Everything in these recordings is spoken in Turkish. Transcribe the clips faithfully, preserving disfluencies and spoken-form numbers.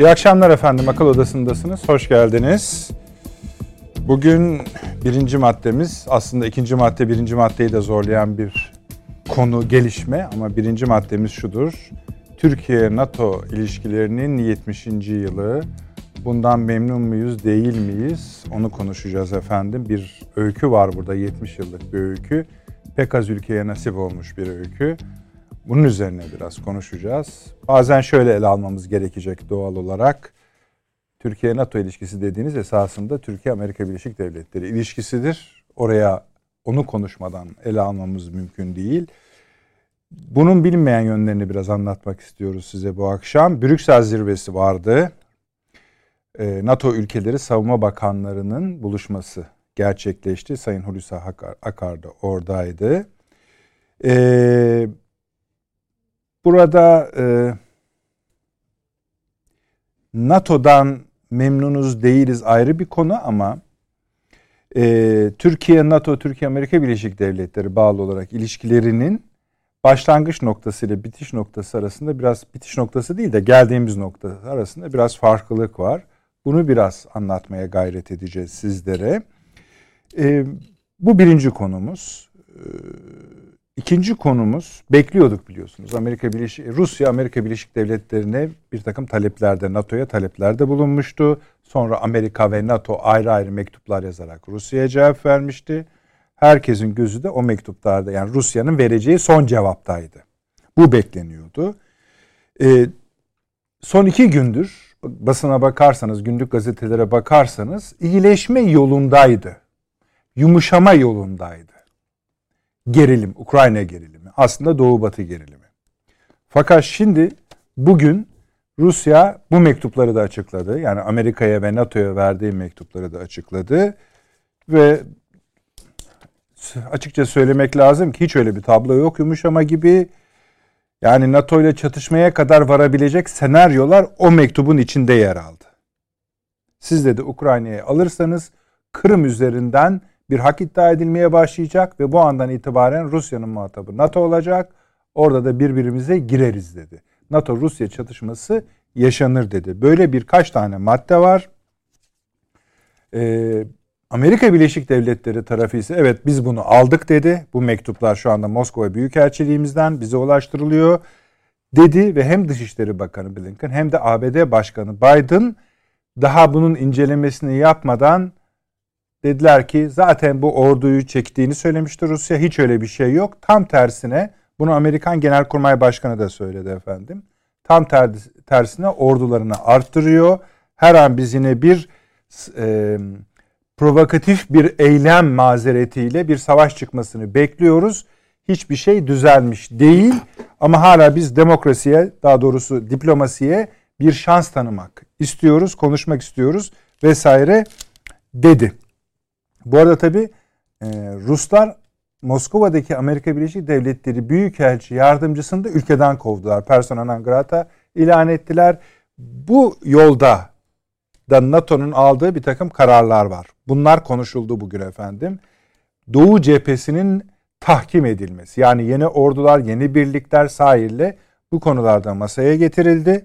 İyi akşamlar efendim. Akıl Odası'ndasınız. Hoş geldiniz. Bugün birinci maddemiz, aslında ikinci madde birinci maddeyi de zorlayan bir konu, gelişme. Ama birinci maddemiz şudur. Türkiye-NATO ilişkilerinin yetmişinci yılı. Bundan memnun muyuz, değil miyiz? Onu konuşacağız efendim. Bir öykü var burada, yetmiş yıllık bir öykü. Pek az ülkeye nasip olmuş bir öykü. Bunun üzerine biraz konuşacağız. Bazen şöyle ele almamız gerekecek doğal olarak. Türkiye-NATO ilişkisi dediğiniz esasında Türkiye-Amerika Birleşik Devletleri ilişkisidir. Oraya onu konuşmadan ele almamız mümkün değil. Bunun bilinmeyen yönlerini biraz anlatmak istiyoruz size bu akşam. Brüksel zirvesi vardı. NATO ülkeleri savunma bakanlarının buluşması gerçekleşti. Sayın Hulusi Akar da oradaydı. Eee... Burada e, NATO'dan memnunuz değiliz ayrı bir konu ama e, Türkiye-NATO, Türkiye-Amerika Birleşik Devletleri bağlı olarak ilişkilerinin başlangıç noktası ile bitiş noktası arasında biraz, bitiş noktası değil de geldiğimiz nokta arasında biraz farklılık var. Bunu biraz anlatmaya gayret edeceğiz sizlere. E, bu birinci konumuz. E, İkinci konumuz, bekliyorduk biliyorsunuz. Amerika Birleşik Rusya Amerika Birleşik Devletleri'ne bir takım taleplerde, NATO'ya taleplerde bulunmuştu. Sonra Amerika ve NATO ayrı ayrı mektuplar yazarak Rusya'ya cevap vermişti. Herkesin gözü de o mektuplarda, yani Rusya'nın vereceği son cevaptaydı. Bu bekleniyordu. Ee, son iki gündür basına bakarsanız, günlük gazetelere bakarsanız iyileşme yolundaydı. Yumuşama yolundaydı. Gerilim, Ukrayna gerilimi. Aslında Doğu-Batı gerilimi. Fakat şimdi bugün Rusya bu mektupları da açıkladı. Yani Amerika'ya ve NATO'ya verdiği mektupları da açıkladı. Ve açıkça söylemek lazım ki hiç öyle bir tablo yok yumuşama gibi. Yani NATO ile çatışmaya kadar varabilecek senaryolar o mektubun içinde yer aldı. Siz de Ukrayna'yı alırsanız Kırım üzerinden bir hak iddia edilmeye başlayacak ve bu andan itibaren Rusya'nın muhatabı NATO olacak. Orada da birbirimize gireriz dedi. NATO-Rusya çatışması yaşanır dedi. Böyle birkaç tane madde var. Ee, Amerika Birleşik Devletleri tarafı ise evet biz bunu aldık dedi. Bu mektuplar şu anda Moskova Büyükelçiliğimizden bize ulaştırılıyor dedi ve hem Dışişleri Bakanı Blinken hem de A B D Başkanı Biden daha bunun incelemesini yapmadan dediler ki zaten bu orduyu çektiğini söylemişti Rusya. Hiç öyle bir şey yok. Tam tersine bunu Amerikan Genelkurmay Başkanı da söyledi efendim. Tam ter, tersine ordularını arttırıyor. Her an biz yine bir e, provokatif bir eylem mazeretiyle bir savaş çıkmasını bekliyoruz. Hiçbir şey düzelmiş değil. Ama hala biz demokrasiye, daha doğrusu diplomasiye bir şans tanımak istiyoruz, konuşmak istiyoruz vesaire dedi. Bu arada tabii e, Ruslar Moskova'daki Amerika Birleşik Devletleri Büyükelçi yardımcısını da ülkeden kovdular. Persona non grata ilan ettiler. Bu yolda da NATO'nun aldığı bir takım kararlar var. Bunlar konuşuldu bugün efendim. Doğu cephesinin tahkim edilmesi. Yani yeni ordular, yeni birlikler sahille bu konularda masaya getirildi.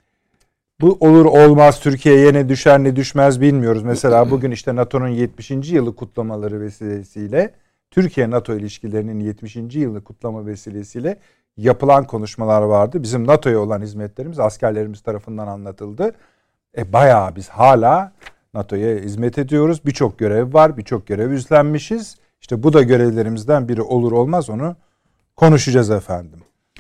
Bu olur olmaz, Türkiye'ye ne düşer ne düşmez bilmiyoruz. Mesela bugün işte NATO'nun yetmişinci yılı kutlamaları vesilesiyle, Türkiye-NATO ilişkilerinin yetmişinci yılı kutlama vesilesiyle yapılan konuşmalar vardı. Bizim NATO'ya olan hizmetlerimiz askerlerimiz tarafından anlatıldı. E bayağı biz hala NATO'ya hizmet ediyoruz. Birçok görev var, birçok görev üstlenmişiz. İşte bu da görevlerimizden biri olur olmaz, onu konuşacağız efendim.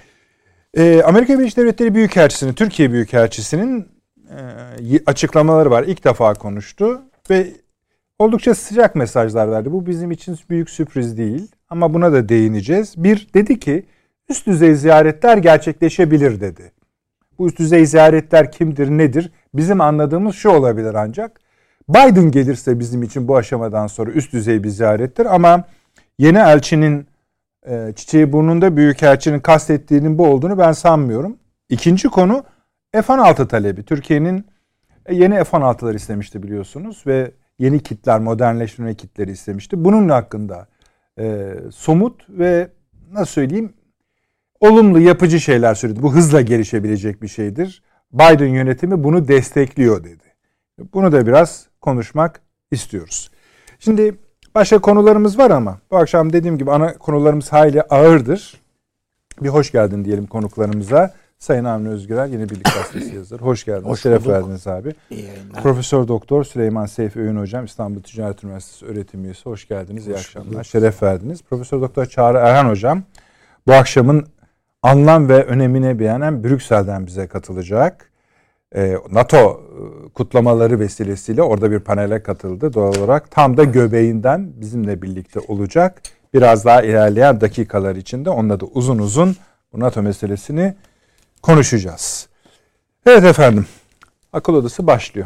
Ee, Amerika Birleşik Devletleri Büyükelçisi'nin, Türkiye Büyükelçisi'nin e, açıklamaları var. İlk defa konuştu ve oldukça sıcak mesajlar verdi. Bu bizim için büyük sürpriz değil ama buna da değineceğiz. Bir, dedi ki üst düzey ziyaretler gerçekleşebilir dedi. Bu üst düzey ziyaretler kimdir, nedir? Bizim anladığımız şu olabilir ancak. Biden gelirse bizim için bu aşamadan sonra üst düzey bir ziyarettir ama yeni elçinin çiçeği burnunda büyükelçinin kastettiğinin bu olduğunu ben sanmıyorum. İkinci konu F on altı talebi. Türkiye'nin yeni F on altılar istemişti biliyorsunuz ve yeni kitler, modernleştirme kitleri istemişti. Bunun hakkında e, somut ve nasıl söyleyeyim olumlu, yapıcı şeyler söyledi. Bu hızla gelişebilecek bir şeydir. Biden yönetimi bunu destekliyor dedi. Bunu da biraz konuşmak istiyoruz. Şimdi başka konularımız var ama bu akşam dediğim gibi ana konularımız hayli ağırdır. Bir hoş geldin diyelim konuklarımıza. Sayın Avni Özgürel, Yeni Birlik Gazetesi yazarı. Hoş geldiniz. Hoş Şeref verdiniz abi. Profesör Doktor Süleyman Seyfi Öğün Hocam, İstanbul Ticaret Üniversitesi öğretim üyesi. Hoş geldiniz. İyi akşamlar. Bulduk. Şeref verdiniz. Profesör Doktor Çağrı Erhan Hocam bu akşamın anlam ve önemine binaen Brüksel'den bize katılacak. NATO kutlamaları vesilesiyle orada bir panele katıldı. Doğal olarak tam da göbeğinden bizimle birlikte olacak. Biraz daha ilerleyen dakikalar içinde onunla da uzun uzun bu NATO meselesini konuşacağız. Evet efendim, akıl odası başlıyor.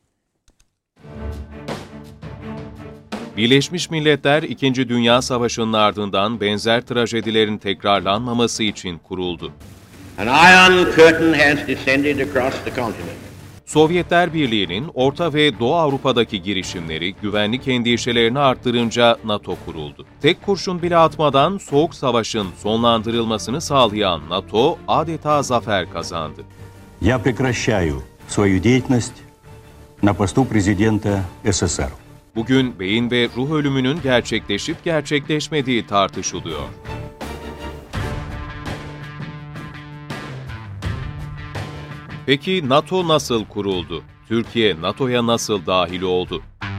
Birleşmiş Milletler İkinci Dünya Savaşı'nın ardından benzer trajedilerin tekrarlanmaması için kuruldu. An iron curtain has descended across the continent. Sovyetler Birliği'nin Orta ve Doğu Avrupa'daki girişimleri güvenlik endişelerini arttırınca NATO kuruldu. Tek kurşun bile atmadan Soğuk Savaş'ın sonlandırılmasını sağlayan NATO adeta zafer kazandı. Я прекращаю свою деятельность на посту президента СССР. Bugün beyin ve ruh ölümünün gerçekleşip gerçekleşmediği tartışılıyor. Peki NATO nasıl kuruldu? Türkiye NATO'ya nasıl dahil oldu?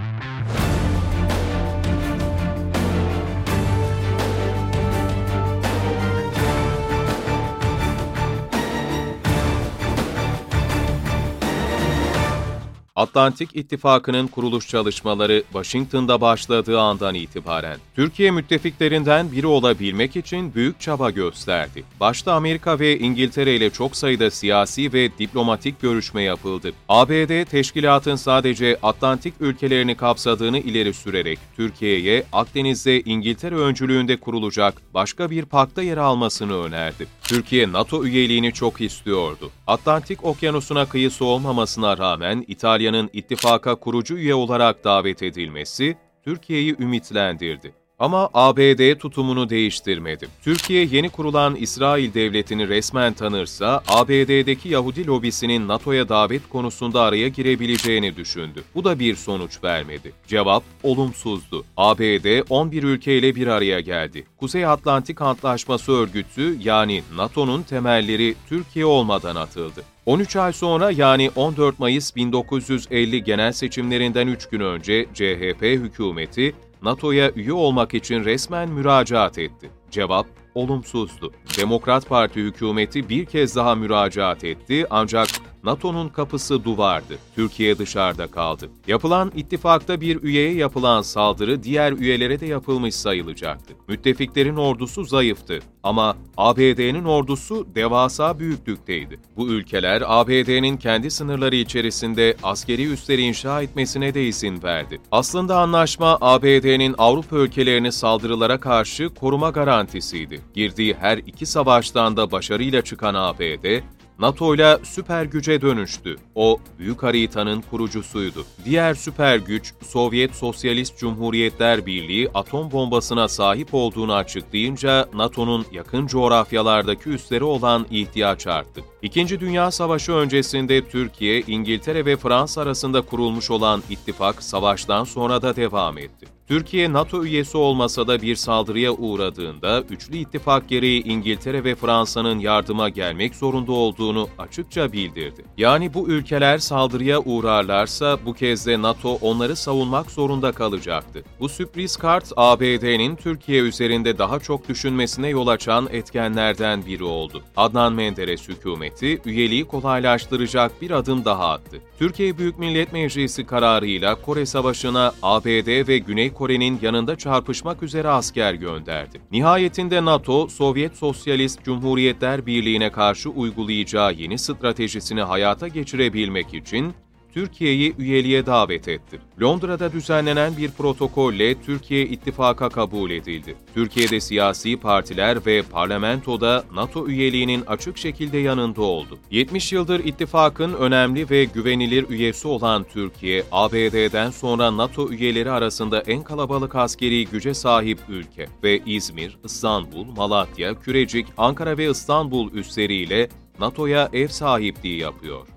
Atlantik İttifakı'nın kuruluş çalışmaları Washington'da başladığı andan itibaren Türkiye müttefiklerinden biri olabilmek için büyük çaba gösterdi. Başta Amerika ve İngiltere ile çok sayıda siyasi ve diplomatik görüşme yapıldı. A B D teşkilatın sadece Atlantik ülkelerini kapsadığını ileri sürerek Türkiye'ye Akdeniz'de İngiltere öncülüğünde kurulacak başka bir pakta yer almasını önerdi. Türkiye NATO üyeliğini çok istiyordu. Atlantik Okyanusu'na kıyısı olmamasına rağmen İtalya'nın ittifaka kurucu üye olarak davet edilmesi Türkiye'yi ümitlendirdi. Ama A B D tutumunu değiştirmedi. Türkiye yeni kurulan İsrail devletini resmen tanırsa A B D'deki Yahudi lobisinin NATO'ya davet konusunda araya girebileceğini düşündü. Bu da bir sonuç vermedi. Cevap olumsuzdu. A B D on bir ülkeyle bir araya geldi. Kuzey Atlantik Antlaşması Örgütü yani NATO'nun temelleri Türkiye olmadan atıldı. on üç ay sonra yani on dört Mayıs bin dokuz yüz elli genel seçimlerinden üç gün önce C H P hükümeti NATO'ya üye olmak için resmen müracaat etti. Cevap olumsuzdu. Demokrat Parti hükümeti bir kez daha müracaat etti ancak NATO'nun kapısı duvardı. Türkiye dışarıda kaldı. Yapılan ittifakta bir üyeye yapılan saldırı diğer üyelere de yapılmış sayılacaktı. Müttefiklerin ordusu zayıftı ama A B D'nin ordusu devasa büyüklükteydi. Bu ülkeler A B D'nin kendi sınırları içerisinde askeri üsleri inşa etmesine de izin verdi. Aslında anlaşma A B D'nin Avrupa ülkelerini saldırılara karşı koruma garantisiydi. Girdiği her iki savaştan da başarıyla çıkan A B D, NATO'yla süper güce dönüştü. O, büyük haritanın kurucusuydu. Diğer süper güç, Sovyet Sosyalist Cumhuriyetler Birliği atom bombasına sahip olduğunu açıklayınca NATO'nun yakın coğrafyalardaki üsleri olan ihtiyaç arttı. İkinci Dünya Savaşı öncesinde Türkiye, İngiltere ve Fransa arasında kurulmuş olan ittifak savaştan sonra da devam etti. Türkiye NATO üyesi olmasa da bir saldırıya uğradığında üçlü ittifak gereği İngiltere ve Fransa'nın yardıma gelmek zorunda olduğunu açıkça bildirdi. Yani bu ülkeler saldırıya uğrarlarsa bu kez de NATO onları savunmak zorunda kalacaktı. Bu sürpriz kart A B D'nin Türkiye üzerinde daha çok düşünmesine yol açan etkenlerden biri oldu. Adnan Menderes hükümeti üyeliği kolaylaştıracak bir adım daha attı. Türkiye Büyük Millet Meclisi kararıyla Kore Savaşı'na A B D ve Güney Kore'nin yanında çarpışmak üzere asker gönderdi. Nihayetinde NATO, Sovyet Sosyalist Cumhuriyetler Birliği'ne karşı uygulayacağı yeni stratejisini hayata geçirebilmek için Türkiye'yi üyeliğe davet etti. Londra'da düzenlenen bir protokolle Türkiye ittifaka kabul edildi. Türkiye'de siyasi partiler ve parlamentoda NATO üyeliğinin açık şekilde yanında oldu. yetmiş yıldır ittifakın önemli ve güvenilir üyesi olan Türkiye, A B D'den sonra NATO üyeleri arasında en kalabalık askeri güce sahip ülke ve İzmir, İstanbul, Malatya, Kürecik, Ankara ve İstanbul üsleriyle NATO'ya ev sahipliği yapıyor.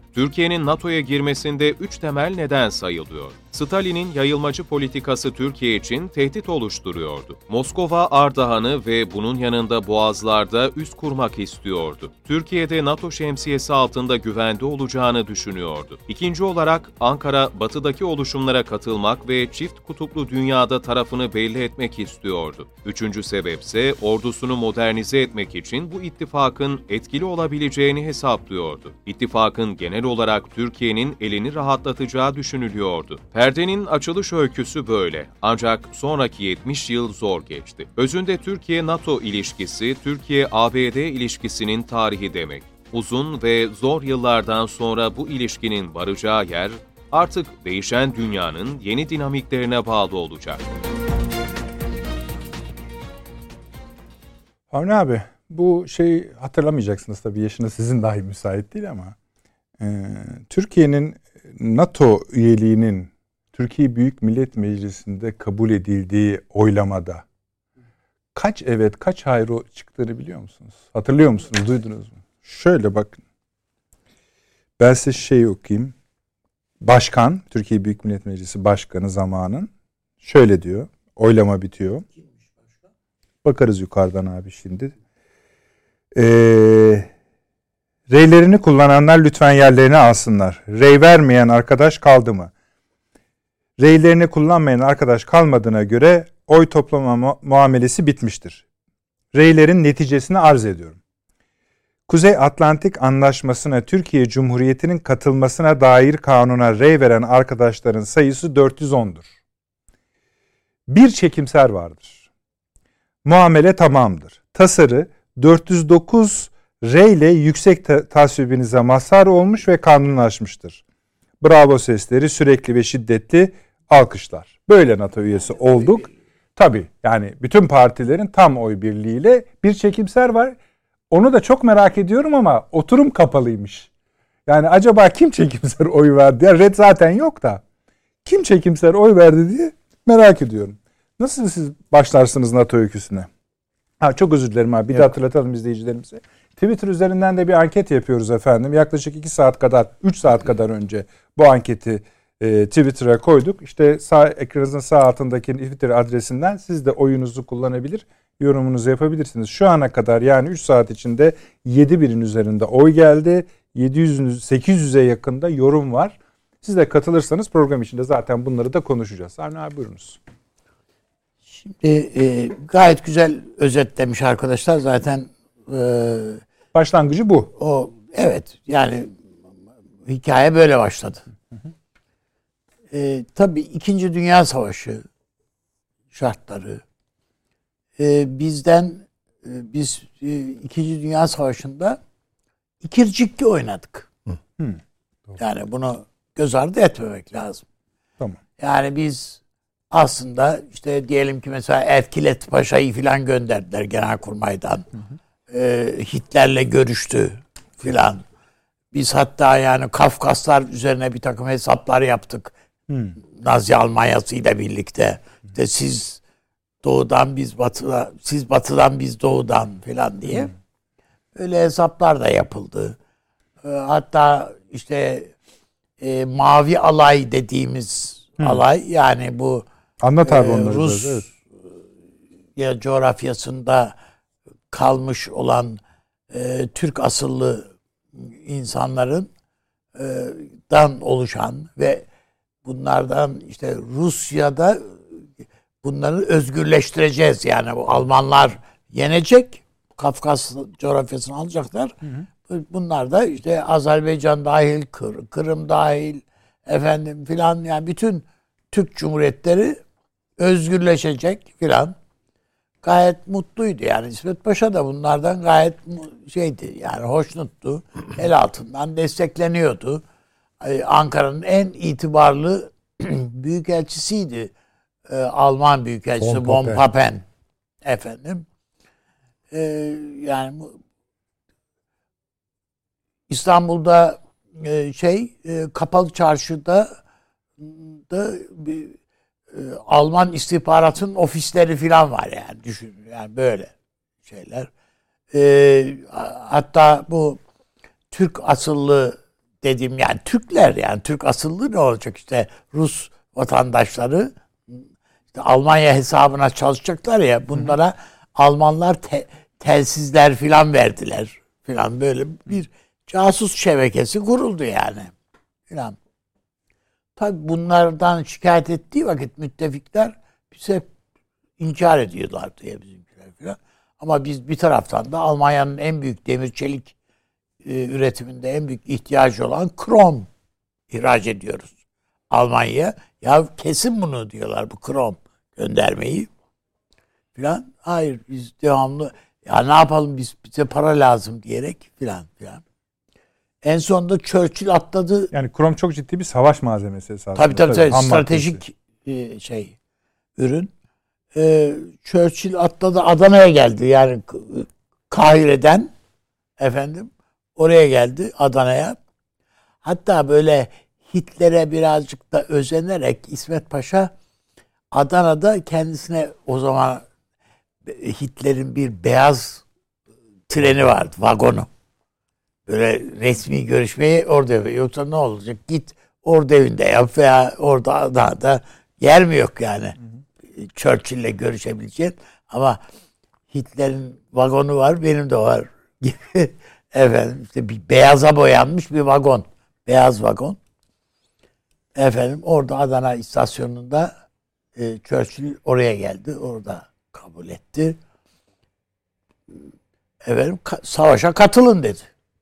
Türkiye'nin NATO'ya girmesinde üç temel neden sayılıyor. Stalin'in yayılmacı politikası Türkiye için tehdit oluşturuyordu. Moskova, Ardahan'ı ve bunun yanında Boğazlar'da üs kurmak istiyordu. Türkiye'de NATO şemsiyesi altında güvende olacağını düşünüyordu. İkinci olarak Ankara, batıdaki oluşumlara katılmak ve çift kutuplu dünyada tarafını belli etmek istiyordu. Üçüncü sebepse ordusunu modernize etmek için bu ittifakın etkili olabileceğini hesaplıyordu. İttifakın genel olarak Türkiye'nin elini rahatlatacağı düşünülüyordu. Perdenin açılış öyküsü böyle. Ancak sonraki yetmiş yıl zor geçti. Özünde Türkiye-NATO ilişkisi, Türkiye-A B D ilişkisinin tarihi demek. Uzun ve zor yıllardan sonra bu ilişkinin varacağı yer, artık değişen dünyanın yeni dinamiklerine bağlı olacak. Avni abi, bu şey hatırlamayacaksınız tabii, yaşınız sizin dahi müsait değil ama e, Türkiye'nin NATO üyeliğinin Türkiye Büyük Millet Meclisi'nde kabul edildiği oylamada kaç evet kaç hayır çıktığını biliyor musunuz? Hatırlıyor musunuz? Duydunuz mu? Şöyle bakın. Ben size şey okuyayım. Başkan, Türkiye Büyük Millet Meclisi Başkanı zamanın şöyle diyor. Oylama bitiyor. Bakarız yukarıdan abi şimdi. Eee Reylerini kullananlar lütfen yerlerini alsınlar. Rey vermeyen arkadaş kaldı mı? Reylerini kullanmayan arkadaş kalmadığına göre oy toplama mu- muamelesi bitmiştir. Reylerin neticesini arz ediyorum. Kuzey Atlantik Anlaşması'na Türkiye Cumhuriyeti'nin katılmasına dair kanuna rey veren arkadaşların sayısı dört yüz on'dur. Bir çekimser vardır. Muamele tamamdır. Tasarı dört yüz dokuz rey ile yüksek ta- tasvibinize mazhar olmuş ve kanunlaşmıştır. Bravo sesleri sürekli ve şiddetli alkışlar. Böyle NATO üyesi olduk. Tabii yani bütün partilerin tam oy birliğiyle bir çekimser var. Onu da çok merak ediyorum ama oturum kapalıymış. Yani acaba kim çekimser oy verdi? Ya red zaten yok da. Kim çekimser oy verdi diye merak ediyorum. Nasıl siz başlarsınız NATO öyküsüne? Ha, çok özür dilerim abi. Bir yok. De hatırlatalım izleyicilerimize. Twitter üzerinden de bir anket yapıyoruz efendim. Yaklaşık iki saat kadar, üç saat kadar önce bu anketi e, Twitter'a koyduk. İşte sağ ekranınızın sağ altındaki Twitter adresinden siz de oyunuzu kullanabilir, yorumunuzu yapabilirsiniz. Şu ana kadar yani üç saat içinde yedi birin üzerinde oy geldi. yedi yüz sekiz yüze yakında yorum var. Siz de katılırsanız program içinde zaten bunları da konuşacağız. Avni abi buyurunuz. Şimdi e, gayet güzel özetlemiş arkadaşlar zaten. E, Başlangıcı bu. O evet yani hikaye böyle başladı. Hı hı. E, tabii İkinci Dünya Savaşı şartları e, bizden e, biz e, İkinci Dünya Savaşı'nda ikircikli oynadık. Hı. Hı. Yani bunu göz ardı etmemek lazım. Tamam. Yani biz aslında işte diyelim ki mesela Erkilet Paşa'yı filan gönderdiler Genelkurmay'dan. Hı hı. E, Hitler'le görüştü filan. Biz hatta yani Kafkaslar üzerine bir takım hesaplar yaptık. Hmm. Nazi Almanyası ile birlikte. İşte siz doğudan biz batıdan, siz batıdan biz doğudan filan diye. Hmm. Öyle hesaplar da yapıldı. E, hatta işte e, Mavi Alay dediğimiz hmm. alay yani bu Anlat abi e, onları. Rus evet. ya coğrafyasında kalmış olan e, Türk asıllı insanların e, dan oluşan ve bunlardan işte Rusya'da bunları özgürleştireceğiz. Yani bu Almanlar yenecek, Kafkas coğrafyasını alacaklar. Hı hı. Bunlar da işte Azerbaycan dahil, Kır, Kırım dahil, efendim filan yani bütün Türk Cumhuriyetleri özgürleşecek filan. Gayet mutluydu yani İsmet Paşa da bunlardan gayet şeydi yani hoşnuttu. El altından destekleniyordu. Ankara'nın en itibarlı büyükelçisiydi. Ee, Alman büyükelçisi Von Papen. Papen efendim. Ee, yani İstanbul'da e, şey e, Kapalı Çarşı'da da bir e, Alman istihbaratının ofisleri falan var yani düşün yani böyle şeyler. E, hatta bu Türk asıllı dediğim yani Türkler, yani Türk asıllı ne olacak, işte Rus vatandaşları işte Almanya hesabına çalışacaklar ya, bunlara hı hı. Almanlar te, telsizler filan verdiler filan, böyle bir casus şebekesi kuruldu yani filan. Tabii bunlardan şikayet ettiği vakit müttefikler bize inkar ediyorlar diye bizimkiler filan. Ama biz bir taraftan da Almanya'nın en büyük demir çelik e, üretiminde en büyük ihtiyacı olan krom ihraç ediyoruz Almanya'ya. Ya kesin bunu diyorlar, bu krom göndermeyi filan. Hayır, biz devamlı ya ne yapalım, biz bize para lazım diyerek filan filan. En sonunda Churchill atladı. Yani krom çok ciddi bir savaş malzemesi esasında. Tabii tabii, tabii. tabii. Stratejik e, şey ürün. E, Churchill atladı, Adana'ya geldi. Yani Kahire'den efendim oraya geldi, Adana'ya. Hatta böyle Hitler'e birazcık da özenerek İsmet Paşa Adana'da kendisine, o zaman Hitler'in bir beyaz treni vardı, vagonu. Böyle resmi görüşmeyi orada yapıyor. Yoksa ne olacak? Git orada evinde yap veya orada Adana'da yer mi yok yani? Hı hı. Churchill'le görüşebileceğin. Ama Hitler'in vagonu var, benim de var gibi. Efendim işte bir beyaza boyanmış bir vagon. Beyaz vagon. Efendim orada Adana istasyonunda e, Churchill oraya geldi. Orada kabul etti. Efendim ka- savaşa katılın dedi.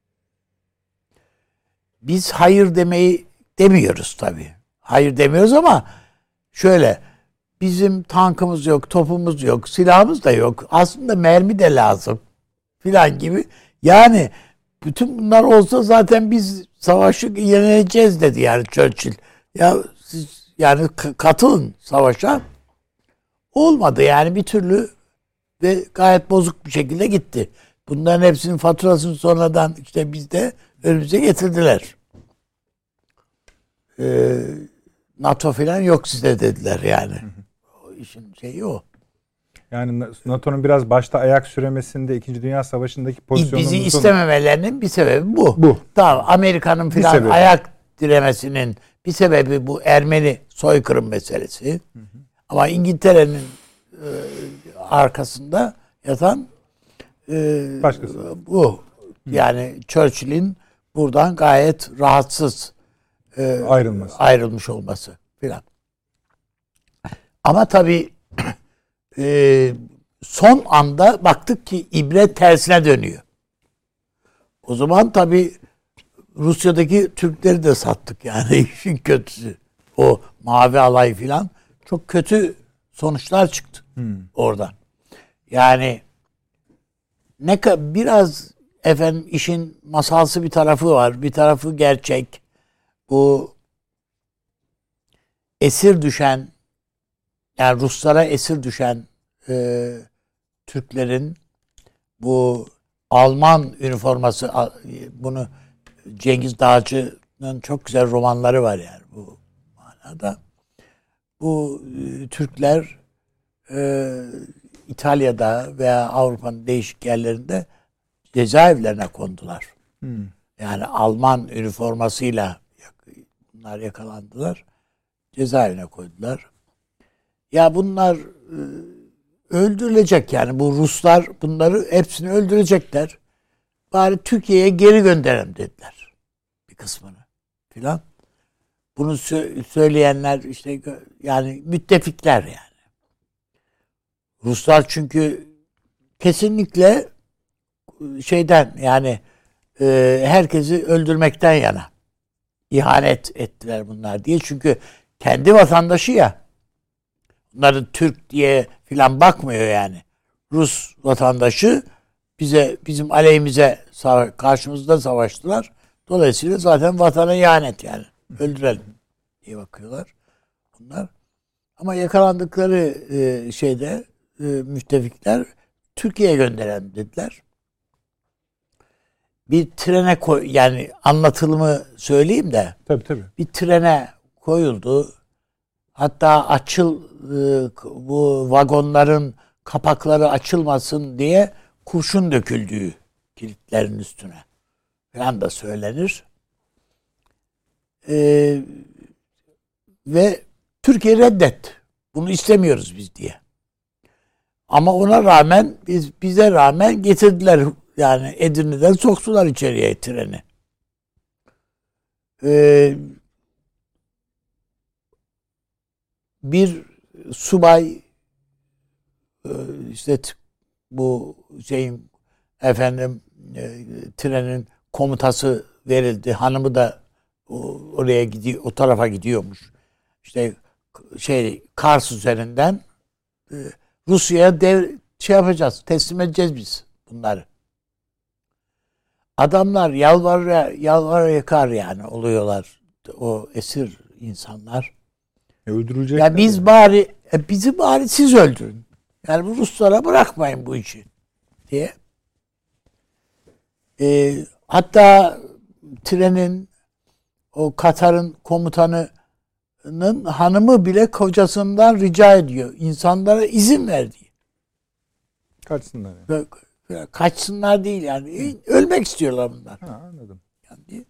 Biz hayır demeyi demiyoruz tabii. Hayır demiyoruz ama şöyle, bizim tankımız yok, topumuz yok, silahımız da yok. Aslında mermi de lazım filan gibi. Yani bütün bunlar olsa zaten biz savaşı yeneceğiz dedi yani Churchill. Ya siz yani katılın savaşa. Olmadı yani bir türlü ve gayet bozuk bir şekilde gitti. Bunların hepsinin faturasını sonradan işte bizde önümüze getirdiler. Ee, NATO falan yok size dediler yani. Hı hı. O işin şeyi o. Yani NATO'nun biraz başta ayak süremesinde İkinci Dünya Savaşı'ndaki pozisyonumuzun... Bizi istememelerinin bir sebebi bu. Bu. Tamam, Amerika'nın falan ayak diremesinin bir sebebi bu Ermeni soykırım meselesi. Hı hı. Ama İngiltere'nin e, arkasında yatan e, başkası. Bu. Yani Churchill'in buradan gayet rahatsız e, ayrılması. ayrılmış olması filan. Ama tabii e, son anda baktık ki ibre tersine dönüyor. O zaman tabii Rusya'daki Türkleri de sattık yani işin kötüsü. O mavi alay filan çok kötü sonuçlar çıktı hmm. oradan. Yani ne kadar biraz efendim işin masalsı bir tarafı var, bir tarafı gerçek. Bu esir düşen, yani Ruslara esir düşen e, Türklerin bu Alman üniforması, bunu Cengiz Dağcı'nın çok güzel romanları var yani bu manada. Bu e, Türkler e, İtalya'da veya Avrupa'nın değişik yerlerinde cezaevlerine kondular. Hmm. Yani Alman üniformasıyla bunlar yakalandılar. Cezaevine koydular. Ya bunlar e, öldürülecek yani. Bu Ruslar bunları hepsini öldürecekler. Bari Türkiye'ye geri gönderelim dediler. Bir kısmını filan. Bunu sö- söyleyenler işte yani müttefikler yani. Ruslar çünkü kesinlikle şeyden yani e, herkesi öldürmekten yana. İhanet ettiler bunlar diye. Çünkü kendi vatandaşı ya. Bunların Türk diye filan bakmıyor yani. Rus vatandaşı bize bizim aleyhimize karşımızda savaştılar. Dolayısıyla zaten vatana ihanet yani. Öldürelim diye bakıyorlar bunlar. Ama yakalandıkları e, şeyde e, müttefikler Türkiye'ye gönderelim dediler. Bir trene koy, yani anlatılımı söyleyeyim de. Tabii tabii. Bir trene koyuldu. Hatta açıl bu vagonların kapakları açılmasın diye kurşun döküldüğü kilitlerin üstüne falan da söylenir. Ee, ve Türkiye reddet. Bunu istemiyoruz biz diye. Ama ona rağmen biz bize rağmen getirdiler, yani Edirne'den soktular içeriye treni. Ee, bir subay işte bu şeyin efendim e, trenin komutası verildi. Hanımı da o, oraya gidiyor, o tarafa gidiyormuş. İşte şey Kars üzerinden e, Rusya'ya dev şey yapacağız, teslim edeceğiz biz bunları. Adamlar yalvar yalvar yakar yani oluyorlar o esir insanlar. E, öldürülecekler. Ya biz yani. bari e, bizi bari siz öldürün. Yani bu Ruslara bırakmayın bu işi diye. E, hatta trenin o Katar'ın komutanının hanımı bile kocasından rica ediyor. İnsanlara izin ver diye. Kaçsınlar yani. Kaçsınlar değil yani. Ölmek istiyorlar bunlar. Ha, anladım. Yani,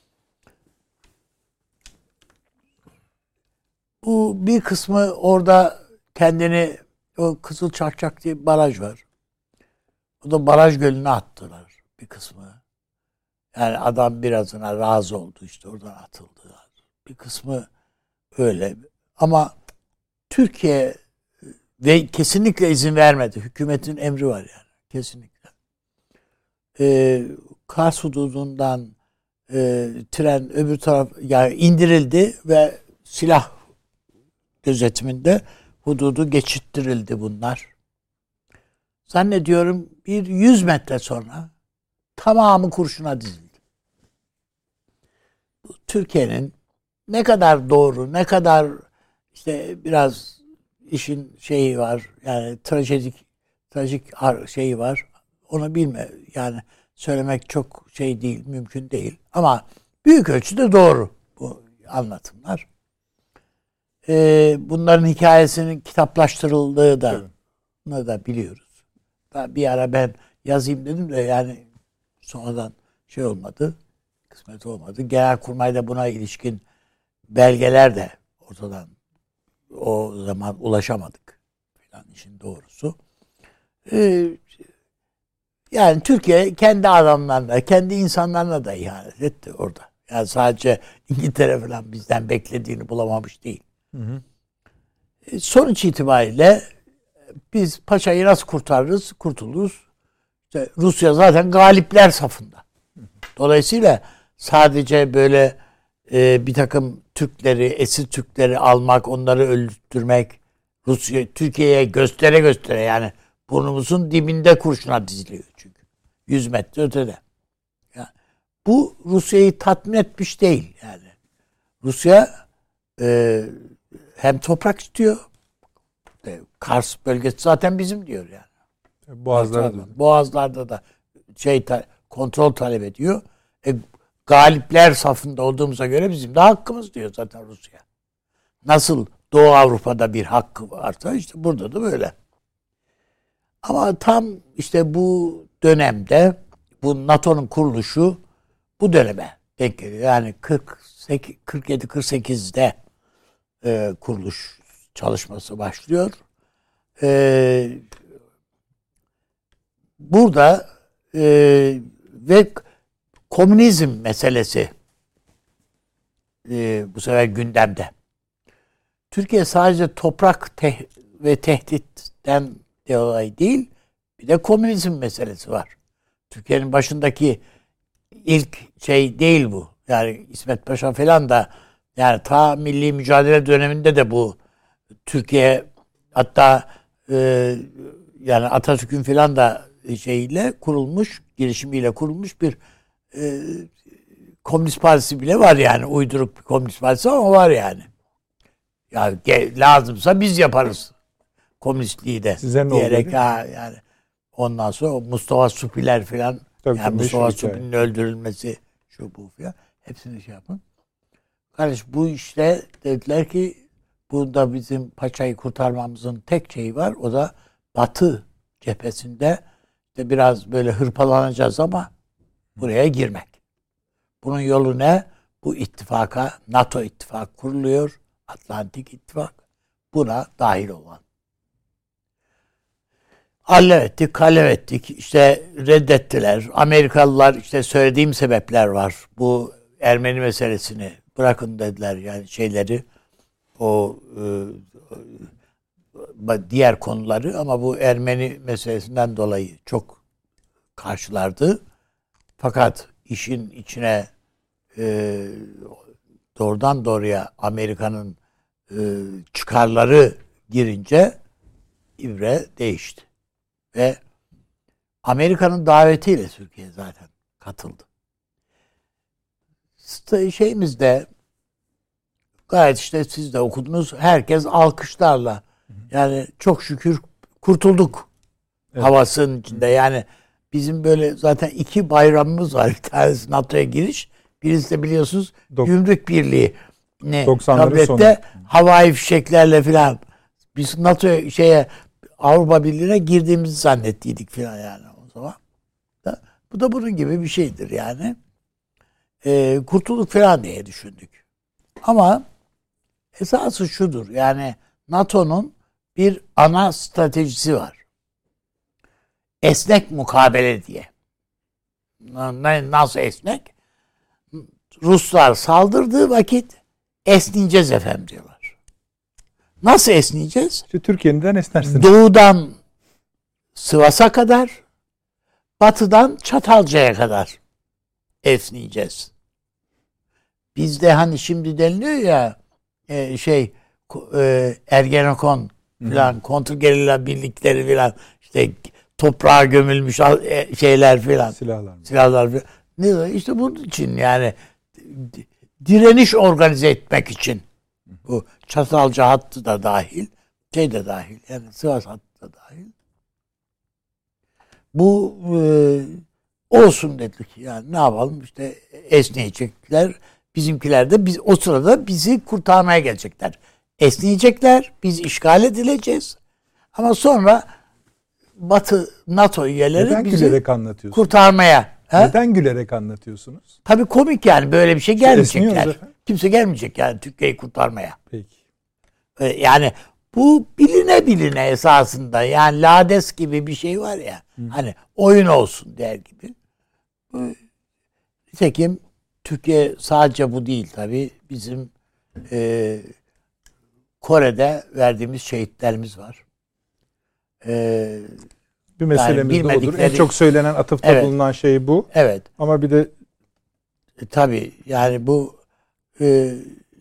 bu bir kısmı orada kendini, o Kızıl Çakçak diye bir baraj var. O da baraj gölüne attılar bir kısmı. Yani adam birazına razı oldu, işte oradan atıldılar. Bir kısmı öyle. Ama Türkiye ve kesinlikle izin vermedi. Hükümetin emri var yani. Kesinlikle. Ee, Kars hududundan e, tren öbür taraf yani indirildi ve silah gözetiminde hududu geçittirildi bunlar. Zannediyorum bir yüz metre sonra tamamı kurşuna dizildi. Bu Türkiye'nin ne kadar doğru, ne kadar işte biraz işin şeyi var, yani trajedik trajik şeyi var. Onu bilme yani söylemek çok şey değil, mümkün değil. Ama büyük ölçüde doğru bu anlatımlar. Ee, bunların hikayesinin kitaplaştırıldığı da bunu da biliyoruz. Bir ara ben yazayım dedim de yani sonradan şey olmadı, kısmet olmadı. Genelkurmay'da buna ilişkin belgeler de ortadan o zaman ulaşamadık falan işin doğrusu. Ee, yani Türkiye kendi adamlarına, kendi insanlarına da ihanet etti orada. Yani sadece İngiltere falan bizden beklediğini bulamamış değil. Hı hı. Ee, sonuç itibariyle biz paşayı nasıl kurtarırız, kurtuluruz. İşte Rusya zaten galipler safında. Dolayısıyla sadece böyle e, bir takım Türkleri, esir Türkleri almak, onları öldürmek, Rusya, Türkiye'ye göstere göstere yani burnumuzun dibinde kurşuna diziliyor çünkü. yüz metre ötede. Yani bu Rusya'yı tatmin etmiş değil yani. Rusya e, hem toprak istiyor, e, Kars bölgesi zaten bizim diyor yani. Boğazlarda da. Boğazlarda da şey ta, kontrol talep ediyor. E, galipler safında olduğumuza göre bizim de hakkımız diyor zaten Rusya. Nasıl Doğu Avrupa'da bir hakkı varsa işte burada da böyle. Ama tam işte bu dönemde bu NATO'nun kuruluşu bu döneme denk geliyor. Yani kırk yedi kırk sekizde e, kuruluş çalışması başlıyor. E, burada e, ve komünizm meselesi e, bu sefer gündemde. Türkiye sadece toprak te- ve tehditten dolayı değil, bir de komünizm meselesi var. Türkiye'nin başındaki ilk şey değil bu. Yani İsmet Paşa falan da yani ta milli mücadele döneminde de bu Türkiye hatta e, yani Atatürk'ün falan da şeyiyle kurulmuş, girişimiyle kurulmuş bir e, Komünist Partisi bile var yani. Uyduruk bir Komünist Partisi ama var yani. Ya yani lazımsa biz yaparız komünistliği de. Size ne diyerek oldu? ha yani ondan sonra Mustafa Supiler filan Tabii, yani tabii, Mustafa meşhur Supi'nin öldürülmesi şu bu filan hepsini şey yapın. Kardeş bu işte dediler ki burada bizim paçayı kurtarmamızın tek şeyi var. O da Batı cephesinde işte biraz böyle hırpalanacağız ama buraya girmek. Bunun yolu ne? bu ittifaka NATO ittifak kuruluyor. Atlantik ittifak. Buna dahil olan. Allem ettik, kallem ettik. İşte reddettiler. Amerikalılar işte söylediğim sebepler var. Bu Ermeni meselesini bırakın dediler yani şeyleri. O e, diğer konuları ama bu Ermeni meselesinden dolayı çok karşılardı. Fakat işin içine e, doğrudan doğruya Amerika'nın e, çıkarları girince İbre değişti. Ve Amerika'nın davetiyle Türkiye zaten katıldı. Şeyimizde gayet işte siz de okudunuz. Herkes alkışlarla yani çok şükür kurtulduk evet. havasının içinde. Yani bizim böyle zaten iki bayramımız var. Bir tanesi NATO'ya giriş. Birisi de biliyorsunuz Dok- Gümrük Birliği ne tablette havai fişeklerle filan. Biz NATO'ya şeye Avrupa Birliği'ne girdiğimizi zannettiydik filan yani o zaman. Da, bu da bunun gibi bir şeydir yani. Ee, kurtulduk filan diye düşündük. Ama esası şudur yani NATO'nun bir ana stratejisi var. Esnek mukabele diye. Nasıl esnek? Ruslar saldırdığı vakit esneyeceğiz efendim diyorlar. Nasıl esneyeceğiz? İşte Türkiye'den esnersiniz. Doğudan Sivas'a kadar, batıdan Çatalca'ya kadar esneyeceğiz. Bizde hani şimdi deniliyor ya e, şey e, Ergenekon filan, kontrgerilla birlikleri filan, işte toprağa gömülmüş şeyler filan. Silahlar. Silahlar filan. Ne işte bunun için yani direniş organize etmek için. Bu Çatalca hattı da dahil, şey de dahil, yani Sivas hattı da dahil. Bu e, olsun dedik yani ne yapalım işte esneyecekler. Bizimkiler de biz o sırada bizi kurtarmaya gelecekler. Esneyecekler, biz işgal edileceğiz. Ama sonra Batı NATO üyeleri Neden bizi gülerek anlatıyorsunuz? Kurtarmaya. Ha? Neden gülerek anlatıyorsunuz? Tabii komik yani böyle bir şey gelmeyecekler. Kimse gelmeyecek yani Türkiye'yi kurtarmaya. Peki. Yani bu biline biline esasında yani lades gibi bir şey var ya. Hı. Hani oyun olsun der gibi. Nitekim Türkiye sadece bu değil tabii. Bizim e, Kore'de verdiğimiz şehitlerimiz var. E, bir meselemiz yani de odur. En çok söylenen atıfta evet. bulunan şey bu. Evet. Ama bir de e, tabii yani bu e,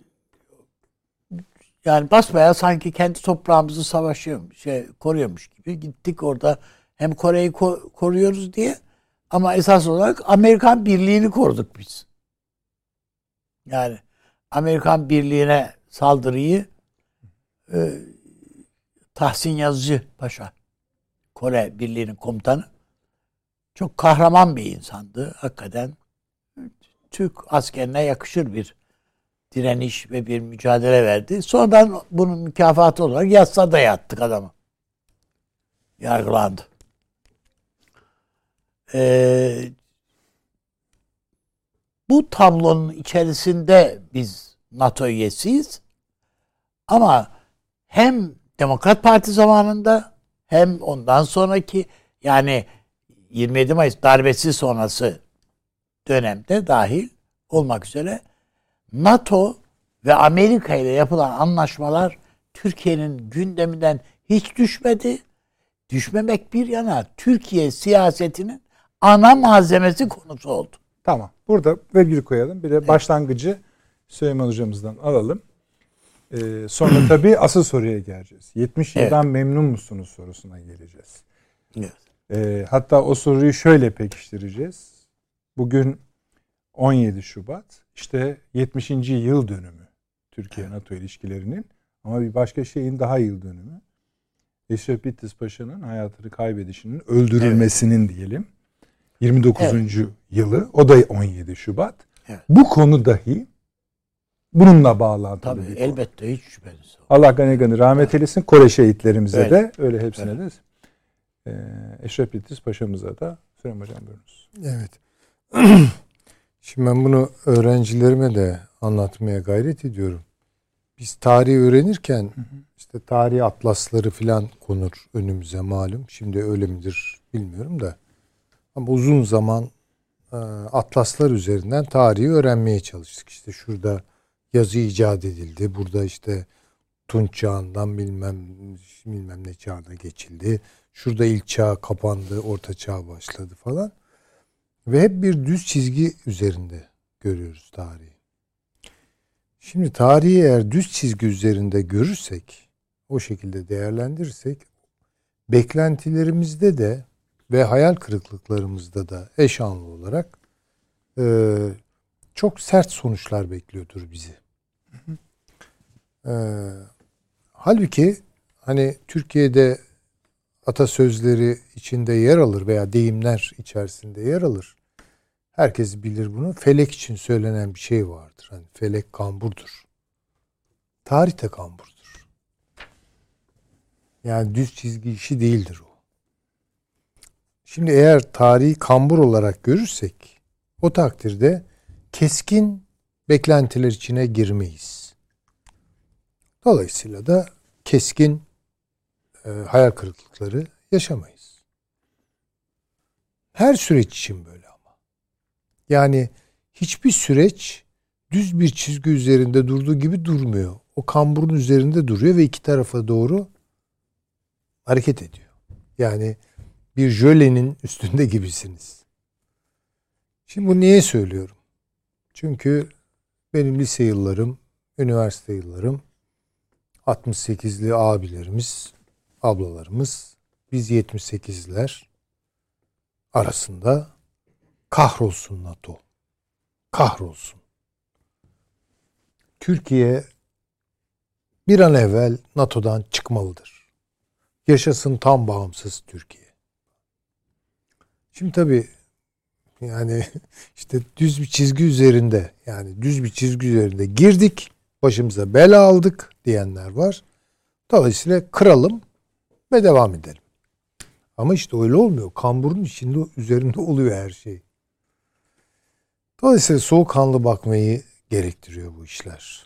yani basbayağı sanki kendi toprağımızı savaşıyormuş, şey koruyormuş gibi gittik orada hem Kore'yi ko- koruyoruz diye ama esas olarak Amerikan Birliği'ni koruduk biz. Yani Amerikan Birliği'ne saldırıyı e, Tahsin Yazıcı Paşa, Kore Birliği'nin komutanı, çok kahraman bir insandı. Hakikaten Türk askerine yakışır bir direniş ve bir mücadele verdi. Sonradan bunun mükafatı olarak yassıda yattık adamı. Yargılandı. Ee, bu tablonun içerisinde biz NATO üyesiyiz. Ama hem Demokrat Parti zamanında hem ondan sonraki yani yirmi yedi Mayıs darbesi sonrası dönemde dahil olmak üzere NATO ve Amerika ile yapılan anlaşmalar Türkiye'nin gündeminden hiç düşmedi. Düşmemek bir yana Türkiye siyasetinin ana malzemesi konusu oldu. Tamam. Burada virgül koyalım. Bir de başlangıcı Süleyman Hocamızdan alalım. Ee, sonra tabii asıl soruya geleceğiz. yetmiş evet. yıldan memnun musunuz sorusuna geleceğiz. Evet. Ee, hatta o soruyu şöyle pekiştireceğiz. Bugün on yedi Şubat. İşte yetmişinci yıl dönümü Türkiye-NATO ilişkilerinin. Ama bir başka şeyin daha yıl dönümü. Eşref Bitlis Paşa'nın hayatını kaybedişinin, öldürülmesinin evet. diyelim. yirmi dokuzuncu Evet. yılı. O da on yedi Şubat. Evet. Bu konu dahi bununla bağlantılı Tabii, bir konu. Elbette hiç şüphesiz. Allah gani gani rahmet eylesin. Kore şehitlerimize evet. de öyle hepsine evet. de Eşref Bitlis Paşa'mıza da Süleyman Hocam buyurunuz. Evet. Şimdi ben bunu öğrencilerime de anlatmaya gayret ediyorum. Biz tarihi öğrenirken hı hı. işte tarih atlasları falan konur önümüze malum. Şimdi öyle midir bilmiyorum da. Ama uzun zaman e, atlaslar üzerinden tarihi öğrenmeye çalıştık. İşte şurada yazı icat edildi. Burada işte Tunç çağından bilmem bilmem ne çağına geçildi. Şurada ilk çağ kapandı, orta çağ başladı falan. Ve hep bir düz çizgi üzerinde görüyoruz tarihi. Şimdi tarihi eğer düz çizgi üzerinde görürsek, o şekilde değerlendirirsek, beklentilerimizde de ve hayal kırıklıklarımızda da eş anlı olarak e, çok sert sonuçlar bekliyordur bizi. E, halbuki hani Türkiye'de atasözleri içinde yer alır veya deyimler içerisinde yer alır. Herkes bilir bunu. Felek için söylenen bir şey vardır. Hani felek kamburdur. Tarih de kamburdur. Yani düz çizgi işi değildir o. Şimdi eğer tarihi kambur olarak görürsek o takdirde keskin beklentiler içine girmeyiz. Dolayısıyla da keskin e, hayal kırıklıkları yaşamayız. Her süreç için böyle ama. Yani hiçbir süreç düz bir çizgi üzerinde durduğu gibi durmuyor. O kamburun üzerinde duruyor ve iki tarafa doğru hareket ediyor. Yani bir jölenin üstünde gibisiniz. Şimdi bunu niye söylüyorum? Çünkü benim lise yıllarım, üniversite yıllarım, altmış sekizli abilerimiz, ablalarımız, biz yetmiş sekizler arasında kahrolsun NATO. Kahrolsun. Türkiye bir an evvel NATO'dan çıkmalıdır. Yaşasın tam bağımsız Türkiye. Şimdi tabii yani işte düz bir çizgi üzerinde, yani düz bir çizgi üzerinde girdik, başımıza bela aldık diyenler var. Dolayısıyla kıralım ve devam edelim. Ama işte öyle olmuyor. Kamburun içinde, üzerinde oluyor her şey. Dolayısıyla soğukkanlı bakmayı gerektiriyor bu işler.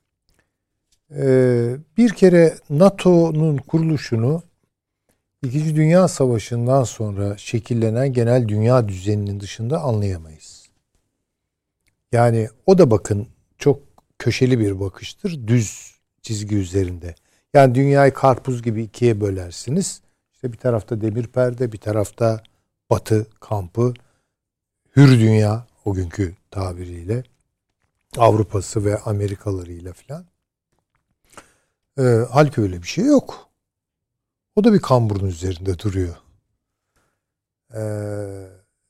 Ee, bir kere NATO'nun kuruluşunu İkinci Dünya Savaşı'ndan sonra şekillenen genel dünya düzeninin dışında anlayamayız. Yani o da bakın çok köşeli bir bakıştır. Düz çizgi üzerinde. Yani dünyayı karpuz gibi ikiye bölersiniz. İşte bir tarafta demir perde, bir tarafta batı kampı, hür dünya o günkü tabiriyle, Avrupa'sı ve Amerikalılarıyla filan. Ee, halbuki öyle bir şey yok. O da bir kamburun üzerinde duruyor. Ee,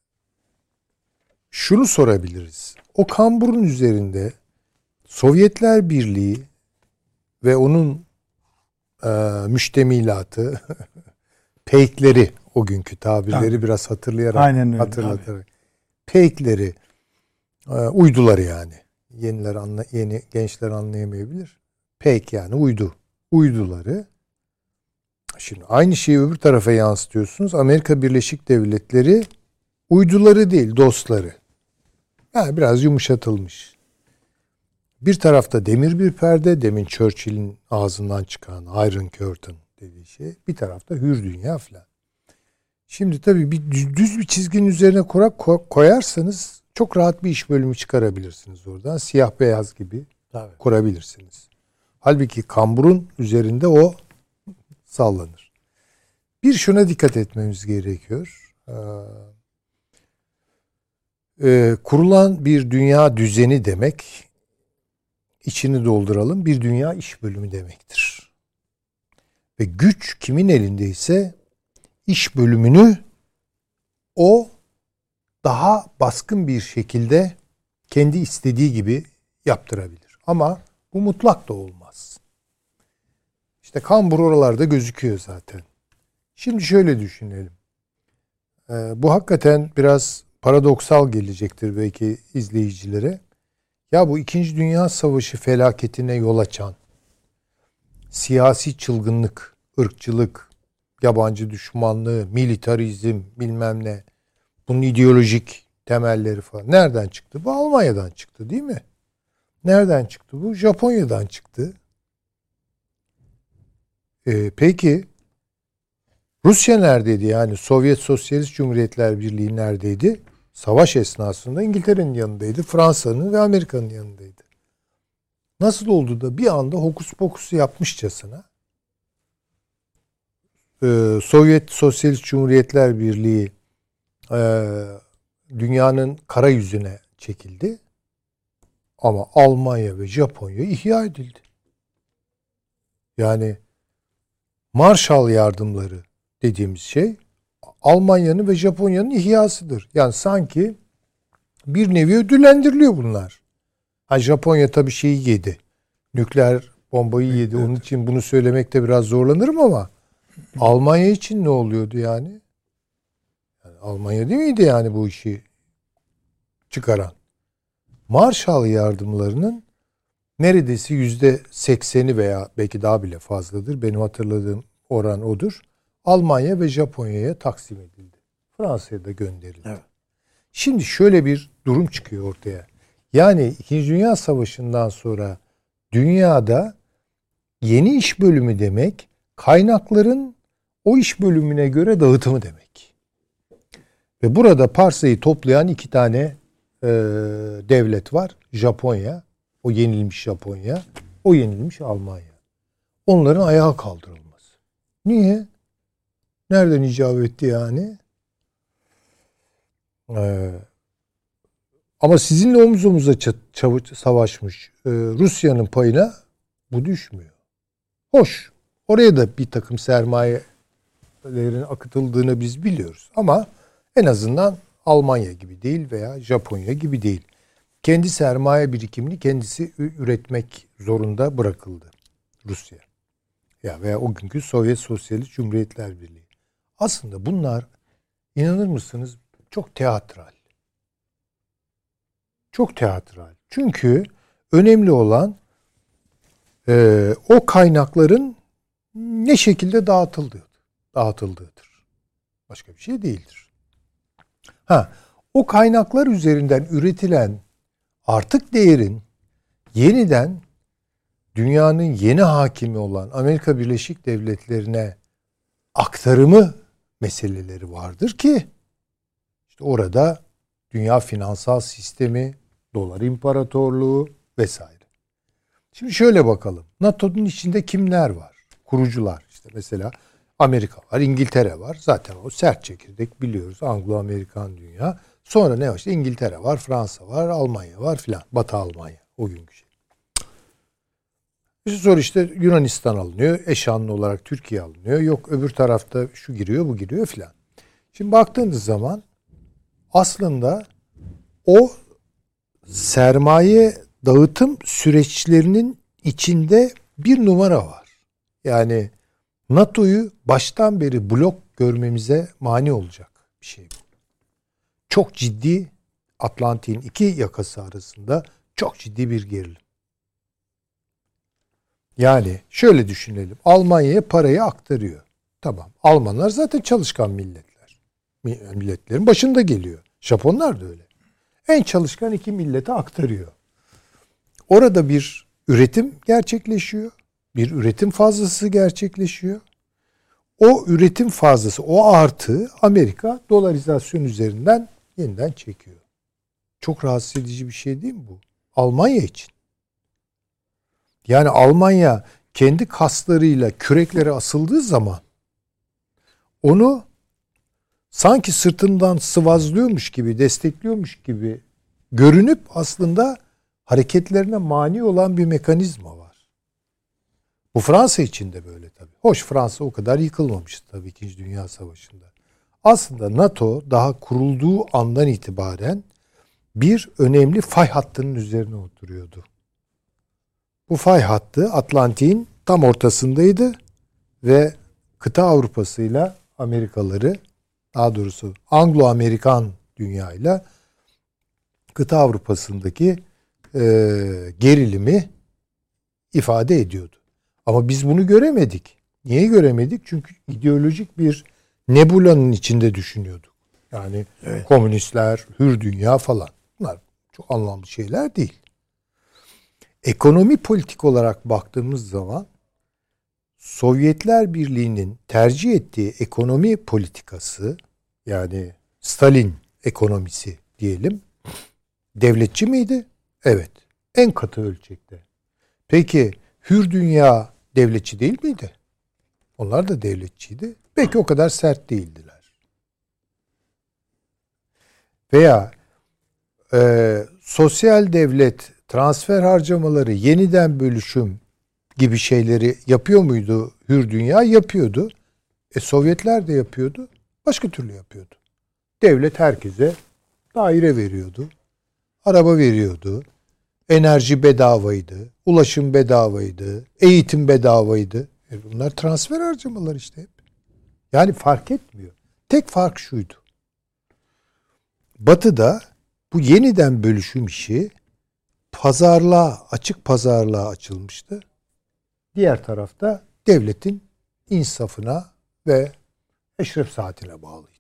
şunu sorabiliriz. O kamburun üzerinde Sovyetler Birliği ve onun e, müştemilatı, peykleri, o günkü tabirleri evet. biraz hatırlayarak, Aynen öyle, hatırlatarak. Abi. Peykleri, e, uyduları yani. Yeniler anla, yeni gençler anlayamayabilir. Peyk yani uydu. Uyduları. Şimdi aynı şeyi öbür tarafa yansıtıyorsunuz. Amerika Birleşik Devletleri uyduları değil, dostları. Yani biraz yumuşatılmış. Bir tarafta demir bir perde, demin Churchill'in ağzından çıkan Iron Curtain dediği şey. Bir tarafta hür dünya falan. Şimdi tabii bir düz bir çizginin üzerine koyarsanız çok rahat bir iş bölümü çıkarabilirsiniz oradan. Siyah beyaz gibi tabii. kurabilirsiniz. Halbuki kamburun üzerinde o sallanır. Bir şuna dikkat etmemiz gerekiyor. Ee, e, kurulan bir dünya düzeni demek, içini dolduralım, bir dünya iş bölümü demektir. Ve güç kimin elindeyse iş bölümünü o daha baskın bir şekilde kendi istediği gibi yaptırabilir. Ama bu mutlak da olmaz. İşte kambur oralarda gözüküyor zaten. Şimdi şöyle düşünelim. Ee, bu hakikaten biraz paradoksal gelecektir belki izleyicilere. Ya bu İkinci Dünya Savaşı felaketine yol açan siyasi çılgınlık, ırkçılık, yabancı düşmanlığı, militarizm bilmem ne, bunun ideolojik temelleri falan. Nereden çıktı? Bu Almanya'dan çıktı değil mi? Nereden çıktı bu? Japonya'dan çıktı. Ee, peki Rusya neredeydi? Yani Sovyet Sosyalist Cumhuriyetler Birliği neredeydi? Savaş esnasında İngiltere'nin yanındaydı. Fransa'nın ve Amerika'nın yanındaydı. Nasıl oldu da bir anda hokus pokusu yapmışçasına e, Sovyet Sosyalist Cumhuriyetler Birliği e, dünyanın kara yüzüne çekildi. Ama Almanya ve Japonya ihya edildi. Yani Marshall yardımları dediğimiz şey Almanya'nın ve Japonya'nın ihyasıdır. Yani sanki bir nevi ödüllendiriliyor bunlar. Ha, Japonya tabii şeyi yedi. Nükleer bombayı yedi. Onun için bunu söylemekte biraz zorlanırım ama Almanya için ne oluyordu yani? Yani Almanya değil miydi yani bu işi çıkaran? Marshall yardımlarının neredeyse yüzde sekseni veya belki daha bile fazladır. Benim hatırladığım oran odur. Almanya ve Japonya'ya taksim edildi. Fransa'ya da gönderildi. Evet. Şimdi şöyle bir durum çıkıyor ortaya. Yani İkinci Dünya Savaşı'ndan sonra dünyada yeni iş bölümü demek, kaynakların o iş bölümüne göre dağıtımı demek. Ve burada parsayı toplayan iki tane e, devlet var. Japonya, o yenilmiş Japonya, o yenilmiş Almanya. Onların ayağa kaldırılması. Niye? Nereden icap etti yani? Ee, ama sizinle omuz omuza ç- savaşmış e, Rusya'nın payına bu düşmüyor. Hoş. Oraya da bir takım sermayelerin akıtıldığını biz biliyoruz. Ama en azından Almanya gibi değil veya Japonya gibi değil. Kendi sermaye birikimini kendisi üretmek zorunda bırakıldı Rusya. Ya veya o günkü Sovyet Sosyalist Cumhuriyetler Birliği. Aslında bunlar, inanır mısınız, çok teatral. Çok teatral. Çünkü önemli olan e, o kaynakların ne şekilde dağıtıldığı, dağıtıldığıdır. Başka bir şey değildir. Ha, o kaynaklar üzerinden üretilen artık değerin yeniden dünyanın yeni hakimi olan Amerika Birleşik Devletleri'ne aktarımı meseleleri vardır ki işte orada dünya finansal sistemi, dolar imparatorluğu vesaire. Şimdi şöyle bakalım. NATO'nun içinde kimler var? Kurucular. İşte mesela Amerika var, İngiltere var. Zaten o sert çekirdek biliyoruz. Anglo-Amerikan dünya. Sonra ne var? İşte İngiltere var, Fransa var, Almanya var filan. Batı Almanya o günkü şey. Sonra işte Yunanistan alınıyor. Eşanlı olarak Türkiye alınıyor. Yok öbür tarafta şu giriyor, bu giriyor filan. Şimdi baktığınız zaman aslında o sermaye dağıtım süreçlerinin içinde bir numara var. Yani NATO'yu baştan beri blok görmemize mani olacak bir şey bu. Çok ciddi, Atlantik'in iki yakası arasında çok ciddi bir gerilim. Yani şöyle düşünelim. Almanya'ya parayı aktarıyor. Tamam. Almanlar zaten çalışkan milletler. Milletlerin başında geliyor. Japonlar da öyle. En çalışkan iki millete aktarıyor. Orada bir üretim gerçekleşiyor. Bir üretim fazlası gerçekleşiyor. O üretim fazlası, o artı Amerika dolarizasyon üzerinden yeniden çekiyor. Çok rahatsız edici bir şey değil mi bu? Almanya için. Yani Almanya kendi kaslarıyla küreklere asıldığı zaman onu sanki sırtından sıvazlıyormuş gibi, destekliyormuş gibi görünüp aslında hareketlerine mani olan bir mekanizma var. Bu Fransa için de böyle tabii. Hoş, Fransa o kadar yıkılmamıştı tabii İkinci Dünya Savaşı'nda. Aslında NATO daha kurulduğu andan itibaren bir önemli fay hattının üzerine oturuyordu. Bu fay hattı Atlantik'in tam ortasındaydı ve kıta Avrupa'sıyla Amerikaları, daha doğrusu Anglo-Amerikan dünyayla kıta Avrupa'sındaki e, gerilimi ifade ediyordu. Ama biz bunu göremedik. Niye göremedik? Çünkü ideolojik bir nebulanın içinde düşünüyorduk. Yani Evet. komünistler, hür dünya falan. Bunlar çok anlamlı şeyler değil. Ekonomi politik olarak baktığımız zaman Sovyetler Birliği'nin tercih ettiği ekonomi politikası, yani Stalin ekonomisi diyelim, devletçi miydi? Evet. En katı ölçekte. Peki hür dünya devletçi değil miydi? Onlar da devletçiydi. Belki o kadar sert değildiler. Veya e, sosyal devlet transfer harcamaları, yeniden bölüşüm gibi şeyleri yapıyor muydu hür dünya? Yapıyordu. E Sovyetler de yapıyordu. Başka türlü yapıyordu. Devlet herkese daire veriyordu. Araba veriyordu. Enerji bedavaydı. Ulaşım bedavaydı. Eğitim bedavaydı. E bunlar transfer harcamalar işte hep. Yani fark etmiyor. Tek fark şuydu. Batı'da bu yeniden bölüşüm işi pazarlığa, açık pazarlığa açılmıştı. Diğer tarafta devletin insafına ve eşref saatine bağlıydı.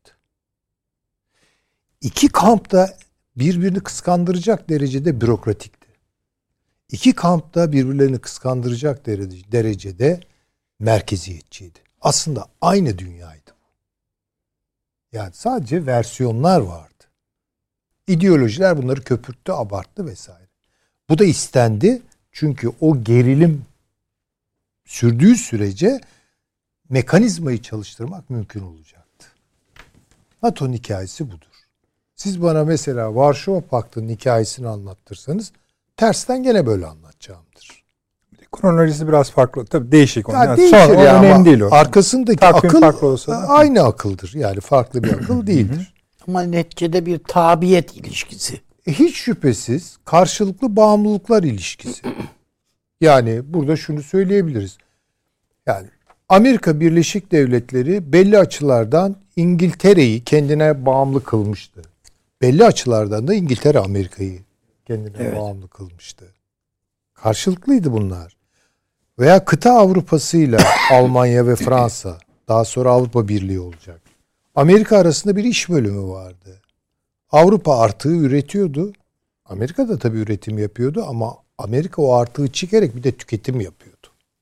İki kamp da birbirini kıskandıracak derecede bürokratikti. İki kamp da birbirlerini kıskandıracak derecede merkeziyetçiydi. Aslında aynı dünyaydı bu. Yani sadece versiyonlar vardı. İdeolojiler bunları köpürttü, abarttı vesaire. Bu da istendi çünkü o gerilim sürdüğü sürece mekanizmayı çalıştırmak mümkün olacaktı. NATO'nun hikayesi budur. Siz bana mesela Varşova Paktı'nın hikayesini anlattırsanız tersten gene böyle anlatacağımdır. Kronolojisi biraz farklı. Tabii değişik. Ya yani değişir son, ya önemli ama değil o. arkasındaki Takvim akıl farklı olsa da. aynı akıldır. Yani farklı bir akıl değildir. Ama neticede bir tabiyet ilişkisi. E hiç şüphesiz karşılıklı bağımlılıklar ilişkisi. Yani burada şunu söyleyebiliriz. Yani Amerika Birleşik Devletleri belli açılardan İngiltere'yi kendine bağımlı kılmıştı. Belli açılardan da İngiltere Amerika'yı kendine evet. bağımlı kılmıştı. Karşılıklıydı bunlar. Veya kıta Avrupa'sıyla Almanya ve Fransa, daha sonra Avrupa Birliği olacak. Amerika arasında bir iş bölümü vardı. Avrupa artığı üretiyordu. Amerika da tabii üretim yapıyordu ama Amerika o artığı çekerek bir de tüketim yapıyordu.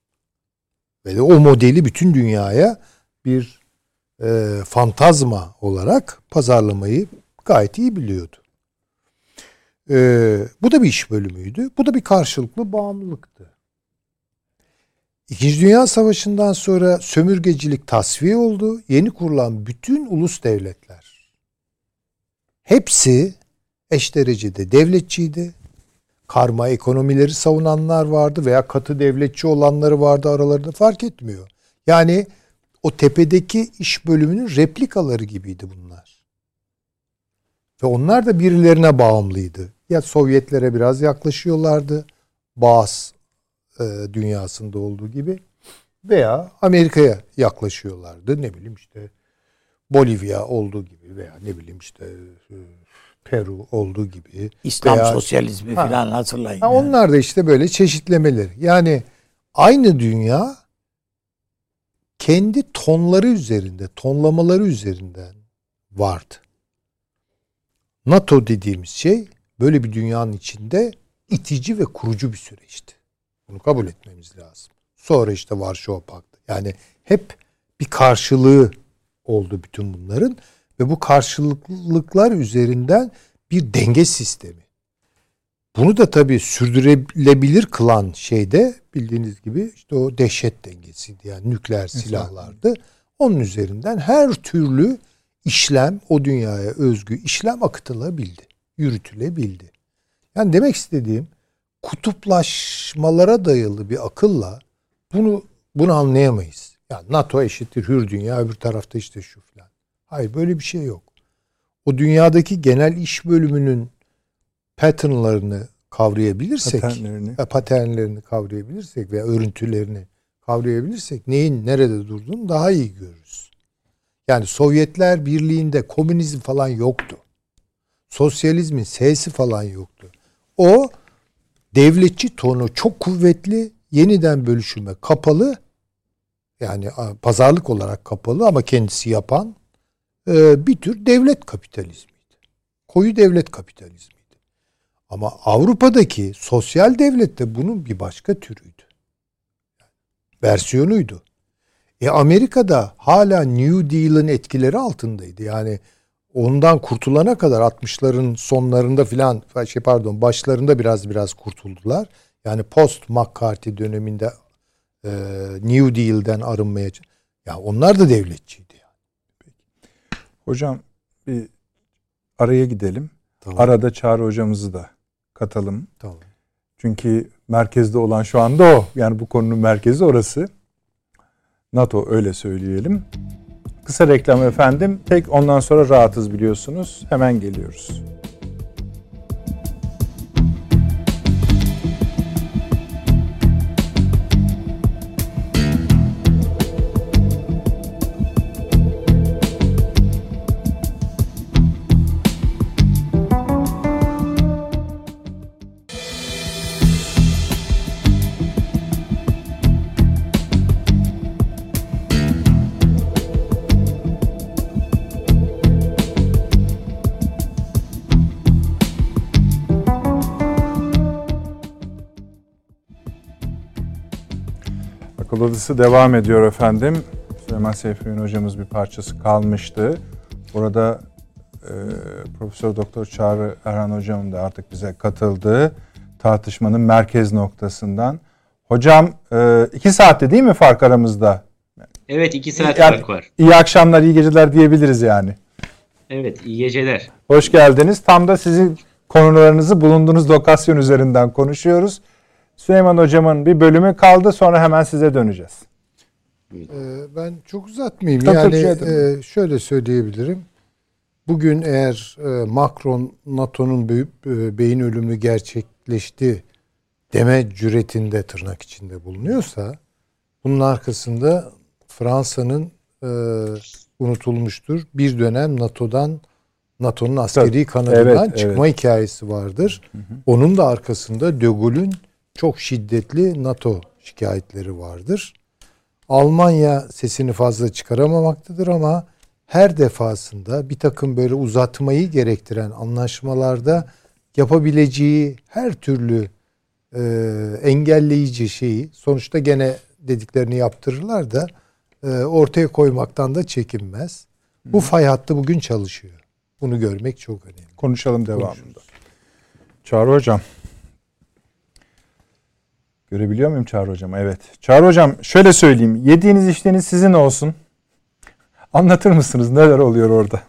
Ve de o modeli bütün dünyaya bir e, fantazma olarak pazarlamayı gayet iyi biliyordu. E, bu da bir iş bölümüydü. Bu da bir karşılıklı bağımlılıktı. İkinci Dünya Savaşı'ndan sonra sömürgecilik tasfiye oldu. Yeni kurulan bütün ulus devletler hepsi eş derecede devletçiydi. Karma ekonomileri savunanlar vardı veya katı devletçi olanları vardı, aralarında fark etmiyor. Yani o tepedeki iş bölümünün replikaları gibiydi bunlar. Ve onlar da birilerine bağımlıydı. Ya Sovyetlere biraz yaklaşıyorlardı. Bağız e, dünyasında olduğu gibi. Veya Amerika'ya yaklaşıyorlardı. Ne bileyim işte Bolivya olduğu gibi veya ne bileyim işte e, Peru olduğu gibi. İslam veya, sosyalizmi ha, falan hatırlayın. Ha, yani. onlar da işte böyle çeşitlemeleri. Yani aynı dünya kendi tonları üzerinde, tonlamaları üzerinden vardı. NATO dediğimiz şey böyle bir dünyanın içinde itici ve kurucu bir süreçti. Bunu kabul etmemiz lazım. Sonra işte Varşova Paktı. Yani hep bir karşılığı oldu bütün bunların ve bu karşılıklıklar üzerinden bir denge sistemi. Bunu da tabii sürdürülebilir kılan şey de bildiğiniz gibi işte o dehşet dengesiydi. Yani nükleer silahlardı. Onun üzerinden her türlü işlem, o dünyaya özgü işlem akıtılabildi, yürütülebildi. Yani demek istediğim kutuplaşmalara dayalı bir akılla bunu bunu anlayamayız. Yani NATO eşittir hür dünya, öbür tarafta işte şu falan. Hayır, böyle bir şey yok. O dünyadaki genel iş bölümünün patternlarını kavrayabilirsek, paternlerini. paternlerini kavrayabilirsek veya örüntülerini kavrayabilirsek neyin nerede durduğunu daha iyi görürüz. Yani Sovyetler Birliği'nde komünizm falan yoktu. Sosyalizmin S'si falan yoktu. O devletçi tonu çok kuvvetli, yeniden bölüşüme kapalı, yani pazarlık olarak kapalı ama kendisi yapan e, bir tür devlet kapitalizmiydi. Koyu devlet kapitalizmiydi. Ama Avrupa'daki sosyal devlet de bunun bir başka türüydü. Versiyonuydu. E Amerika'da hala New Deal'in etkileri altındaydı. Yani ondan kurtulana kadar altmışların sonlarında filan, şey pardon başlarında biraz biraz kurtuldular. Yani post McCarthy döneminde e, New Deal'den arınmaya, ya onlar da devletçiydi yani. Hocam bir araya gidelim. Tamam. Arada Çağrı hocamızı da katalım. Tamam. Çünkü merkezde olan şu anda o. Yani bu konunun merkezi orası. NATO, öyle söyleyelim. Kısa reklam efendim. Tek ondan sonra rahatız biliyorsunuz. Hemen geliyoruz. Akıl Odası devam ediyor efendim. Süleyman Seyfi hocamız bir parçası kalmıştı. Burada e, Profesör Doktor Çağrı Erhan hocam da artık bize katıldı. Tartışmanın merkez noktasından. Hocam e, iki saatte değil mi fark aramızda? Evet, iki saat yani, fark var. İyi akşamlar, iyi geceler diyebiliriz yani. Evet, iyi geceler. Hoş geldiniz. Tam da sizin konularınızı bulunduğunuz lokasyon üzerinden konuşuyoruz. Süleyman hocamın bir bölümü kaldı, sonra hemen size döneceğiz. Ee, ben çok uzatmayayım. Tabii, yani tabii, e, şöyle söyleyebilirim. Bugün eğer e, Macron NATO'nun büyük e, beyin ölümü gerçekleşti deme cüretinde tırnak içinde bulunuyorsa, bunun arkasında Fransa'nın e, unutulmuştur bir dönem NATO'dan NATO'nun askeri tabii, kanadından evet, çıkma evet. hikayesi vardır. Hı hı. Onun da arkasında De Gaulle'ün çok şiddetli NATO şikayetleri vardır. Almanya sesini fazla çıkaramamaktadır ama her defasında bir takım böyle uzatmayı gerektiren anlaşmalarda yapabileceği her türlü e, engelleyici şeyi, sonuçta gene dediklerini yaptırırlar da e, ortaya koymaktan da çekinmez. Hı. Bu fay hattı bugün çalışıyor. Bunu görmek çok önemli. Konuşalım devamında. Çağrı hocam. Görebiliyor muyum Çağrı hocam? Evet. Çağrı hocam şöyle söyleyeyim. Yediğiniz içtiğiniz sizin olsun. Anlatır mısınız? Neler oluyor orada?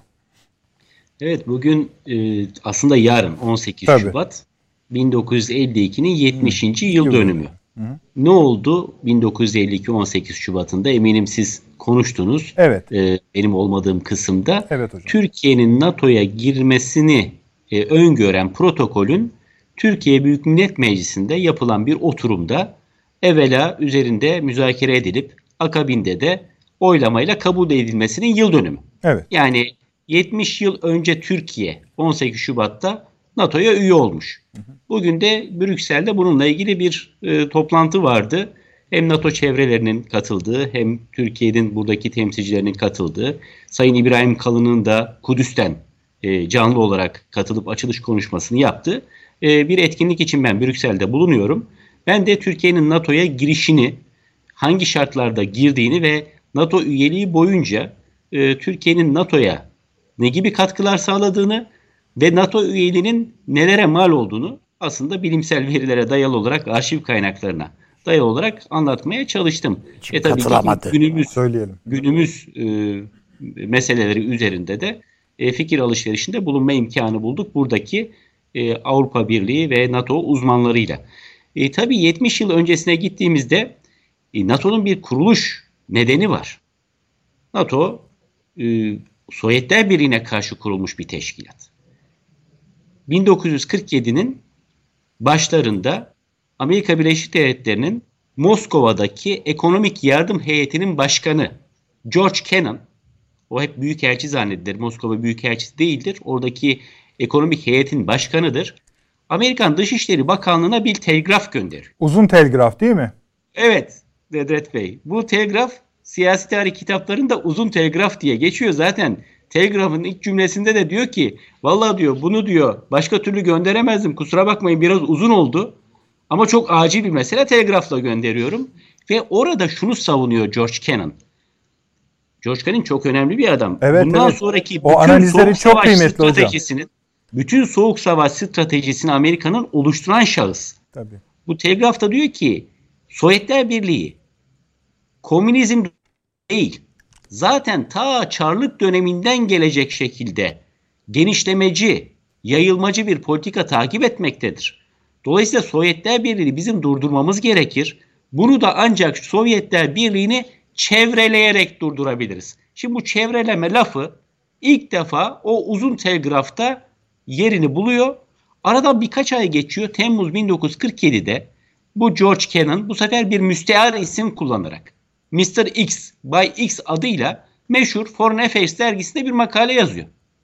Evet, bugün e, aslında yarın on sekiz Tabii. Şubat bin dokuz yüz elli ikinin yetmişinci Hı. yıl, yıl dönümü. Hı. Ne oldu bin dokuz yüz elli iki on sekiz Şubat'ında? Eminim siz konuştunuz. Evet. E, benim olmadığım kısımda. Evet hocam. Türkiye'nin NATO'ya girmesini e, öngören protokolün Türkiye Büyük Millet Meclisi'nde yapılan bir oturumda evvela üzerinde müzakere edilip akabinde de oylamayla kabul edilmesinin yıl dönümü. Evet. Yani yetmiş yıl önce Türkiye on sekiz Şubat'ta NATO'ya üye olmuş. Bugün de Brüksel'de bununla ilgili bir e, toplantı vardı. Hem NATO çevrelerinin katıldığı hem Türkiye'nin buradaki temsilcilerinin katıldığı, Sayın İbrahim Kalın'ın da Kudüs'ten e, canlı olarak katılıp açılış konuşmasını yaptı. E, bir etkinlik için ben Brüksel'de bulunuyorum. Ben de Türkiye'nin NATO'ya girişini, hangi şartlarda girdiğini ve NATO üyeliği boyunca e, Türkiye'nin NATO'ya ne gibi katkılar sağladığını ve NATO üyeliğinin nelere mal olduğunu aslında bilimsel verilere dayalı olarak, arşiv kaynaklarına dayalı olarak anlatmaya çalıştım. Hiç e tabii ki günümüz, Söyleyelim. günümüz e, meseleleri üzerinde de e, fikir alışverişinde bulunma imkanı bulduk buradaki e, Avrupa Birliği ve NATO uzmanlarıyla. E, tabii yetmiş yıl öncesine gittiğimizde e, NATO'nun bir kuruluş nedeni var. NATO e, Sovyetler Birliği'ne karşı kurulmuş bir teşkilat. bin dokuz yüz kırk yedinin başlarında Amerika Birleşik Devletleri'nin Moskova'daki ekonomik yardım heyetinin başkanı George Kennan, o hep büyükelçi zannedilir, Moskova büyükelçisi değildir, oradaki ekonomik heyetin başkanıdır. Amerikan Dışişleri Bakanlığı'na bir telgraf gönderir. Uzun telgraf değil mi? Evet Nedret Bey. Bu telgraf siyasi tarih kitaplarında uzun telgraf diye geçiyor. Zaten telgrafın ilk cümlesinde de diyor ki vallahi diyor bunu diyor başka türlü gönderemezdim. Kusura bakmayın biraz uzun oldu. Ama çok acil bir mesele, telgrafla gönderiyorum. Ve orada şunu savunuyor George Kennan. George Kennan çok önemli bir adam. Evet, Bundan evet. sonraki O bütün analizleri soğuk çok savaş kıymetli hocam. stratejisinin, bütün soğuk savaş stratejisini Amerika'nın oluşturan şahıs. Tabii. Bu telgrafta diyor ki Sovyetler Birliği komünizm değil, zaten ta Çarlık döneminden gelecek şekilde genişlemeci, yayılmacı bir politika takip etmektedir. Dolayısıyla Sovyetler Birliği'ni bizim durdurmamız gerekir. Bunu da ancak Sovyetler Birliği'ni çevreleyerek durdurabiliriz. Şimdi bu çevreleme lafı ilk defa o uzun telgrafta yerini buluyor. Aradan birkaç ay geçiyor. Temmuz bin dokuz yüz kırk yedi'de bu George Kennan bu sefer bir müstear isim kullanarak mister X, Bay X adıyla meşhur Foreign Affairs dergisinde bir makale yazıyor.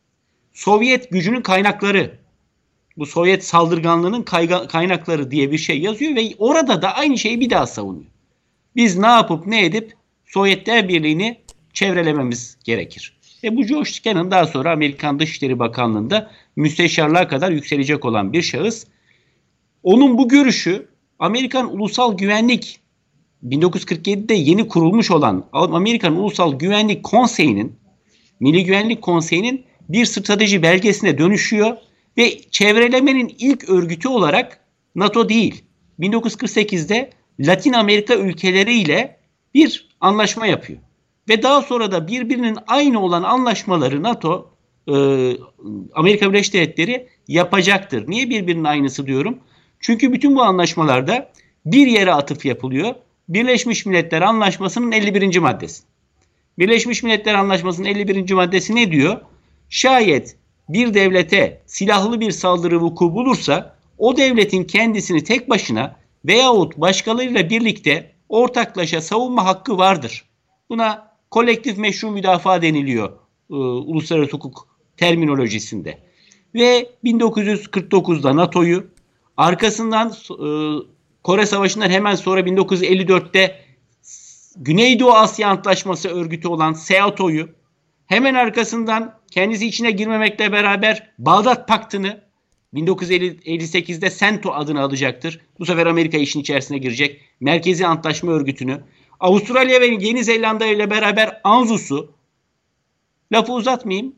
Sovyet gücünün kaynakları, bu Sovyet saldırganlığının kaynakları diye bir şey yazıyor ve orada da aynı şeyi bir daha savunuyor. Biz ne yapıp ne edip Sovyetler Birliği'ni çevrelememiz gerekir. E bu George Kennan daha sonra Amerikan Dışişleri Bakanlığı'nda müsteşarlığa kadar yükselecek olan bir şahıs. Onun bu görüşü Amerikan Ulusal Güvenlik bin dokuz yüz kırk yedi'de yeni kurulmuş olan Amerikan Ulusal Güvenlik Konseyi'nin, Milli Güvenlik Konseyi'nin bir strateji belgesine dönüşüyor ve çevrelemenin ilk örgütü olarak NATO değil, bin dokuz yüz kırk sekiz'de Latin Amerika ülkeleriyle bir anlaşma yapıyor. Ve daha sonra da birbirinin aynı olan anlaşmaları NATO, e, Amerika Birleşik Devletleri yapacaktır. Niye birbirinin aynısı diyorum? Çünkü bütün bu anlaşmalarda bir yere atıf yapılıyor. Birleşmiş Milletler Anlaşması'nın elli birinci maddesi. Birleşmiş Milletler Anlaşması'nın elli birinci maddesi ne diyor? Şayet bir devlete silahlı bir saldırı vuku bulursa o devletin kendisini tek başına veyahut başkalarıyla birlikte ortaklaşa savunma hakkı vardır. Buna kolektif meşru müdafaa deniliyor e, uluslararası hukuk terminolojisinde. Ve bin dokuz yüz kırk dokuz'da NATO'yu, arkasından e, Kore Savaşı'ndan hemen sonra bin dokuz yüz elli dört'te Güneydoğu Asya Antlaşması örgütü olan SEATO'yu, hemen arkasından kendisi içine girmemekle beraber Bağdat Paktı'nı bin dokuz yüz elli sekiz'de SENTO adını alacaktır. Bu sefer Amerika işin içerisine girecek. Merkezi Antlaşma Örgütü'nü, Avustralya ve Yeni Zelanda ile beraber ANZUS'u, lafı uzatmayayım,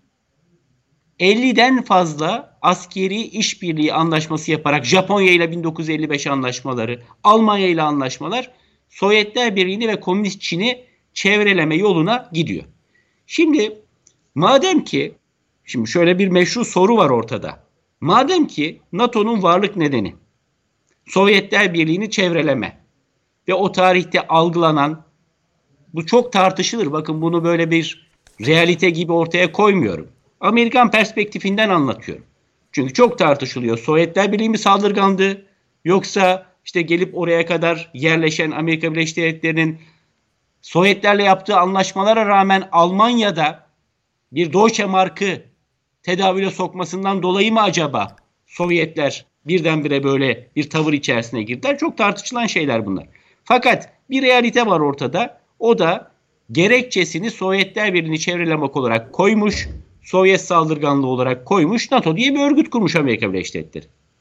elli'den fazla askeri işbirliği anlaşması yaparak Japonya ile bin dokuz yüz elli beş anlaşmaları, Almanya ile anlaşmalar Sovyetler Birliği'ni ve Komünist Çin'i çevreleme yoluna gidiyor. Şimdi madem ki, şimdi şöyle bir meşru soru var ortada. Madem ki NATO'nun varlık nedeni Sovyetler Birliği'ni çevreleme ve o tarihte algılanan, bu çok tartışılır. Bakın bunu böyle bir realite gibi ortaya koymuyorum. Amerikan perspektifinden anlatıyorum. Çünkü çok tartışılıyor. Sovyetler Birliği mi saldırgandı? Yoksa işte gelip oraya kadar yerleşen Amerika Birleşik Devletleri'nin Sovyetlerle yaptığı anlaşmalara rağmen Almanya'da bir Deutsche Mark'ı tedavüle sokmasından dolayı mı acaba Sovyetler birdenbire böyle bir tavır içerisine girdiler? Çok tartışılan şeyler bunlar. Fakat bir realite var ortada. O da gerekçesini Sovyetler Birliği'ni çevrelemek olarak koymuş, Sovyet saldırganlığı olarak koymuş, NATO diye bir örgüt kurmuş Amerika Birleşik Devletleri.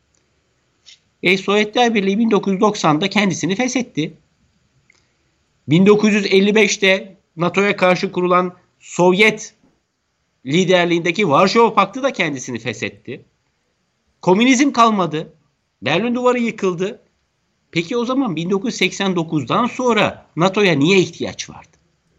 E, Sovyetler Birliği bin dokuz yüz doksan'da kendisini feshetti. bin dokuz yüz elli beş'te NATO'ya karşı kurulan Sovyet liderliğindeki Varşova Paktı da kendisini feshetti. Komünizm kalmadı. Berlin Duvarı yıkıldı. Peki o zaman bin dokuz yüz seksen dokuz'dan sonra NATO'ya niye ihtiyaç vardı?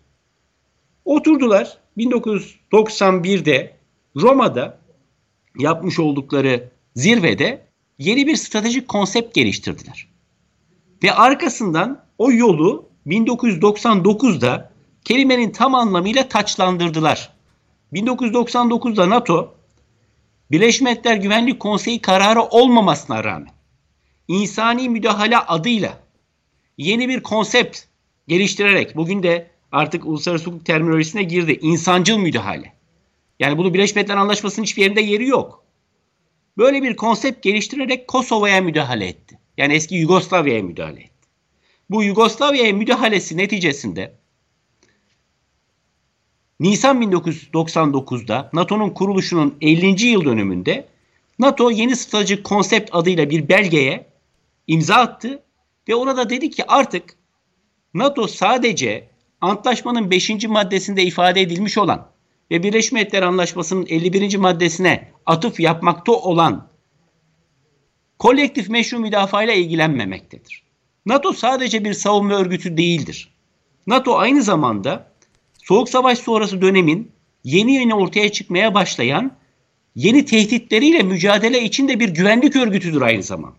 Oturdular bin dokuz yüz doksan bir'de Roma'da yapmış oldukları zirvede yeni bir stratejik konsept geliştirdiler. Ve arkasından o yolu bin dokuz yüz doksan dokuz'da kelimenin tam anlamıyla taçlandırdılar. bin dokuz yüz doksan dokuz'da NATO, Birleşmiş Milletler Güvenlik Konseyi kararı olmamasına rağmen insani müdahale adıyla yeni bir konsept geliştirerek, bugün de artık uluslararası hukuk terminolojisine girdi, insancıl müdahale. Yani bunu Birleşmiş Milletler Anlaşması'nın hiçbir yerinde yeri yok. Böyle bir konsept geliştirerek Kosova'ya müdahale etti. Yani eski Yugoslavya'ya müdahale etti. Bu Yugoslavya'ya müdahalesi neticesinde Nisan bin dokuz yüz doksan dokuzda NATO'nun kuruluşunun ellinci yıl dönümünde NATO yeni stratejik konsept adıyla bir belgeye imza attı ve orada dedi ki artık NATO sadece antlaşmanın beşinci maddesinde ifade edilmiş olan ve Birleşmiş Milletler Anlaşması'nın elli birinci maddesine atıf yapmakta olan kolektif meşru müdafaa ile ilgilenmemektedir. NATO sadece bir savunma örgütü değildir. NATO aynı zamanda Soğuk Savaş sonrası dönemin yeni yeni ortaya çıkmaya başlayan yeni tehditleriyle mücadele için de bir güvenlik örgütüdür aynı zamanda.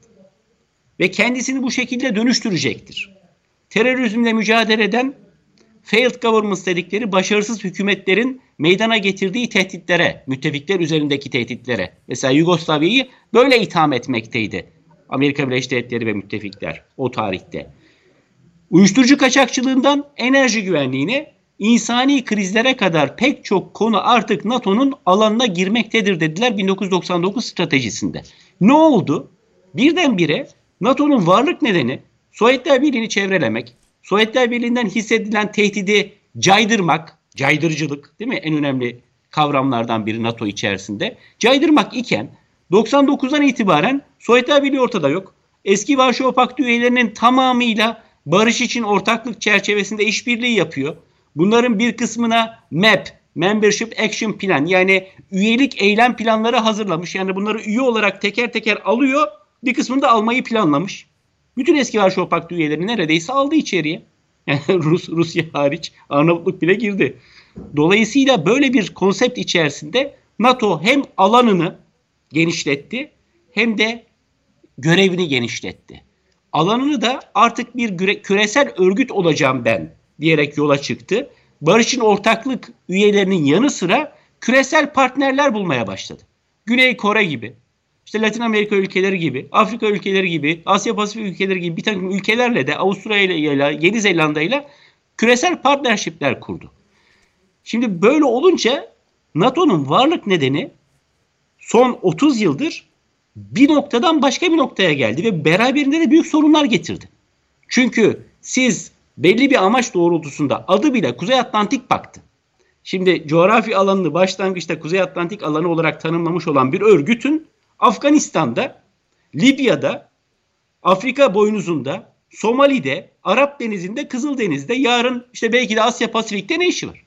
Ve kendisini bu şekilde dönüştürecektir. Terörizmle mücadele eden failed governments dedikleri başarısız hükümetlerin meydana getirdiği tehditlere, müttefikler üzerindeki tehditlere, mesela Yugoslavya'yı böyle itham etmekteydi Amerika Birleşik Devletleri ve müttefikler o tarihte. Uyuşturucu kaçakçılığından enerji güvenliğine, insani krizlere kadar pek çok konu artık NATO'nun alanına girmektedir dediler bin dokuz yüz doksan dokuz stratejisinde. Ne oldu? Birdenbire NATO'nun varlık nedeni Sovyetler Birliği'ni çevrelemek, Sovyetler Birliği'nden hissedilen tehdidi caydırmak, caydırıcılık değil mi? En önemli kavramlardan biri NATO içerisinde. Caydırmak iken doksan dokuzdan itibaren Sovyetler Birliği ortada yok. Eski Varşova Paktı üyelerinin tamamıyla barış için ortaklık çerçevesinde işbirliği yapıyor. Bunların bir kısmına M A P, Membership Action Plan, yani üyelik eylem planları hazırlamış. Yani bunları üye olarak teker teker alıyor, bir kısmını da almayı planlamış. Bütün eski Varşova Paktı üyelerini neredeyse aldı içeriye. Yani Rus, Rusya hariç Arnavutluk bile girdi. Dolayısıyla böyle bir konsept içerisinde NATO hem alanını genişletti hem de görevini genişletti. Alanını da artık bir küresel örgüt olacağım ben diyerek yola çıktı. Barış'ın ortaklık üyelerinin yanı sıra küresel partnerler bulmaya başladı. Güney Kore gibi, işte Latin Amerika ülkeleri gibi, Afrika ülkeleri gibi, Asya Pasifik ülkeleri gibi bir takım ülkelerle de Avustralya ile Yeni Zelanda ile küresel partnershipler kurdu. Şimdi böyle olunca NATO'nun varlık nedeni son otuz yıldır bir noktadan başka bir noktaya geldi ve beraberinde de büyük sorunlar getirdi. Çünkü siz belli bir amaç doğrultusunda adı bile Kuzey Atlantik Paktı. Şimdi coğrafi alanını başlangıçta Kuzey Atlantik alanı olarak tanımlamış olan bir örgütün Afganistan'da, Libya'da, Afrika boynuzunda, Somali'de, Arap Denizi'nde, Kızıldeniz'de, yarın işte belki de Asya Pasifik'te ne işi var?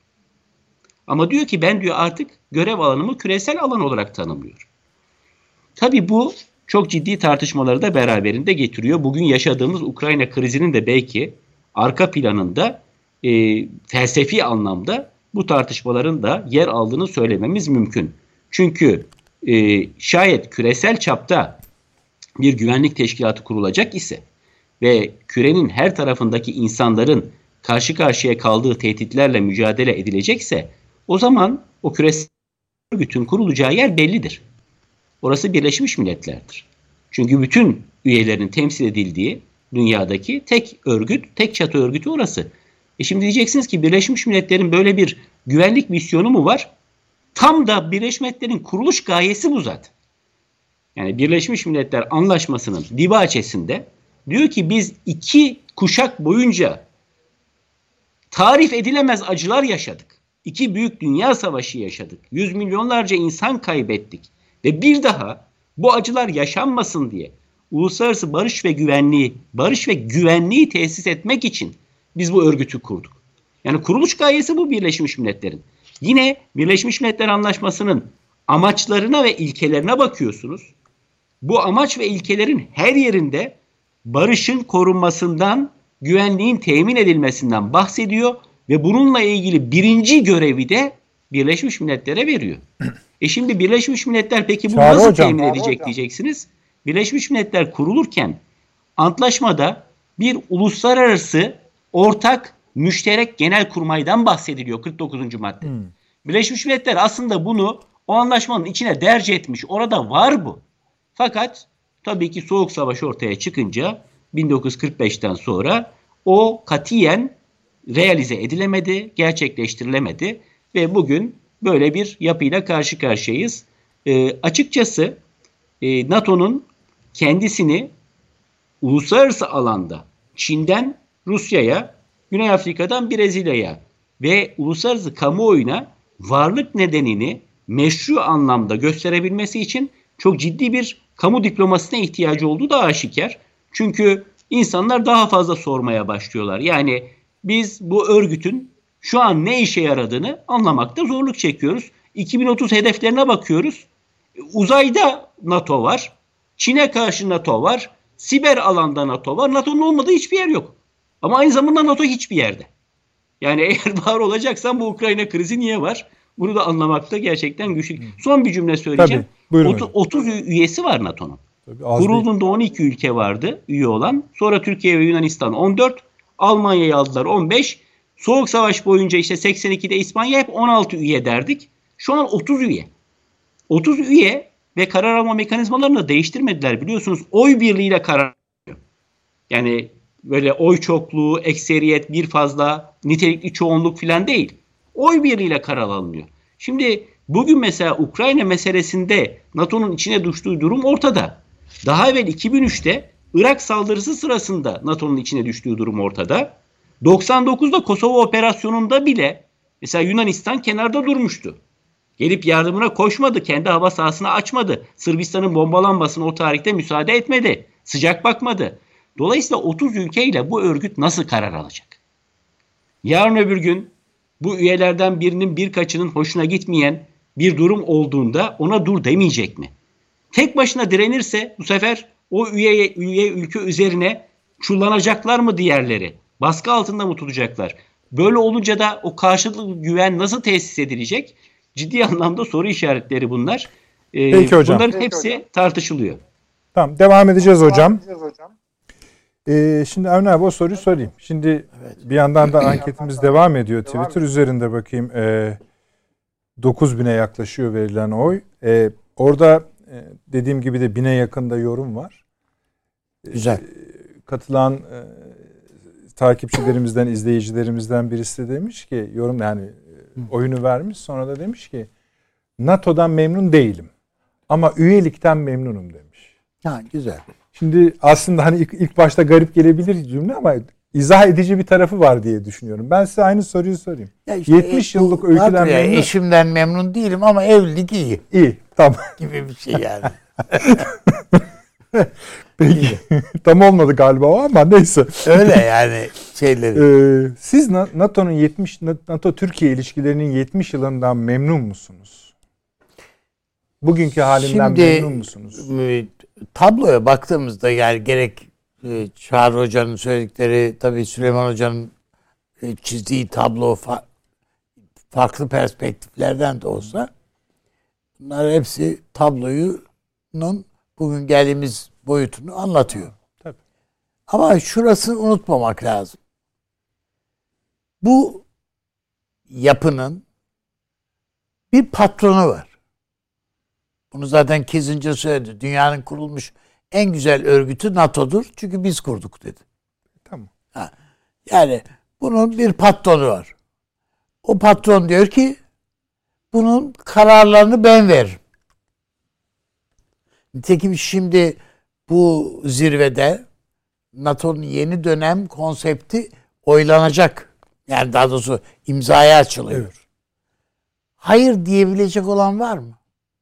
Ama diyor ki ben diyor artık görev alanımı küresel alan olarak tanımlıyorum. Tabii bu çok ciddi tartışmaları da beraberinde getiriyor. Bugün yaşadığımız Ukrayna krizinin de belki arka planında e, felsefi anlamda bu tartışmaların da yer aldığını söylememiz mümkün. Çünkü e, şayet küresel çapta bir güvenlik teşkilatı kurulacak ise ve kürenin her tarafındaki insanların karşı karşıya kaldığı tehditlerle mücadele edilecekse o zaman o küresel örgütün kurulacağı yer bellidir. Orası Birleşmiş Milletler'dir. Çünkü bütün üyelerin temsil edildiği dünyadaki tek örgüt, tek çatı örgütü orası. E şimdi diyeceksiniz ki Birleşmiş Milletler'in böyle bir güvenlik misyonu mu var? Tam da Birleşmiş Milletler'in kuruluş gayesi bu zaten. Yani Birleşmiş Milletler Anlaşması'nın dibaçesinde diyor ki biz iki kuşak boyunca tarif edilemez acılar yaşadık. İki büyük dünya savaşı yaşadık. Yüz milyonlarca insan kaybettik. Ve bir daha bu acılar yaşanmasın diye uluslararası barış ve güvenliği, barış ve güvenliği tesis etmek için biz bu örgütü kurduk. Yani kuruluş gayesi bu Birleşmiş Milletler'in. Yine Birleşmiş Milletler Anlaşması'nın amaçlarına ve ilkelerine bakıyorsunuz. Bu amaç ve ilkelerin her yerinde barışın korunmasından, güvenliğin temin edilmesinden bahsediyor ve bununla ilgili birinci görevi de Birleşmiş Milletler'e veriyor. E şimdi Birleşmiş Milletler peki bunu Çağrı nasıl hocam, temin Çağrı edecek hocam. diyeceksiniz. Birleşmiş Milletler kurulurken antlaşmada bir uluslararası ortak müşterek genelkurmaydan bahsediliyor kırk dokuzuncu madde. Hmm. Birleşmiş Milletler aslında bunu o anlaşmanın içine derc etmiş. Orada var bu. Fakat tabii ki Soğuk Savaş ortaya çıkınca bin dokuz yüz kırk beşten sonra o katiyen realize edilemedi, gerçekleştirilemedi ve bugün böyle bir yapıyla karşı karşıyayız. E, açıkçası e, NATO'nun kendisini uluslararası alanda Çin'den Rusya'ya, Güney Afrika'dan Brezilya'ya ve uluslararası kamuoyuna varlık nedenini meşru anlamda gösterebilmesi için çok ciddi bir kamu diplomasisine ihtiyacı olduğu da aşikar. Çünkü insanlar daha fazla sormaya başlıyorlar. Yani biz bu örgütün şu an ne işe yaradığını anlamakta zorluk çekiyoruz. iki bin otuz hedeflerine bakıyoruz. Uzayda NATO var. Çin'e karşı NATO var. Siber alanda NATO var. NATO'nun olmadığı hiçbir yer yok. Ama aynı zamanda NATO hiçbir yerde. Yani eğer var olacaksan bu Ukrayna krizi niye var? Bunu da anlamakta gerçekten güçlük. Son bir cümle söyleyeceğim. otuz, otuz üyesi var NATO'nun. Kurulduğunda on iki ülke vardı üye olan. Sonra Türkiye ve Yunanistan on dört. Almanya'yı aldılar on beş. Soğuk Savaş boyunca işte seksen ikide İspanya hep on altı üye derdik. Şu an otuz üye. otuz üye ve karar alma mekanizmalarını da değiştirmediler. Biliyorsunuz oy birliğiyle karar alıyor. Yani böyle oy çokluğu, ekseriyet, bir fazla, nitelikli çoğunluk falan değil. Oy birliğiyle karar alınıyor. Şimdi bugün mesela Ukrayna meselesinde NATO'nun içine düştüğü durum ortada. Daha evvel iki bin üçte Irak saldırısı sırasında NATO'nun içine düştüğü durum ortada. doksan dokuzda Kosova operasyonunda bile mesela Yunanistan kenarda durmuştu. Gelip yardımına koşmadı. Kendi hava sahasını açmadı. Sırbistan'ın bombalanmasına o tarihte müsaade etmedi. Sıcak bakmadı. Dolayısıyla otuz ülkeyle bu örgüt nasıl karar alacak? Yarın öbür gün bu üyelerden birinin birkaçının hoşuna gitmeyen bir durum olduğunda ona dur demeyecek mi? Tek başına direnirse bu sefer o üye, üye ülke üzerine çullanacaklar mı diğerleri? Baskı altında mı tutacaklar? Böyle olunca da o karşılıklı güven nasıl tesis edilecek? Ciddi anlamda soru işaretleri bunlar. Ee, Peki hocam. Bunların Peki hepsi hocam. tartışılıyor. Tamam, devam edeceğiz hocam. Ee, şimdi Avni abi o soruyu sorayım. Şimdi evet. Bir yandan da anketimiz devam ediyor. Devam Twitter ediyor. Üzerinde bakayım e, dokuz bine yaklaşıyor verilen oy. E, orada e, dediğim gibi de bine yakında yorum var. Güzel. E, katılan e, takipçilerimizden, izleyicilerimizden birisi de demiş ki yorum yani oyunu vermiş, sonra da demiş ki NATO'dan memnun değilim ama üyelikten memnunum demiş. Ha, güzel. Şimdi aslında hani ilk, ilk başta garip gelebilir cümle ama izah edici bir tarafı var diye düşünüyorum. Ben size aynı soruyu sorayım. Ya işte yetmiş yıllık öyküden ya, memnun. Eşimden memnun değilim ama evlilik iyi. İyi, tamam. Gibi bir şey yani. Peki. Tam olmadı galiba o ama neyse. Öyle yani şeyleri. Ee, siz NATO'nun yetmiş NATO Türkiye ilişkilerinin yetmiş yılından memnun musunuz? Bugünkü halinden Şimdi, memnun musunuz? E, tabloya baktığımızda yani gerek e, Çağrı Hoca'nın söyledikleri, tabii Süleyman Hoca'nın e, çizdiği tablo fa- farklı perspektiflerden de olsa bunlar hepsi tabloyunun bugün geldiğimiz boyutunu anlatıyor. Tabii. Ama şurasını unutmamak lazım. Bu yapının bir patronu var. Bunu zaten Kissinger söyledi. Dünyanın kurulmuş en güzel örgütü NATO'dur. Çünkü biz kurduk dedi. Tamam. Ha. Yani bunun bir patronu var. O patron diyor ki bunun kararlarını ben veririm. Nitekim şimdi bu zirvede NATO'nun yeni dönem konsepti oylanacak. Yani daha doğrusu imzaya açılıyor. Evet. Hayır diyebilecek olan var mı?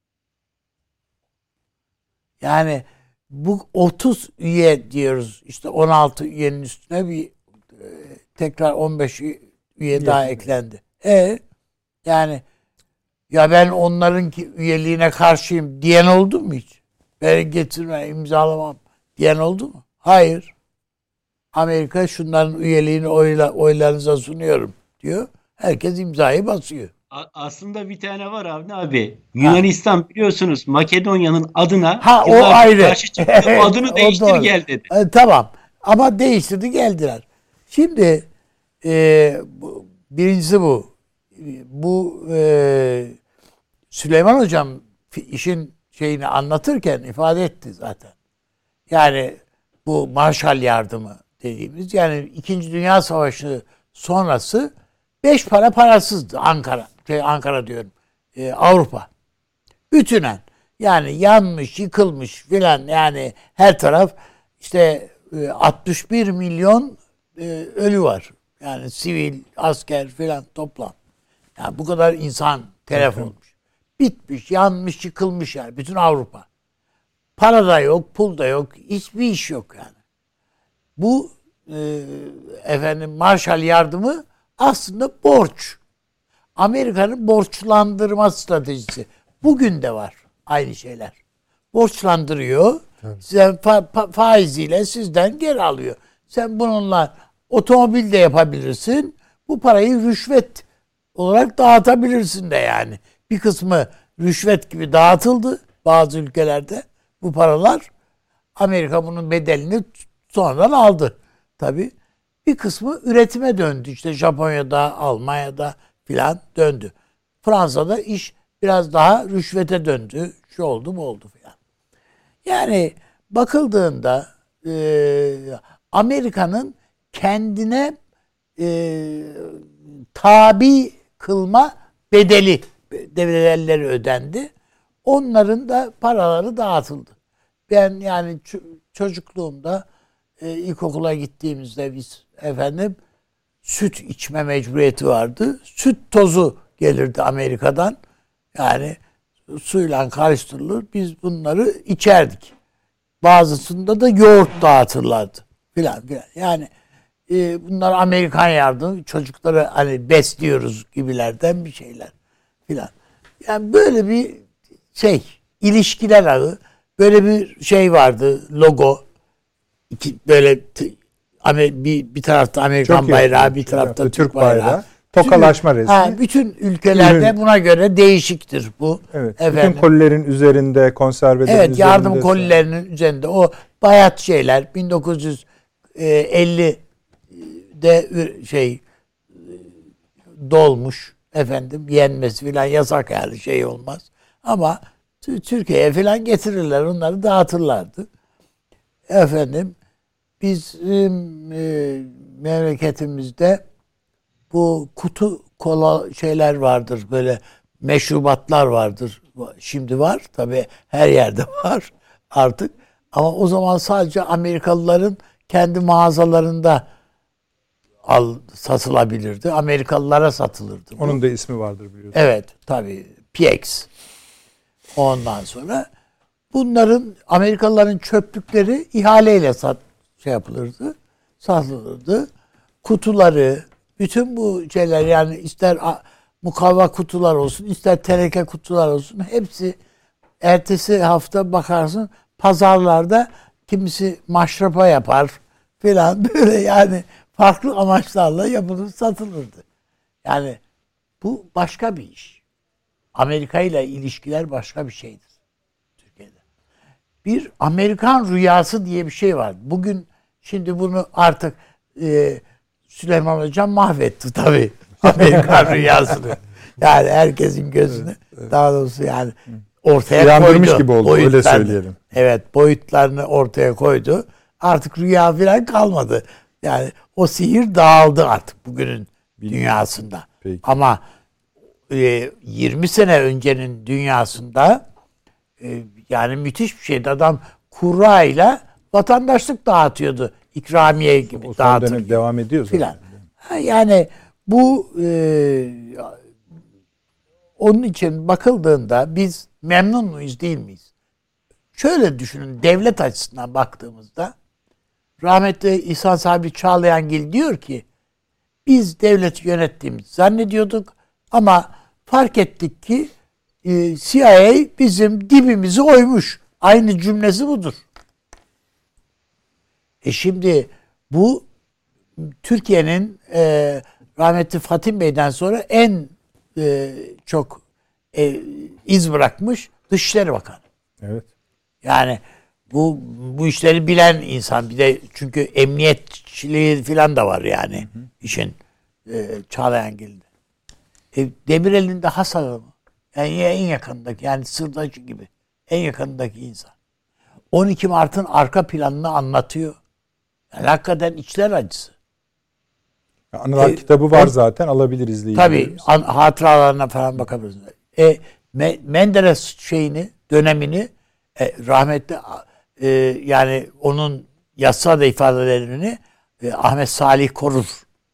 Yani bu otuz üye diyoruz. İşte on altı üyenin üstüne bir e, tekrar on beş üye, üye daha eklendi. E yani ya ben onların ki üyeliğine karşıyım diyen oldu mu hiç? Ben getirme, imzalamam diyen oldu mu? Hayır. Amerika şunların üyeliğini oyla, oylarınıza sunuyorum diyor. Herkes imzayı basıyor. Aslında bir tane var Avni abi. Yunanistan biliyorsunuz Makedonya'nın adına ha, o ayrı. O adını değiştir gel dedi. E, tamam. Ama değiştirdi geldiler. Şimdi e, bu, birincisi bu. Bu e, Süleyman Hocam işin şeyini anlatırken ifade etti zaten. Yani bu Marshall yardımı dediğimiz yani İkinci Dünya Savaşı sonrası beş para parasızdı Ankara. Şey Ankara diyorum. E, Avrupa. Bütünen. Yani yanmış, yıkılmış filan yani her taraf işte e, altmış bir milyon e, ölü var. Yani sivil, asker filan toplam. Yani bu kadar insan telef olmuş. Bitmiş, yanmış, yıkılmış yani bütün Avrupa. Para da yok, pul da yok, hiçbir iş yok yani. Bu e, efendim Marshall yardımı aslında borç. Amerika'nın borçlandırma stratejisi. Bugün de var aynı şeyler. Borçlandırıyor. Evet. Size fa- fa- faiziyle sizden geri alıyor. Sen bununla otomobil de yapabilirsin. Bu parayı rüşvet olarak dağıtabilirsin de yani. Bir kısmı rüşvet gibi dağıtıldı bazı ülkelerde bu paralar. Amerika bunun bedelini sonradan aldı. Tabii bir kısmı üretime döndü. İşte Japonya'da, Almanya'da filan döndü. Fransa'da iş biraz daha rüşvete döndü. Şu oldu mu oldu filan. Yani bakıldığında e, Amerika'nın kendine e, tabi kılma bedeli devletleri ödendi. Onların da paraları dağıtıldı. Ben yani ç- çocukluğumda e, ilkokula gittiğimizde biz efendim süt içme mecburiyeti vardı. Süt tozu gelirdi Amerika'dan. Yani suyla karıştırılır. Biz bunları içerdik. Bazısında da yoğurt dağıtırlardı. Filan filan. Yani e, bunlar Amerikan yardımı. Çocukları hani besliyoruz gibilerden bir şeyler. Filan. Yani böyle bir şey, ilişkiler ağı, böyle bir şey vardı, logo. İki, böyle t- bir, bir tarafta Amerikan çok bayrağı, bir tarafta Türk, Türk bayrağı. bayrağı. Tokalaşma resmi. Ha, bütün ülkelerde ürün, buna göre değişiktir bu. Evet. Efendim. Bütün kolilerin üzerinde, konservelerin evet, üzerinde. Evet, yardım kolilerinin üzerinde o bayat şeyler bin dokuz yüz ellide şey dolmuş efendim, yenmesi filan yasak yani, şey olmaz. Ama Türkiye'ye filan getirirler, onları dağıtırlardı. Efendim bizim e, memleketimizde bu kutu kola şeyler vardır, böyle meşrubatlar vardır. Şimdi var tabii, her yerde var artık. Ama o zaman sadece Amerikalıların kendi mağazalarında al satılabilirdi. Amerikalılara satılırdı. Bu. Onun da ismi vardır biliyorsunuz. Evet tabii, P X. Ondan sonra bunların, Amerikalıların çöplükleri ihaleyle sat şey yapılırdı, satılırdı. Kutuları, bütün bu şeyler yani, ister mukavva kutular olsun, ister teneke kutular olsun, hepsi ertesi hafta bakarsın pazarlarda kimisi maşrapa yapar filan, böyle yani farklı amaçlarla yapılır, satılırdı. Yani bu başka bir iş. Amerika ile ilişkiler başka bir şeydir Türkiye'de. Bir Amerikan rüyası diye bir şey var. Bugün şimdi bunu artık e, Süleyman Hocam mahvetti tabii. Amerikan rüyasını. Yani herkesin gözünü, evet, evet. Daha doğrusu yani ortaya Uyandırmış koydu. gibi oldu, öyle söyleyelim. Evet, boyutlarını ortaya koydu. Artık rüya falan kalmadı. Yani o sihir dağıldı artık bugünün Bilmiyorum. dünyasında. Peki. Ama e, yirmi sene öncenin dünyasında e, yani müthiş bir şeydi. Adam kurayla vatandaşlık dağıtıyordu. İkramiye gibi o dağıtıyor. Devam ediyor zaten. Yani bu e, onun için bakıldığında biz memnun muyuz, değil miyiz? Şöyle düşünün, devlet açısından baktığımızda rahmetli İhsan Sabri Çağlayangil diyor ki, biz devleti yönettiğimizi zannediyorduk ama fark ettik ki e, C I A bizim dibimizi oymuş. Aynı cümlesi budur. E şimdi bu Türkiye'nin e, rahmetli Fatih Bey'den sonra en e, çok e, iz bırakmış Dışişleri Bakanı. Evet. Yani bu bu işleri bilen insan, bir de çünkü emniyetçiliği falan da var yani, hı hı. işin e, Çağlayangil'de. E, Demirel'in de hasalı mı? Yani en yakındaki, yani sırdacı gibi en yakındaki insan. on iki Mart'ın arka planını anlatıyor. Yani hakikaten içler acısı. Anılar e, kitabı var o, zaten, alabilir izleyicilerimiz. Tabii an, hatıralarına falan bakabiliriz. E, Me, Menderes şeyini, dönemini e, rahmetli e, yani onun yasa da ifadelerini e, Ahmet Salih Korur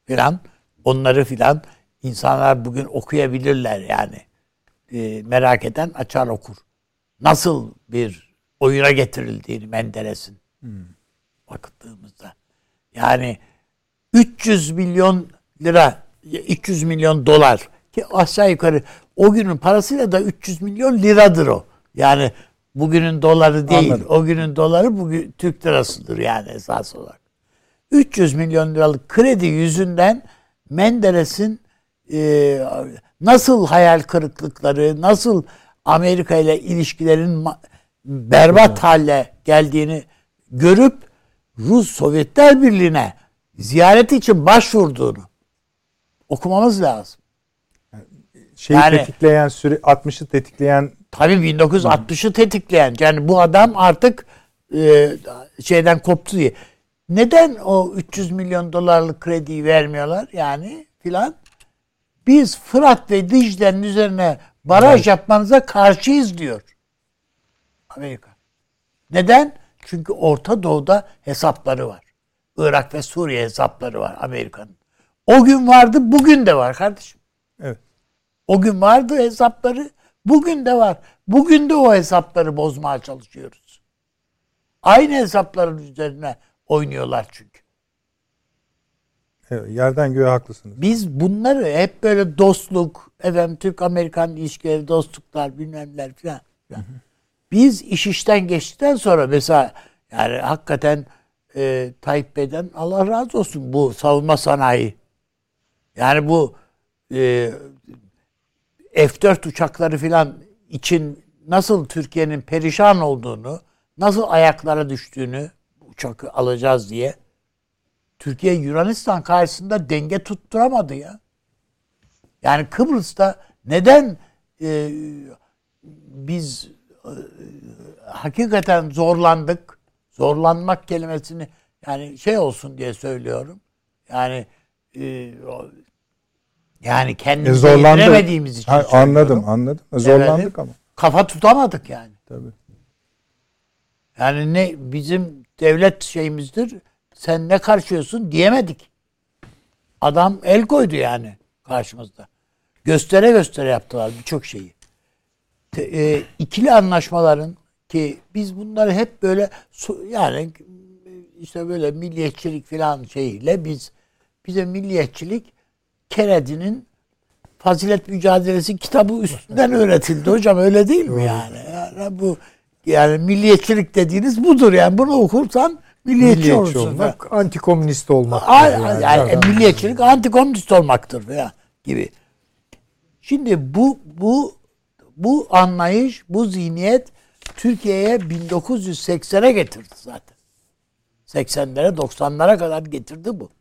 filan. Onları filan insanlar bugün okuyabilirler yani. E, merak eden açar okur. Nasıl bir oyuna getirildiğini Menderes'in hmm. baktığımızda. Yani üç yüz milyon lira, üç yüz milyon dolar ki aşağı yukarı o günün parasıyla da üç yüz milyon liradır o. Yani bugünün doları değil. Anladım. O günün doları bugün Türk lirasıdır yani esas olarak. üç yüz milyon liralık kredi yüzünden Menderes'in e, nasıl hayal kırıklıkları, nasıl Amerika ile ilişkilerin ma- berbat hale geldiğini görüp Rus Sovyetler Birliği'ne ziyaret için başvurduğunu okumamız lazım. Şeyi yani, tetikleyen süre altmışı tetikleyen tabii bin dokuz yüz altmışı tetikleyen yani bu adam artık e, şeyden koptu diye. Neden o üç yüz milyon dolarlık krediyi vermiyorlar yani filan? Biz Fırat ve Dicle'nin üzerine baraj evet. yapmanıza karşıyız diyor Amerika. Neden? Çünkü Orta Doğu'da hesapları var. Irak ve Suriye hesapları var Amerika'nın. O gün vardı, bugün de var kardeşim. Evet. O gün vardı hesapları, bugün de var. Bugün de o hesapları bozmaya çalışıyoruz. Aynı hesapların üzerine oynuyorlar çünkü. Evet, yerden göğe haklısınız. Biz bunları hep böyle dostluk, efendim Türk-Amerikan ilişkileri, dostluklar, bilmemler falan. Hı hı. Biz iş işten geçtikten sonra mesela yani hakikaten e, Tayyip Bey'den Allah razı olsun bu savunma sanayi. Yani bu e, F dört uçakları falan için nasıl Türkiye'nin perişan olduğunu, nasıl ayaklara düştüğünü uçak alacağız diye Türkiye Yunanistan karşısında denge tutturamadı ya. Yani Kıbrıs'ta neden e, biz e, hakikaten zorlandık? Zorlanmak kelimesini yani şey olsun diye söylüyorum. Yani e, yani kendimizi e, yediremediğimiz için ha, anladım, anladım. Zorlandık evet, ama. Kafa tutamadık yani. Tabii. Yani ne bizim devlet şeyimizdir. Sen ne karşıyorsun diyemedik. Adam el koydu yani karşımızda. Göstere göstere yaptılar birçok şeyi. Te, e, ikili anlaşmaların ki biz bunları hep böyle yani işte böyle milliyetçilik falan şeyiyle biz bize milliyetçilik Kennedy'nin Fazilet Mücadelesi kitabı üstünden öğretildi hocam öyle değil mi yani? Yani bu yani milliyetçilik dediğiniz budur yani bunu okursan milliyetçi, milliyetçi olmak, antikomünist olmak. A, yani, yani, yani milliyetçilik antikomünist olmaktır ya gibi. Şimdi bu bu bu anlayış, bu zihniyet Türkiye'ye bin dokuz yüz seksene getirdi zaten. seksenlere, doksanlara kadar getirdi bu.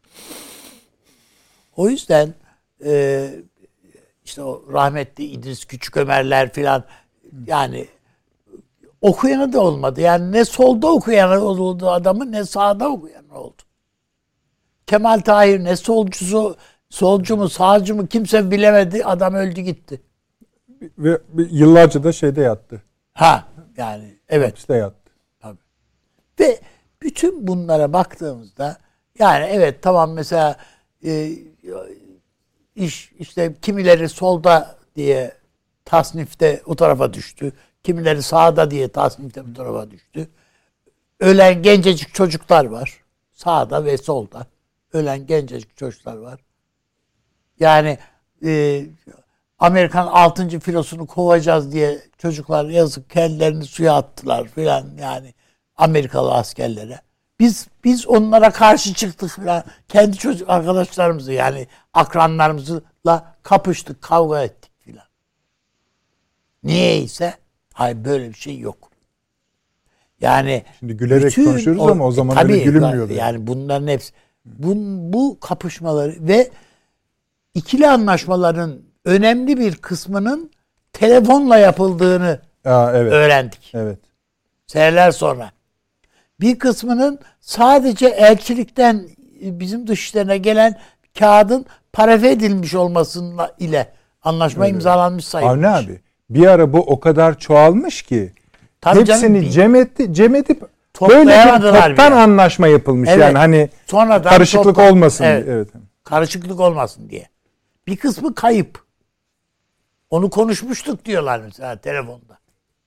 O yüzden e, işte o rahmetli İdris Küçükömerler filan yani okuyanı da olmadı. Yani ne solda okuyanı oldu adamın ne sağda okuyanı oldu. Kemal Tahir ne solcusu, solcu mu sağcı mı kimse bilemedi. Adam öldü gitti. Ve yıllarca da şeyde yattı. Ha yani evet. İşte yattı. Tabii. Ve bütün bunlara baktığımızda yani evet tamam mesela e, iş işte kimileri solda diye tasnifte o tarafa düştü. Kimileri sağda diye tasnifte bu tarafa düştü. Ölen gencecik çocuklar var. Sağda ve solda. Ölen gencecik çocuklar var. Yani e, Amerikan altıncı filosunu kovacağız diye çocuklar yazık kendilerini suya attılar filan yani Amerikalı askerlere. Biz biz onlara karşı çıktık filan. Kendi çocuk arkadaşlarımızı yani akranlarımızla kapıştık, kavga ettik filan. Niyeyse hayır böyle bir şey yok. Yani şimdi gülerek konuşuyoruz o, ama o zaman tabii, öyle gülünmüyordu. Yani bunların hepsi bu, bu kapışmaları ve ikili anlaşmaların önemli bir kısmının telefonla yapıldığını Aa, evet. öğrendik. Evet. Seneler sonra. Bir kısmının sadece elçilikten bizim dışişlerine gelen kağıdın parafe edilmiş olmasıyla ile anlaşma evet. imzalanmış sayılmış. Avni abi bir ara bu o kadar çoğalmış ki tabii hepsini canım, cem etti, cem edip böyle bir toptan anlaşma yapılmış. Evet. Yani hani sonradan karışıklık toplam, olmasın. Evet. Evet. Karışıklık olmasın diye. Bir kısmı kayıp. Onu konuşmuştuk diyorlar mesela telefonda.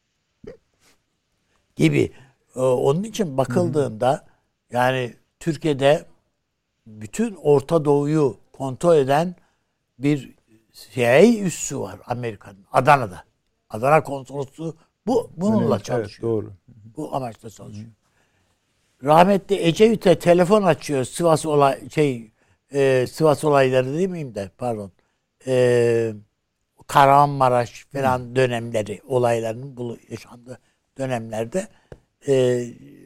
Gibi. Onun için bakıldığında yani Türkiye'de bütün Orta Doğu'yu kontrol eden bir C I A üssü var Amerika'nın. Adana'da. Adana konsolosluğu bu bununla Evet, çalışıyor. doğru. Bu amaçla çalışıyor. Rahmetli Ecevit'e telefon açıyor. Sivas olay şey e, Sivas olayları değil miyim de pardon. E, Kahramanmaraş falan dönemleri olaylarının bu yaşandığı dönemlerde e,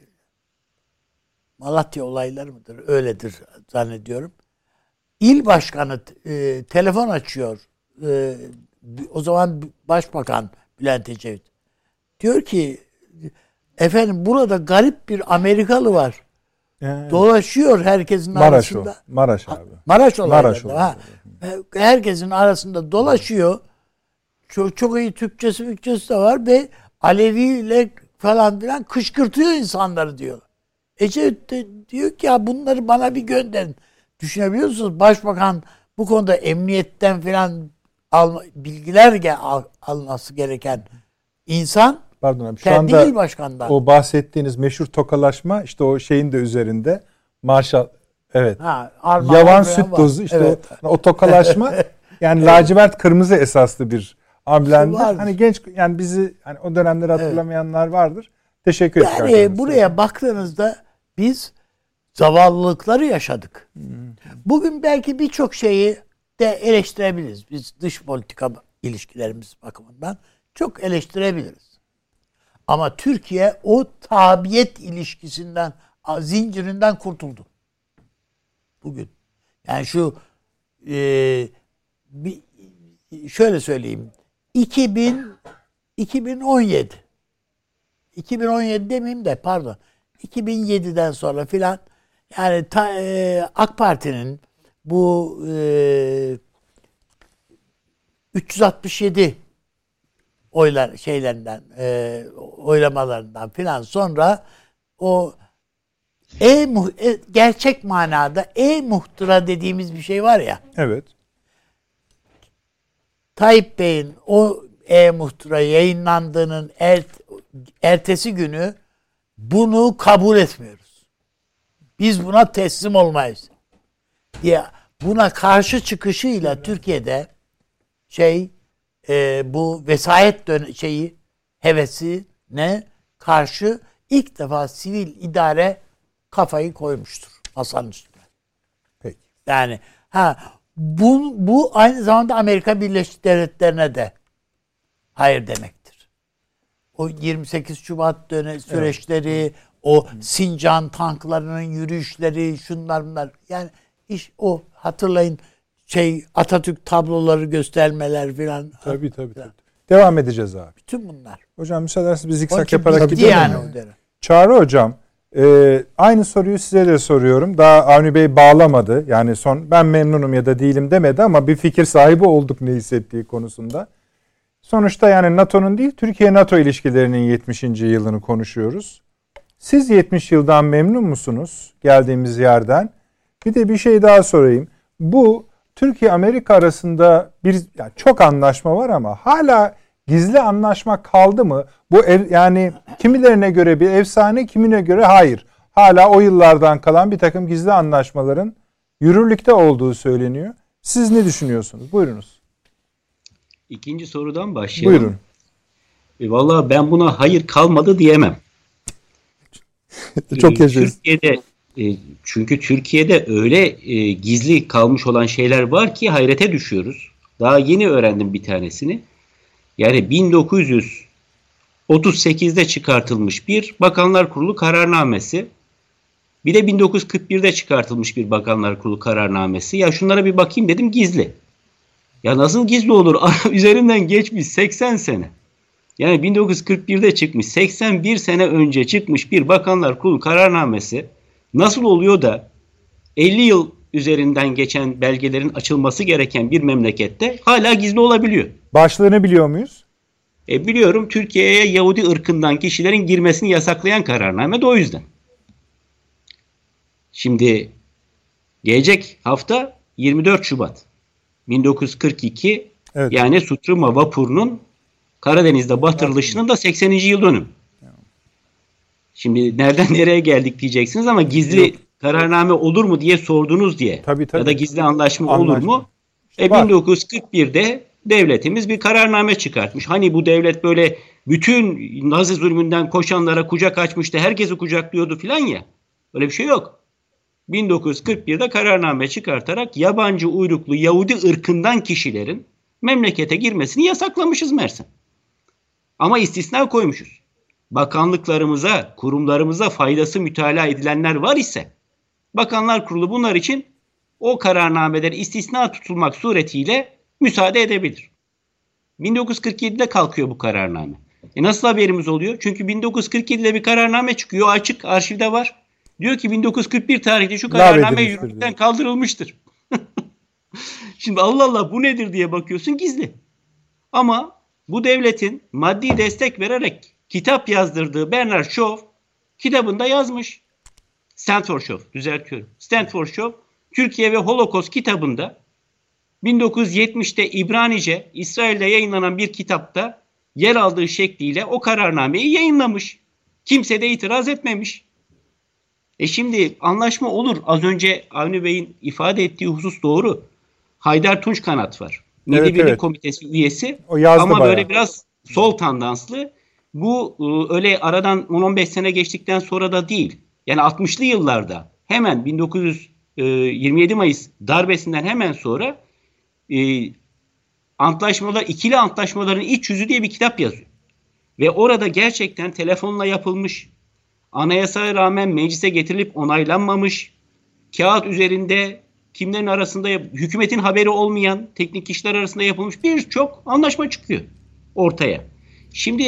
Malatya olayları mıdır? Öyledir zannediyorum. İl başkanı e, telefon açıyor. E, o zaman Başbakan Bülent Ecevit. Diyor ki efendim burada garip bir Amerikalı var. Yani, dolaşıyor herkesin Maraş arasında. o. Maraş abi. Maraş olayları. Maraş Ha. Herkesin arasında dolaşıyor. Çok, çok iyi Türkçesi, Türkçesi de var ve Aleviyle falan filan kışkırtıyor insanları diyor. Ecevit de diyor ki ya bunları bana bir gönderin. Düşünebiliyor musunuz? Başbakan bu konuda emniyetten filan alma, bilgiler al, alması gereken insan Pardon abi, şu kendi anda il başkanından. o bahsettiğiniz meşhur tokalaşma işte o şeyin de üzerinde Marshall evet. Ha, Armağan Yavan süt var. tozu işte Evet. o, o tokalaşma yani lacivert kırmızı esaslı bir amblemdi. Vardır. Hani genç yani bizi hani o dönemleri hatırlamayanlar vardır. Teşekkür ederim. Yani buraya baktığınızda biz zavallılıkları yaşadık. Bugün belki birçok şeyi de eleştirebiliriz. Biz dış politika ilişkilerimiz bakımından çok eleştirebiliriz. Ama Türkiye o tabiyet ilişkisinden, zincirinden kurtuldu. Bugün. Yani şu e, bir, şöyle söyleyeyim. iki bin, iki bin on yedi iki bin on yedi demeyeyim de pardon. iki bin yediden sonra filan yani ta, e, AK Parti'nin bu e, üç yüz altmış yedi oylar şeylerinden e, oylamalarından filan sonra o e, e gerçek manada e-muhtıra dediğimiz bir şey var ya. Evet. Tayyip Bey'in o e-muhtıra yayınlandığının er, ertesi günü bunu kabul etmiyoruz. Biz buna teslim olmayız diye buna karşı çıkışıyla Türkiye'de şey e, bu vesayet dön- şeyi hevesine karşı ilk defa sivil idare kafayı koymuştur masanın üstüne. Peki. Yani ha bu, bu aynı zamanda Amerika Birleşik Devletleri'ne de hayır demektir. O yirmi sekiz Şubat dönem süreçleri, evet. O Sincan tanklarının yürüyüşleri, şunlar bunlar. Yani iş o hatırlayın şey Atatürk tabloları göstermeler filan. Tabii tabii. tabii. Devam edeceğiz abi. Bütün bunlar. Hocam müsaadenizle bir zikzak Onun yaparak bitti gidelim. yani mi? o dönem. Çağrı hocam, e, aynı soruyu size de soruyorum. Daha Avni Bey bağlamadı. Yani son ben memnunum ya da değilim demedi ama bir fikir sahibi olduk ne hissettiği konusunda. Sonuçta yani NATO'nun değil Türkiye-NATO ilişkilerinin yetmişinci yılını konuşuyoruz. Siz yetmiş yıldan memnun musunuz geldiğimiz yerden? Bir de bir şey daha sorayım. Bu Türkiye-Amerika arasında bir yani çok anlaşma var ama hala gizli anlaşma kaldı mı? Bu ev, yani kimilerine göre bir efsane, kimine göre hayır. Hala o yıllardan kalan bir takım gizli anlaşmaların yürürlükte olduğu söyleniyor. Siz ne düşünüyorsunuz? Buyurunuz. İkinci sorudan başlayalım. Buyurun. E, vallahi ben buna hayır kalmadı diyemem. Çok yaşayız. Türkiye'de e, çünkü Türkiye'de öyle e, gizli kalmış olan şeyler var ki hayrete düşüyoruz. Daha yeni öğrendim bir tanesini. Yani bin dokuz yüz otuz sekizde çıkartılmış bir Bakanlar Kurulu kararnamesi. Bir de bin dokuz yüz kırk birde çıkartılmış bir Bakanlar Kurulu kararnamesi. Ya şunlara bir bakayım dedim, gizli. Ya nasıl gizli olur? Üzerinden geçmiş seksen sene. Yani bin dokuz yüz kırk birde çıkmış, seksen bir sene önce çıkmış bir Bakanlar Kurulu kararnamesi nasıl oluyor da elli yıl üzerinden geçen belgelerin açılması gereken bir memlekette hala gizli olabiliyor? Başlığını biliyor muyuz? E biliyorum, Türkiye'ye Yahudi ırkından kişilerin girmesini yasaklayan kararname de o yüzden. Şimdi gelecek hafta yirmi dört Şubat bin dokuz yüz kırk iki, Evet. yani Sutruma vapurunun Karadeniz'de batırılışının da sekseninci yıl dönümü. Şimdi nereden nereye geldik diyeceksiniz ama gizli Yok. kararname olur mu diye sordunuz diye. Tabii, tabii. Ya da gizli anlaşma, Anlaşma. olur mu? E Var. bin dokuz yüz kırk birde devletimiz bir kararname çıkartmış. Hani bu devlet böyle bütün Nazi zulmünden koşanlara kucak açmıştı, herkesi kucaklıyordu filan ya. Öyle bir şey yok. bin dokuz yüz kırk birde kararname çıkartarak yabancı uyruklu Yahudi ırkından kişilerin memlekete girmesini yasaklamışız Mersin. Ama istisna koymuşuz. Bakanlıklarımıza, kurumlarımıza faydası mütalaa edilenler var ise Bakanlar Kurulu bunlar için o kararnameler istisna tutulmak suretiyle müsaade edebilir. bin dokuz yüz kırk yedide kalkıyor bu kararname. E nasıl haberimiz oluyor? Çünkü bin dokuz yüz kırk yedide bir kararname çıkıyor. Açık, arşivde var. Diyor ki bin dokuz yüz kırk bir tarihli şu kararname yürürlükten kaldırılmıştır. Şimdi Allah Allah bu nedir diye bakıyorsun, gizli. Ama bu devletin maddi destek vererek kitap yazdırdığı Bernard Shaw kitabında yazmış. Stanford Shaw, düzeltiyorum. Stanford Shaw, Türkiye ve Holocaust kitabında bin dokuz yüz yetmişte İbranice, İsrail'de yayınlanan bir kitapta yer aldığı şekliyle o kararnameyi yayınlamış. Kimse de itiraz etmemiş. E şimdi anlaşma olur. Az önce Avni Bey'in ifade ettiği husus doğru. Haydar Tunçkanat var. Milli Evet, Birlik evet. Komitesi üyesi. O yazdı Ama bayağı. böyle biraz sol tandanslı. Bu ıı, öyle aradan on on beş sene geçtikten sonra da değil. Yani altmışlı yıllarda hemen bin dokuz yüz yirmi yedi Mayıs darbesinden hemen sonra e, antlaşmalar, ikili antlaşmaların iç yüzü diye bir kitap yazıyor. Ve orada gerçekten telefonla yapılmış, anayasaya rağmen meclise getirilip onaylanmamış, kağıt üzerinde kimlerin arasında, hükümetin haberi olmayan teknik kişiler arasında yapılmış birçok anlaşma çıkıyor ortaya. Şimdi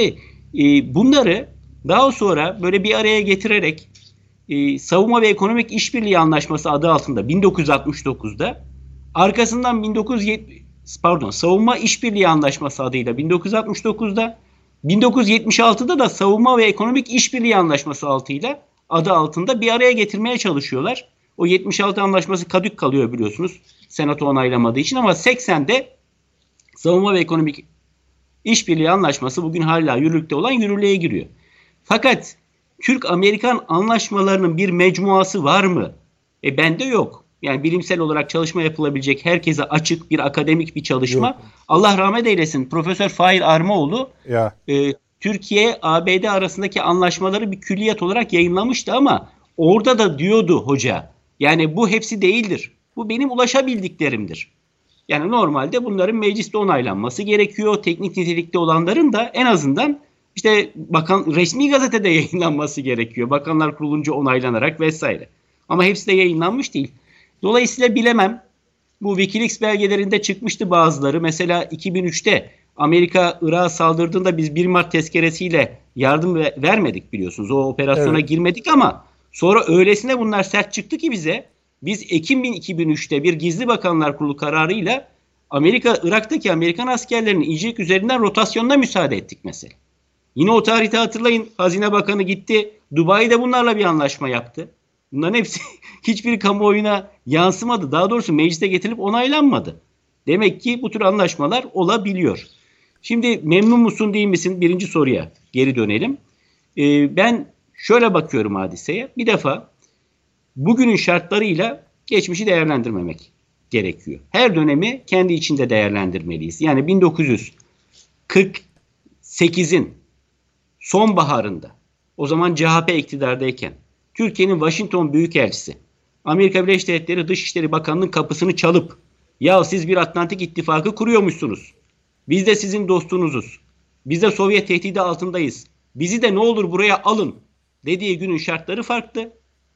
e, bunları daha sonra böyle bir araya getirerek e, Savunma ve Ekonomik İşbirliği Anlaşması adı altında bin dokuz yüz altmış dokuzda, arkasından bin dokuz yüz yetmiş pardon Savunma İşbirliği Anlaşması adıyla bin dokuz yüz altmış dokuzda, bin dokuz yüz yetmiş altıda da Savunma ve Ekonomik İşbirliği Anlaşması altıyla adı altında bir araya getirmeye çalışıyorlar. O yetmiş altı anlaşması kadük kalıyor biliyorsunuz. Senato onaylamadığı için, ama seksende Savunma ve Ekonomik İşbirliği Anlaşması bugün hala yürürlükte olan yürürlüğe giriyor. Fakat Türk-Amerikan anlaşmalarının bir mecmuası var mı? E bende yok. Yani bilimsel olarak çalışma yapılabilecek, herkese açık bir akademik bir çalışma. Yok. Allah rahmet eylesin. Profesör Fahir Armaoğlu Ya. e, Türkiye A B D arasındaki anlaşmaları bir külliyat olarak yayınlamıştı ama orada da diyordu hoca. Yani bu hepsi değildir. Bu benim ulaşabildiklerimdir. Yani normalde bunların mecliste onaylanması gerekiyor. Teknik nitelikte olanların da en azından işte bakan resmi gazetede yayınlanması gerekiyor. Bakanlar Kurulunca onaylanarak vesaire. Ama hepsi de yayınlanmış değil. Dolayısıyla bilemem. Bu Wikileaks belgelerinde çıkmıştı bazıları. Mesela iki bin üçte Amerika Irak'a saldırdığında biz bir Mart tezkeresiyle yardım vermedik biliyorsunuz. O operasyona Evet. girmedik ama sonra öylesine bunlar sert çıktı ki bize. Biz Ekim iki bin üçte bir Gizli Bakanlar Kurulu kararıyla Amerika, Irak'taki Amerikan askerlerinin İncirlik üzerinden rotasyonuna müsaade ettik mesela. Yine o tarihte hatırlayın, Hazine Bakanı gitti, Dubai'de bunlarla bir anlaşma yaptı. Bunların hepsi hiçbir kamuoyuna yansımadı. Daha doğrusu meclise getirilip onaylanmadı. Demek ki bu tür anlaşmalar olabiliyor. Şimdi memnun musun değil misin? Birinci soruya geri dönelim. Ee, ben şöyle bakıyorum hadiseye. Bir defa bugünün şartlarıyla geçmişi değerlendirmemek gerekiyor. Her dönemi kendi içinde değerlendirmeliyiz. Yani bin dokuz yüz kırk sekizin sonbaharında, o zaman C H P iktidardayken, Türkiye'nin Washington Büyükelçisi Amerika Birleşik Devletleri Dışişleri Bakanı'nın kapısını çalıp ya siz bir Atlantik İttifakı kuruyormuşsunuz. Biz de sizin dostunuzuz. Biz de Sovyet tehdidi altındayız. Bizi de ne olur buraya alın dediği günün şartları farklı.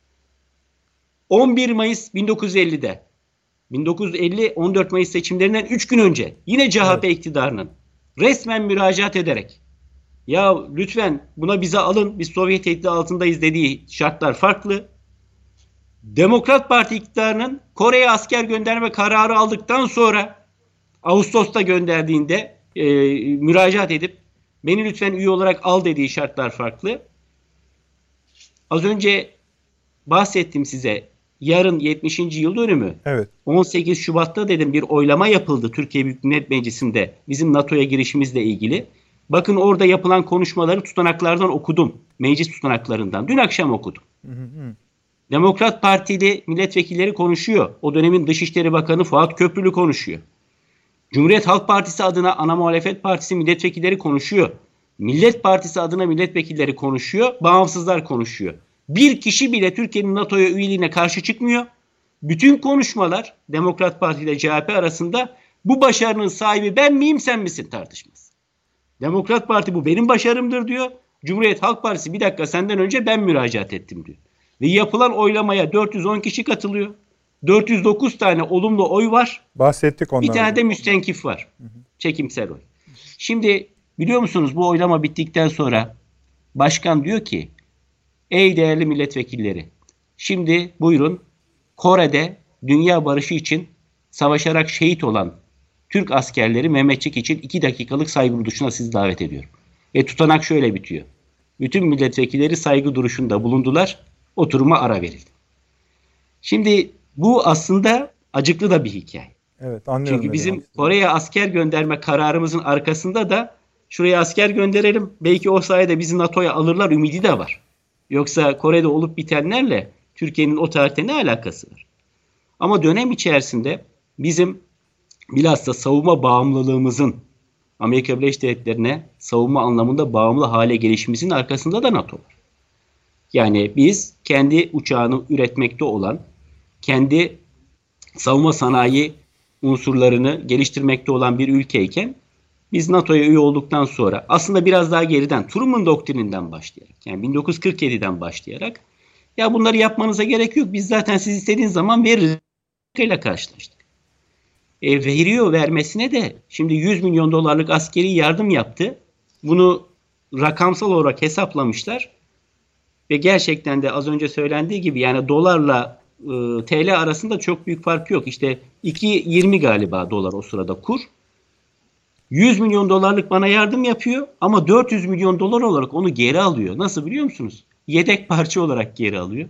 on bir Mayıs bin dokuz yüz ellide bin dokuz yüz elli on dört Mayıs seçimlerinden üç gün önce yine C H P evet. iktidarının resmen müracaat ederek ya lütfen buna bize alın, biz Sovyet tehdidi altındayız dediği şartlar farklı. Demokrat Parti iktidarının Kore'ye asker gönderme kararı aldıktan sonra Ağustos'ta gönderdiğinde e, müracaat edip beni lütfen üye olarak al dediği şartlar farklı. Az önce bahsettim size. yarın yetmişinci yıl dönümü. Evet. on sekiz Şubat'ta dedim bir oylama yapıldı Türkiye Büyük Millet Meclisi'nde bizim NATO'ya girişimizle ilgili. Bakın orada yapılan konuşmaları tutanaklardan okudum. Meclis tutanaklarından. Dün akşam okudum. Hı hı. Demokrat Partili milletvekilleri konuşuyor. O dönemin Dışişleri Bakanı Fuat Köprülü konuşuyor. Cumhuriyet Halk Partisi adına ana muhalefet partisi milletvekilleri konuşuyor. Millet Partisi adına milletvekilleri konuşuyor. Bağımsızlar konuşuyor. Bir kişi bile Türkiye'nin NATO'ya üyeliğine karşı çıkmıyor. Bütün konuşmalar Demokrat Parti ile C H P arasında bu başarının sahibi ben miyim sen misin tartışması. Demokrat Parti bu benim başarımdır diyor. Cumhuriyet Halk Partisi bir dakika senden önce ben müracaat ettim diyor. Ve yapılan oylamaya dört yüz on kişi katılıyor. dört yüz dokuz tane olumlu oy var. Bahsettik ondan. Bir tane de müstenkif var. Hı hı. Çekimsel oy. Şimdi biliyor musunuz bu oylama bittikten sonra başkan diyor ki ey değerli milletvekilleri şimdi buyurun Kore'de dünya barışı için savaşarak şehit olan Türk askerleri Mehmetçik için iki dakikalık saygı duruşuna sizi davet ediyorum. Ve tutanak şöyle bitiyor. Bütün milletvekilleri saygı duruşunda bulundular. Oturuma ara verildi. Şimdi bu aslında acıklı da bir hikaye. Evet, anlıyorum. Çünkü bizim Kore'ye asker gönderme kararımızın arkasında da şuraya asker gönderelim. Belki o sayede bizi NATO'ya alırlar ümidi de var. Yoksa Kore'de olup bitenlerle Türkiye'nin o tarihte ne alakası var? Ama dönem içerisinde bizim bilhassa savunma bağımlılığımızın Amerika Birleşik Devletleri'ne savunma anlamında bağımlı hale gelişimizin arkasında da NATO var. Yani biz kendi uçağını üretmekte olan, kendi savunma sanayi unsurlarını geliştirmekte olan bir ülkeyken biz NATO'ya üye olduktan sonra aslında biraz daha geriden Truman doktrininden başlayarak yani bin dokuz yüz kırk yedi'den başlayarak ya bunları yapmanıza gerek yok biz zaten siz istediğiniz zaman veririz ile karşılaştık. E, veriyor vermesine de şimdi yüz milyon dolarlık askeri yardım yaptı. Bunu rakamsal olarak hesaplamışlar. Ve gerçekten de az önce söylendiği gibi yani dolarla e, T L arasında çok büyük fark yok. İşte iki yirmi galiba dolar o sırada kur. yüz milyon dolarlık bana yardım yapıyor ama dört yüz milyon dolar olarak onu geri alıyor. Nasıl biliyor musunuz? Yedek parça olarak geri alıyor.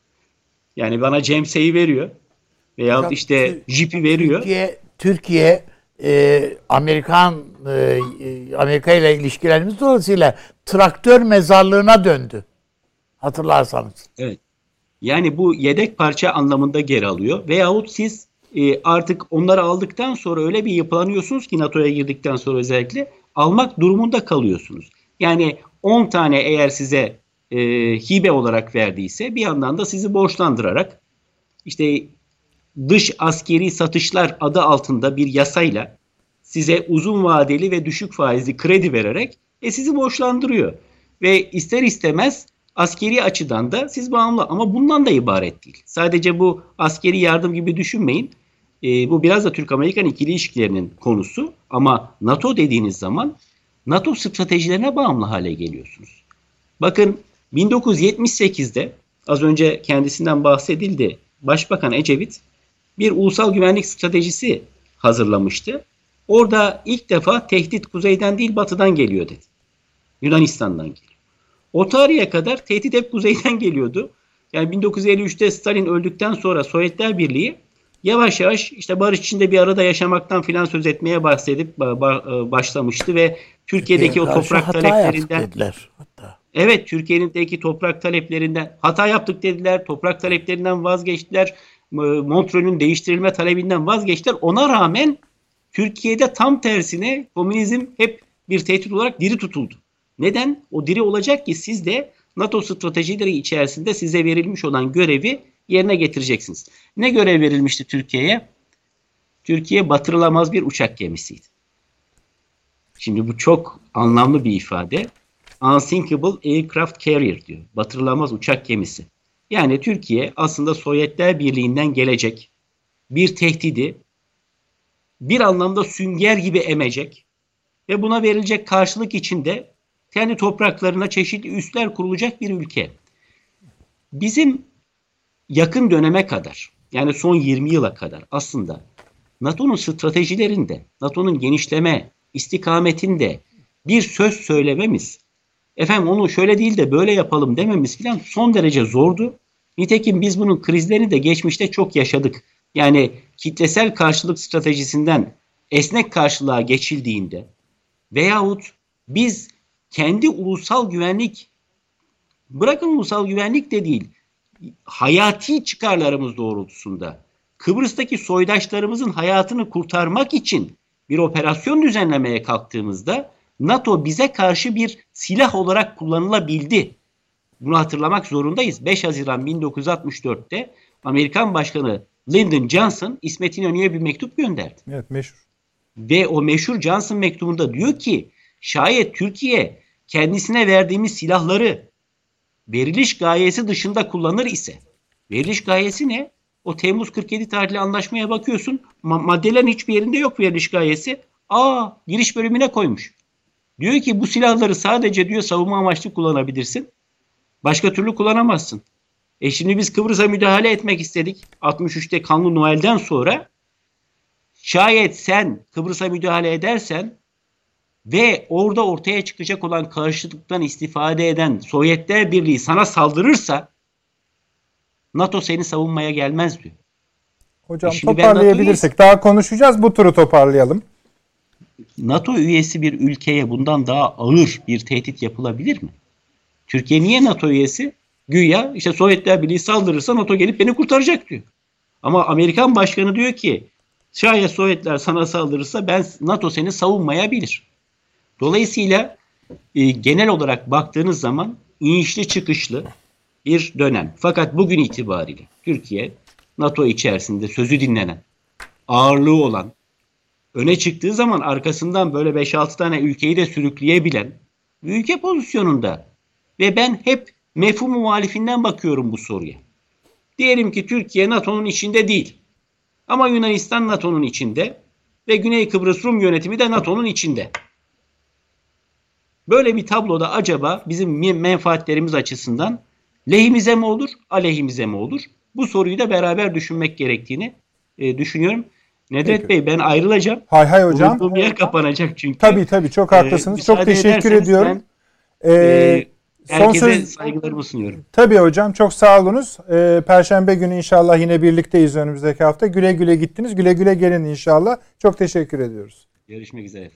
Yani bana Cemse'yi veriyor. Veyahut işte Jeep'i veriyor. Türkiye, Türkiye e, Amerikan e, Amerika ile ilişkilerimiz dolayısıyla traktör mezarlığına döndü. Hatırlarsanız. Evet. Yani bu yedek parça anlamında geri alıyor. Veyahut siz e, artık onları aldıktan sonra öyle bir yapılanıyorsunuz ki NATO'ya girdikten sonra özellikle almak durumunda kalıyorsunuz. Yani on tane eğer size e, hibe olarak verdiyse bir yandan da sizi borçlandırarak işte dış askeri satışlar adı altında bir yasayla size uzun vadeli ve düşük faizli kredi vererek e, sizi borçlandırıyor. Ve ister istemez askeri açıdan da siz bağımlı ama bundan da ibaret değil. Sadece bu askeri yardım gibi düşünmeyin. E, bu biraz da Türk-Amerikan ikili ilişkilerinin konusu ama NATO dediğiniz zaman NATO stratejilerine bağımlı hale geliyorsunuz. Bakın bin dokuz yüz yetmiş sekiz'de az önce kendisinden bahsedildi. Başbakan Ecevit bir ulusal güvenlik stratejisi hazırlamıştı. Orada ilk defa tehdit kuzeyden değil batıdan geliyor dedi. Yunanistan'dan geliyor. O tarihe kadar tehdit hep kuzeyden geliyordu. Yani bin dokuz yüz elli üç'te Stalin öldükten sonra Sovyetler Birliği yavaş yavaş işte barış içinde bir arada yaşamaktan filan söz etmeye bahsedip başlamıştı ve Türkiye'deki o toprak taleplerinden hatta. Evet, Türkiye'deki toprak taleplerinden hata yaptık dediler. Toprak taleplerinden vazgeçtiler. Montreux'ün değiştirilme talebinden vazgeçtiler. Ona rağmen Türkiye'de tam tersine komünizm hep bir tehdit olarak diri tutuldu. Neden? O diri olacak ki siz de NATO stratejileri içerisinde size verilmiş olan görevi yerine getireceksiniz. Ne görev verilmişti Türkiye'ye? Türkiye batırılamaz bir uçak gemisiydi. Şimdi bu çok anlamlı bir ifade. Unsinkable Aircraft Carrier diyor. Batırılamaz uçak gemisi. Yani Türkiye aslında Sovyetler Birliği'nden gelecek bir tehdidi bir anlamda sünger gibi emecek ve buna verilecek karşılık içinde kendi topraklarına çeşitli üsler kurulacak bir ülke. Bizim yakın döneme kadar yani son yirmi yıla kadar aslında NATO'nun stratejilerinde, NATO'nun genişleme istikametinde bir söz söylememiz, efendim onu şöyle değil de böyle yapalım dememiz falan son derece zordu. Nitekim biz bunun krizlerini de geçmişte çok yaşadık. Yani kitlesel karşılık stratejisinden esnek karşılığa geçildiğinde veyahut biz kendi ulusal güvenlik, bırakın ulusal güvenlik de değil, hayati çıkarlarımız doğrultusunda Kıbrıs'taki soydaşlarımızın hayatını kurtarmak için bir operasyon düzenlemeye kalktığımızda NATO bize karşı bir silah olarak kullanılabildi. Bunu hatırlamak zorundayız. beş Haziran bin dokuz yüz altmış dörtte Amerikan Başkanı Lyndon Johnson İsmet İnönü'ye bir mektup gönderdi. Evet, meşhur. Ve o meşhur Johnson mektubunda diyor ki şayet Türkiye kendisine verdiğimiz silahları veriliş gayesi dışında kullanır ise, veriliş gayesi ne? O Temmuz kırk yedi tarihli anlaşmaya bakıyorsun, ma- maddelerin hiçbir yerinde yok veriliş gayesi. Aa, giriş bölümüne koymuş. Diyor ki bu silahları sadece diyor savunma amaçlı kullanabilirsin. Başka türlü kullanamazsın. E şimdi biz Kıbrıs'a müdahale etmek istedik. altmış üçte Kanlı Noel'den sonra. Şayet sen Kıbrıs'a müdahale edersen ve orada ortaya çıkacak olan karşılıktan istifade eden Sovyetler Birliği sana saldırırsa NATO seni savunmaya gelmez diyor. Hocam E toparlayabilirsek daha konuşacağız. Bu turu toparlayalım. NATO üyesi bir ülkeye bundan daha ağır bir tehdit yapılabilir mi? Türkiye niye NATO üyesi? Güya işte Sovyetler Birliği saldırırsa NATO gelip beni kurtaracak diyor. Ama Amerikan Başkanı diyor ki şayet Sovyetler sana saldırırsa ben NATO seni savunmayabilir. Dolayısıyla e, genel olarak baktığınız zaman inişli çıkışlı bir dönem. Fakat bugün itibariyle Türkiye NATO içerisinde sözü dinlenen, ağırlığı olan, öne çıktığı zaman arkasından böyle beş altı tane ülkeyi de sürükleyebilen bir ülke pozisyonunda. Ve ben hep mefhumu muhalifinden bakıyorum bu soruya. Diyelim ki Türkiye NATO'nun içinde değil. Ama Yunanistan NATO'nun içinde ve Güney Kıbrıs Rum yönetimi de NATO'nun içinde. Böyle bir tabloda acaba bizim menfaatlerimiz açısından lehimize mi olur, aleyhimize mi olur? Bu soruyu da beraber düşünmek gerektiğini e, düşünüyorum. Nedret Peki. Bey, ben ayrılacağım. Hay hay hocam. Bulunduğum yer kapanacak çünkü. Tabii tabii çok haklısınız. Ee, çok teşekkür ediyorum. Ben, Ee, e, son herkese söz saygılarımı sunuyorum. Tabii hocam, çok sağ olunuz. Ee, Perşembe günü inşallah yine birlikteyiz önümüzdeki hafta. Güle güle gittiniz. Güle güle gelin inşallah. Çok teşekkür ediyoruz. Görüşmek üzere.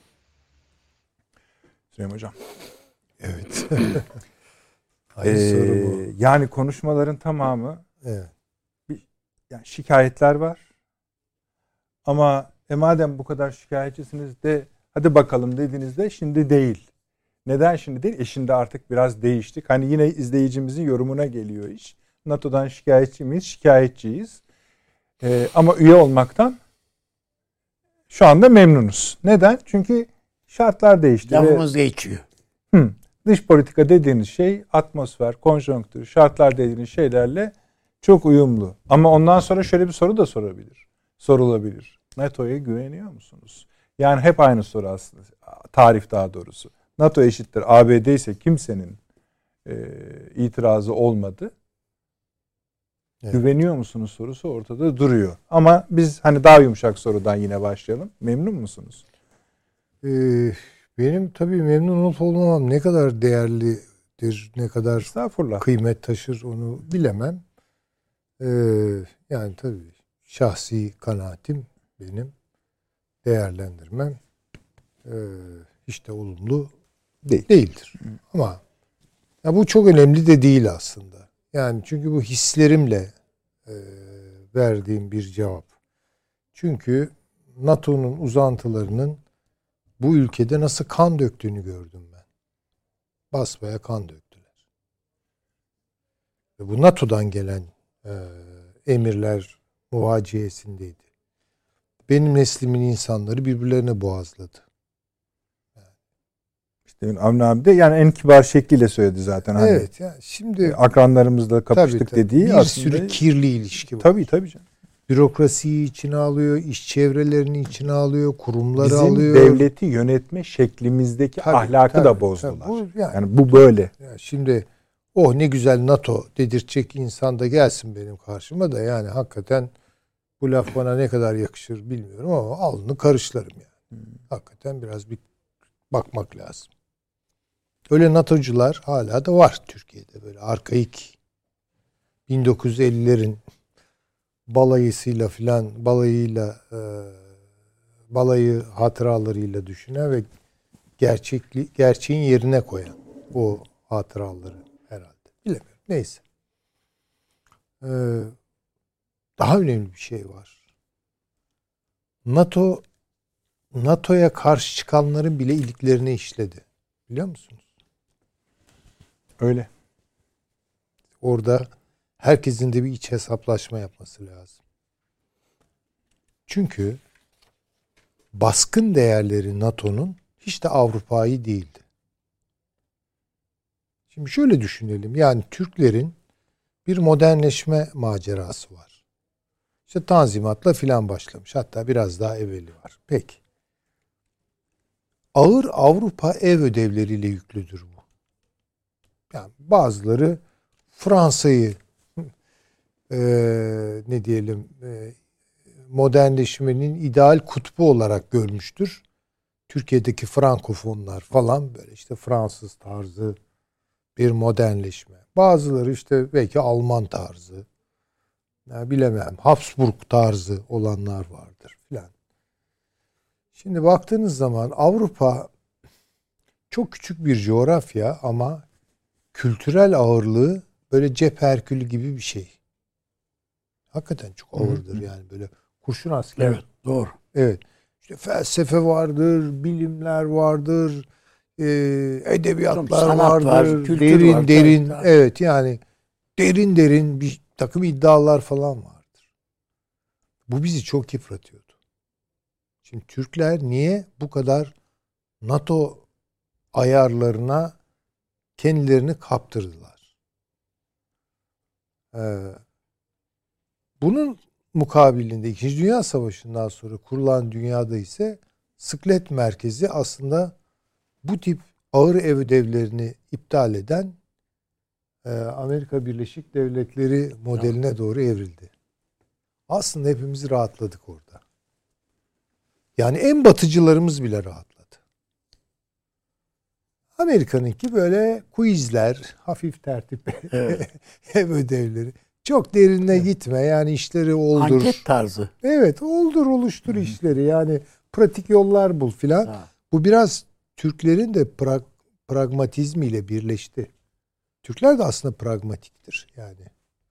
Süleyman hocam. Evet. Ee, Aynı soru bu. Yani konuşmaların tamamı Evet. bir, yani şikayetler var. Ama e madem bu kadar şikayetçisiniz de hadi bakalım dediğinizde şimdi değil. Neden şimdi değil? E şimdi artık biraz değiştik. Hani yine izleyicimizin yorumuna geliyor iş. NATO'dan şikayetçi miyiz? Şikayetçiyiz. Ee, ama üye olmaktan şu anda memnunuz. Neden? Çünkü şartlar değişti. Lafımız ve, geçiyor. Hı, dış politika dediğiniz şey atmosfer, konjonktür, şartlar dediğiniz şeylerle çok uyumlu. Ama ondan sonra şöyle bir soru da sorabilir. Sorulabilir. NATO'ya güveniyor musunuz? Yani hep aynı soru aslında. Tarif daha doğrusu. NATO eşittir A B D ise kimsenin e, itirazı olmadı. Evet. Güveniyor musunuz sorusu ortada duruyor. Ama biz hani daha yumuşak sorudan yine başlayalım. Memnun musunuz? Ee, benim tabii memnun olup olmamam ne kadar değerlidir, ne kadar kıymet taşır onu bilemem. Ee, yani tabii şahsi kanaatim benim, değerlendirmem ee, hiç de olumlu Değil. değildir. Hı. Ama ya bu çok önemli de değil aslında. Yani çünkü bu hislerimle e, verdiğim bir cevap. Çünkü NATO'nun uzantılarının bu ülkede nasıl kan döktüğünü gördüm ben. Basbaya kan döktüler. Ve bu NATO'dan gelen e, emirler muvaciyesindeydi. Benim neslimin insanları birbirlerine boğazladı. İşte Avni abi de yani en kibar şekliyle söyledi zaten. Hani evet. Yani şimdi akranlarımızla kapıştık tabii, tabii. dediği bir aslında sürü kirli ilişki var. Tabii tabii canım. Bürokrasiyi içine alıyor, iş çevrelerini içine alıyor, kurumları Bizim alıyor. Bizim devleti yönetme şeklimizdeki tabii, ahlakı tabii, da bozdular. Tabii, bu, yani, yani bu böyle. Yani şimdi oh ne güzel NATO dedirtecek insan da gelsin benim karşıma da yani hakikaten bu laf bana ne kadar yakışır bilmiyorum ama alnını karışlarım yani. Hmm. Hakikaten biraz bir bakmak lazım. Öyle NATO'cular hala da var Türkiye'de böyle arkaik bin dokuz yüz ellilerin balayısıyla filan balayıyla e, balayı hatıralarıyla düşünen ve gerçekli gerçeğin yerine koyan o hatıraları herhalde. Bilemiyorum. Neyse. Ee, daha önemli bir şey var. NATO NATO'ya karşı çıkanların bile iliklerine işledi. Biliyor musunuz? Öyle. Orada herkesin de bir iç hesaplaşma yapması lazım. Çünkü baskın değerleri NATO'nun hiç de Avrupa'yı değildi. Şimdi şöyle düşünelim. Yani Türklerin bir modernleşme macerası var. İşte Tanzimat'la filan başlamış. Hatta biraz daha evveli var. Peki. Ağır Avrupa ev ödevleriyle yüklüdür bu. Yani bazıları Fransa'yı e, ne diyelim e, modernleşmenin ideal kutbu olarak görmüştür. Türkiye'deki Frankofonlar falan böyle işte Fransız tarzı bir modernleşme. Bazıları işte belki Alman tarzı, ya bilemem Habsburg tarzı olanlar vardır filan. Şimdi baktığınız zaman Avrupa çok küçük bir coğrafya ama kültürel ağırlığı böyle cep herkülü gibi bir şey. Hakikaten çok ağırdır yani böyle kurşun asker. Evet, doğru. Evet. İşte felsefe vardır, bilimler vardır, e, edebiyatlar sanat vardır, var, kültür derin var, derin, tabii. evet yani derin derin bir takım iddialar falan vardır. Bu bizi çok yıpratıyordu. Şimdi Türkler niye bu kadar NATO ayarlarına kendilerini kaptırdılar? Ee, bunun mukabilinde İkinci Dünya Savaşı'ndan sonra kurulan dünyada ise Sıklet Merkezi aslında bu tip ağır ev ödevlerini iptal eden e, Amerika Birleşik Devletleri modeline doğru evrildi. Aslında hepimiz rahatladık orada. Yani en batıcılarımız bile rahatladı. Amerika'nınki böyle quizler, hafif tertip Evet. ev ödevleri. Çok derinine evet. gitme yani işleri oldur. Anket tarzı. Evet oldur oluştur Hı-hı. işleri yani pratik yollar bul filan. Ha. Bu biraz Türklerin de prag, pragmatizmiyle birleşti. Türkler de aslında pragmatiktir yani.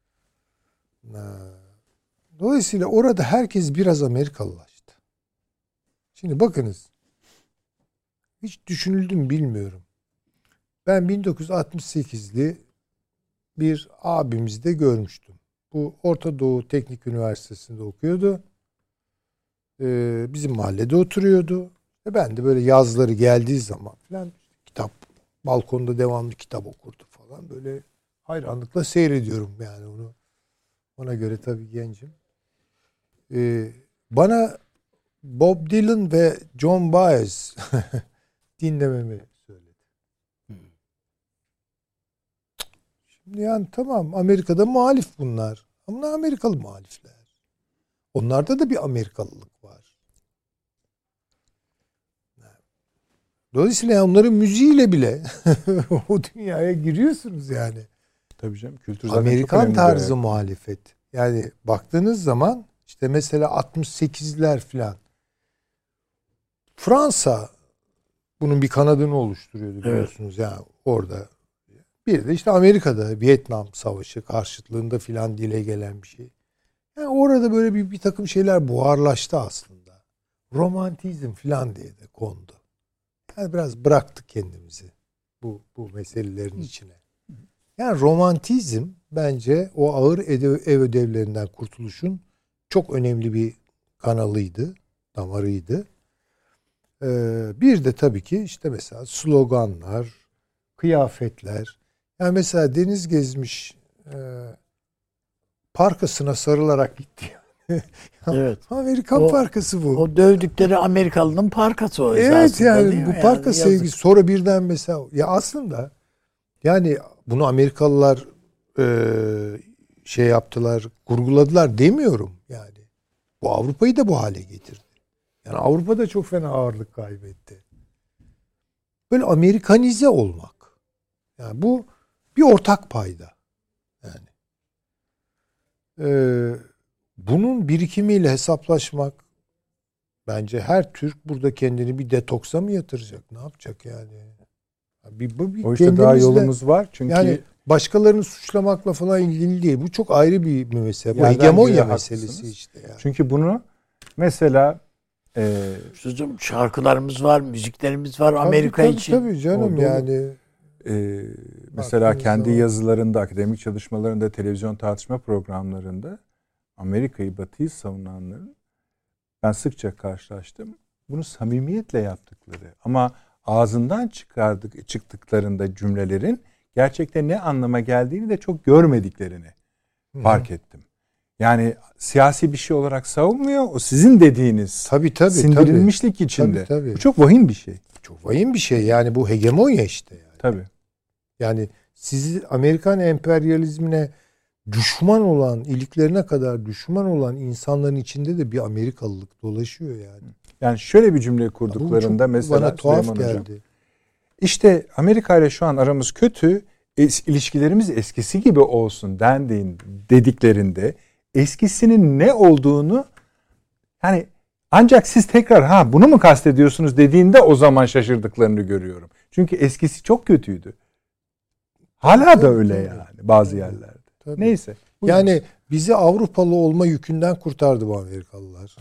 Dolayısıyla orada herkes biraz Amerikalılaştı. Şimdi bakınız. Hiç düşünüldü mü bilmiyorum. Ben bin dokuz yüz altmış sekizli bir abimizi de görmüştüm. Bu Orta Doğu Teknik Üniversitesi'nde okuyordu. Ee, bizim mahallede oturuyordu. Ve ben de böyle yazları geldiği zaman falan kitap, balkonda devamlı kitap okurdu falan. Böyle hayranlıkla seyrediyorum yani onu. Ona göre tabii gencim. Ee, bana Bob Dylan ve John Baez dinlememi söyledi. Şimdi yani tamam Amerika'da muhalif bunlar. Ama Amerikalı muhalifler. Onlarda da bir Amerikalılık var. Dolayısıyla yani onların müziğiyle bile o dünyaya giriyorsunuz yani. Tabii canım. Kültür zaten Amerikan tarzı yani. Muhalefet. Yani baktığınız zaman işte mesela altmış sekizler filan. Fransa bunun bir kanadını oluşturuyordu biliyorsunuz evet. Yani orada. Bir de işte Amerika'da Vietnam Savaşı karşıtlığında filan dile gelen bir şey. Yani orada böyle bir, bir takım şeyler buharlaştı aslında. Romantizm filan diye de kondu. Yani biraz bıraktık kendimizi bu, bu meselelerin içine. Yani romantizm bence o ağır ev, ev ödevlerinden kurtuluşun çok önemli bir kanalıydı, damarıydı. Ee, bir de tabii ki işte mesela sloganlar, kıyafetler. Yani mesela Deniz Gezmiş e, parkasına sarılarak gitti. Evet. Amerikan o, parkası bu. O dövdükleri Amerikalının parkası o esasında. Evet yani bu yani, parka sevgisi. Sonra birden mesela ya aslında yani bunu Amerikalılar e, şey yaptılar, kurguladılar demiyorum yani. Bu Avrupa'yı da bu hale getirdi. Yani Avrupa da çok fena ağırlık kaybetti. Böyle Amerikanize olmak. Yani bu bir ortak payda. Yani Ee, bunun birikimiyle hesaplaşmak, bence her Türk burada kendini bir detoksa mı yatıracak? Ne yapacak yani? Bir, bir, bir o işte daha yolumuz var. Çünkü yani başkalarını suçlamakla falan ilgili değil. Bu çok ayrı bir mesele. Bu Yerden hegemonya göğe meselesi haklısınız. işte. Yani. Çünkü bunu mesela e, Sözüm şarkılarımız var, müziklerimiz var Amerika tabii, için. Tabii canım O yani. e, mesela Baktığınız kendi zaman. yazılarında, akademik çalışmalarında, televizyon tartışma programlarında Amerika'yı, Batı'yı savunanların ben sıkça karşılaştım. Bunu samimiyetle yaptıkları ama ağzından çıkardık çıktıklarında cümlelerin gerçekten ne anlama geldiğini de çok görmediklerini Hı-hı. fark ettim. Yani siyasi bir şey olarak savunmuyor. O sizin dediğiniz tabii, tabii, sindirilmişlik tabii. içinde. Tabii, tabii. Bu çok vahim bir şey. Çok vahim bir şey. Yani bu hegemonya işte. Yani. Tabii. Yani sizi Amerikan emperyalizmine düşman olan, iliklerine kadar düşman olan insanların içinde de bir Amerikalılık dolaşıyor yani. Yani şöyle bir cümle kurduklarında mesela bana tuhaf Süleyman geldi. Hocam. İşte Amerika ile şu an aramız kötü, es, ilişkilerimiz eskisi gibi olsun dendiğin dediklerinde eskisinin ne olduğunu yani ancak siz tekrar ha bunu mu kastediyorsunuz dediğinde o zaman şaşırdıklarını görüyorum. Çünkü eskisi çok kötüydü. Hala tabii, da öyle tabii. Yani bazı yerlerde. Tabii. Neyse. Buyurun. Yani bizi Avrupalı olma yükünden kurtardı bu Amerikalılar.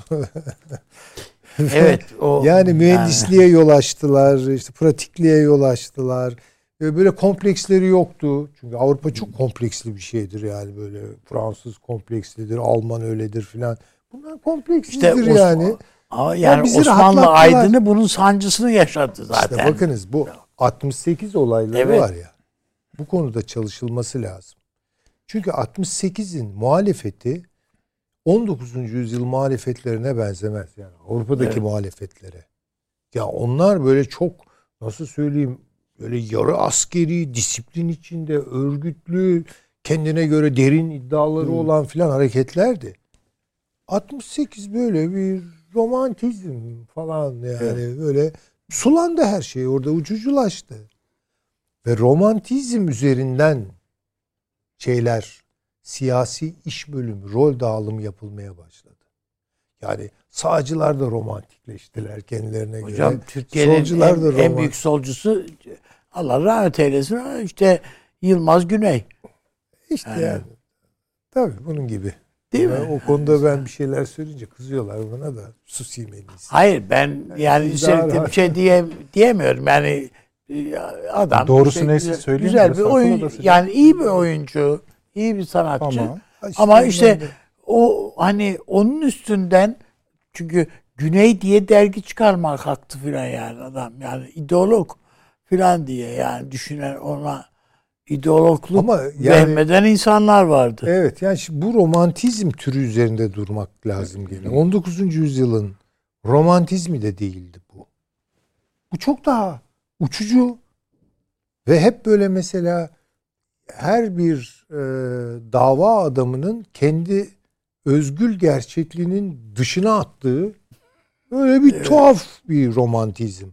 Evet. O, yani mühendisliğe yani. yol açtılar, işte pratikliğe yol açtılar. Böyle kompleksleri yoktu. Çünkü Avrupa çok kompleksli bir şeydir yani böyle Fransız komplekslidir, Alman öyledir filan. Bunlar komplekslidir işte yani. Ama yani ya Osmanlı aydını bunun sancısını yaşadı zaten. İşte bakınız bu altmış sekiz olayları evet. var ya. Bu konuda çalışılması lazım. Çünkü altmış sekizin muhalefeti on dokuzuncu yüzyıl muhalefetlerine benzemez. Yani Avrupa'daki evet. muhalefetlere. Ya onlar böyle çok nasıl söyleyeyim böyle yarı askeri, disiplin içinde, örgütlü, kendine göre derin iddiaları hmm. olan filan hareketlerdi. altmış sekiz böyle bir romantizm falan yani evet. böyle sulandı her şey orada ucuculaştı. Ve romantizm üzerinden şeyler, siyasi iş bölümü, rol dağılımı yapılmaya başladı. Yani sağcılar da romantikleştiler kendilerine Hocam, göre. Hocam Türkiye'nin en, da en büyük solcusu Allah rahmet eylesin işte Yılmaz Güney. İşte yani. yani. Tabii bunun gibi. Değil yani mi? O konuda ben bir şeyler söyleyince kızıyorlar bana da susayım en iyisi. Hayır ben yani üstelik bir şey diye, diyemiyorum yani adam doğrusu işte, neyse söyleyeyim. Güzel bir oyun yani iyi bir oyuncu, iyi bir sanatçı. Tamam. İşte ama işte de... o hani onun üstünden çünkü Güney diye dergi çıkarmak hakkı filan yani adam yani ideolog filan diye yani düşünen ona ideologluk ama yani, vehmeden insanlar vardı. Evet yani bu romantizm türü üzerinde durmak lazım gene. on dokuzuncu yüzyılın romantizmi de değildi bu. Bu çok daha uçucu ve hep böyle mesela her bir e, dava adamının kendi özgül gerçekliğinin dışına attığı böyle bir evet. tuhaf bir romantizm.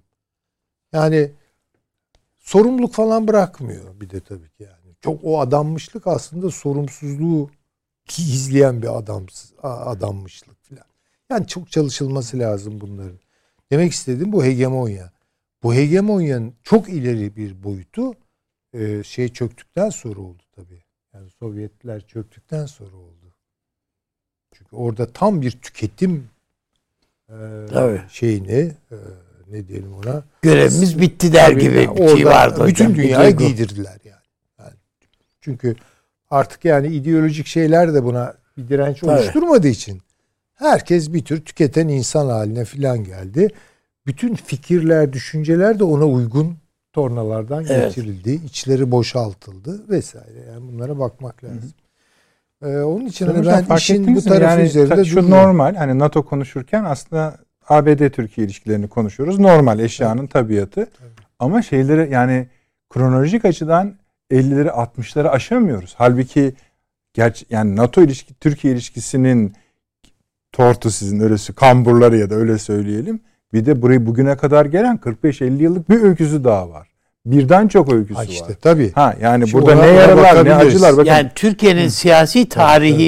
Yani sorumluluk falan bırakmıyor bir de tabii ki yani. Çok o adammışlık aslında sorumsuzluğu izleyen bir adam adammışlık falan. Yani çok çalışılması lazım bunların. Demek istediğim bu hegemonya. Bu hegemonyanın çok ileri bir boyutu e, şey çöktükten sonra oldu tabii. Yani Sovyetler çöktükten sonra oldu. Çünkü orada tam bir tüketim e, şeyini e, ne diyelim ona? Görevimiz bitti der tabii gibi yani bir şey vardı. Bütün hocam. dünyayı giydirdiler yani. yani. Çünkü artık yani ideolojik şeyler de buna bir direnç tabii. oluşturmadığı için herkes bir tür tüketen insan haline filan geldi. Bütün fikirler, düşünceler de ona uygun tornalardan evet. geçirildi. İçleri boşaltıldı vesaire. Yani bunlara bakmak lazım. Ee, onun için hani ben işin bu tarafı yani, üzerinde şu duruyorum. Normal hani NATO konuşurken aslında A B D-Türkiye ilişkilerini konuşuyoruz. Normal eşyanın evet. tabiatı. Evet. Ama şeyleri yani kronolojik açıdan ellileri altmışları aşamıyoruz. Halbuki gerçi yani NATO ilişki Türkiye ilişkisinin tortu sizin öylesi kamburları ya da öyle söyleyelim. Bir de burayı bugüne kadar gelen kırk beş elli yıllık bir öyküsü daha var. Birden çok öyküsü ha işte, var. Tabii. Ha yani Şimdi burada ne yaralar ne acılar. Bakın. Yani Türkiye'nin Hı. siyasi tarihi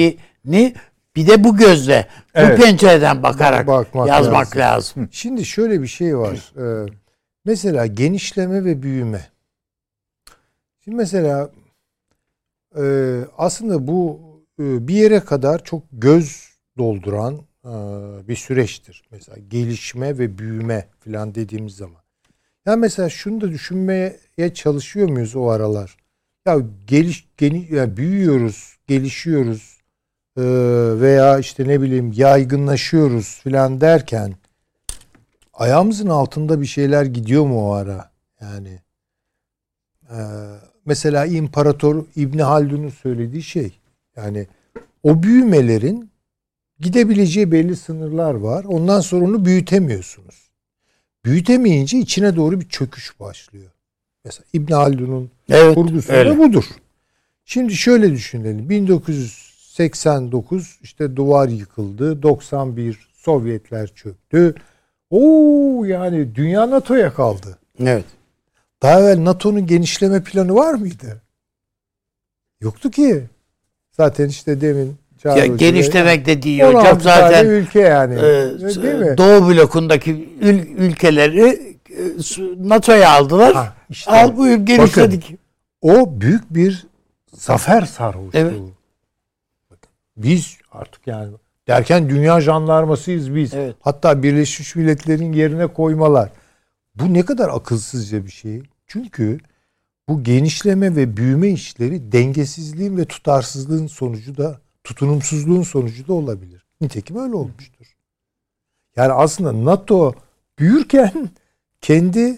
ni bir de bu gözle, Evet. bu pencereden bakarak Bakmak yazmak lazım. lazım. Şimdi şöyle bir şey var. Ee, mesela genişleme ve büyüme. Şimdi mesela e, aslında bu e, bir yere kadar çok göz dolduran e, bir süreçtir. Mesela gelişme ve büyüme falan dediğimiz zaman. Ya mesela şunu da düşünmeye çalışıyor muyuz o aralar? Ya geliş, geni, yani büyüyoruz, gelişiyoruz e, veya işte ne bileyim yaygınlaşıyoruz falan derken ayağımızın altında bir şeyler gidiyor mu o ara? Yani e, mesela İmparator İbni Haldun'un söylediği şey, yani o büyümelerin gidebileceği belli sınırlar var. Ondan sonra onu büyütemiyorsunuz. Büyütemeyince içine doğru bir çöküş başlıyor. Mesela İbn Haldun'un Evet, kurgusunda öyle. budur. Şimdi şöyle düşünelim. bin dokuz yüz seksen dokuz işte duvar yıkıldı. doksan bir Sovyetler çöktü. Oo, yani dünya NATO'ya kaldı. Evet. Daha evvel NATO'nun genişleme planı var mıydı? Yoktu ki. Zaten işte demin Çağrı Ya, Hoca genişlemek dediği on altı hocam zaten tane ülke yani. e, Değil mi? Doğu blokundaki ül- ülkeleri e, su- NATO'ya aldılar. Ha, işte. Al buyur genişledik. O büyük bir zafer sarhoşluğu. Evet. Biz artık yani derken dünya jandarmasıyız biz. Evet. Hatta Birleşmiş Milletler'in yerine koymalar. Bu ne kadar akılsızca bir şey. Çünkü bu genişleme ve büyüme işleri dengesizliğin ve tutarsızlığın sonucu da, tutunumsuzluğun sonucu da olabilir. Nitekim öyle olmuştur. Yani aslında NATO büyürken kendi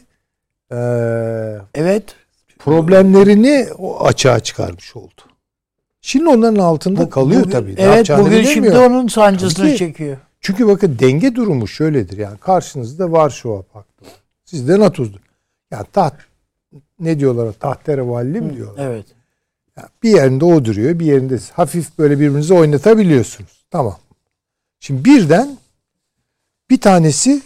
eee Evet. problemlerini o açığa çıkarmış oldu. Şimdi onların altında Bu- kalıyor bugün- tabii. Ne Evet, yapacağını bugün bilemiyor. şimdi onun sancısını Tabii ki. çekiyor. Çünkü bakın denge durumu şöyledir. Yani karşınızda Varşova Paktı var. Sizde NATO'dur. Yani taht ne diyorlar? Tahterevalli mi diyorlar? Evet. Yani bir yerinde o duruyor, bir yerinde hafif böyle birbirinizi oynatabiliyorsunuz. Tamam. Şimdi birden bir tanesi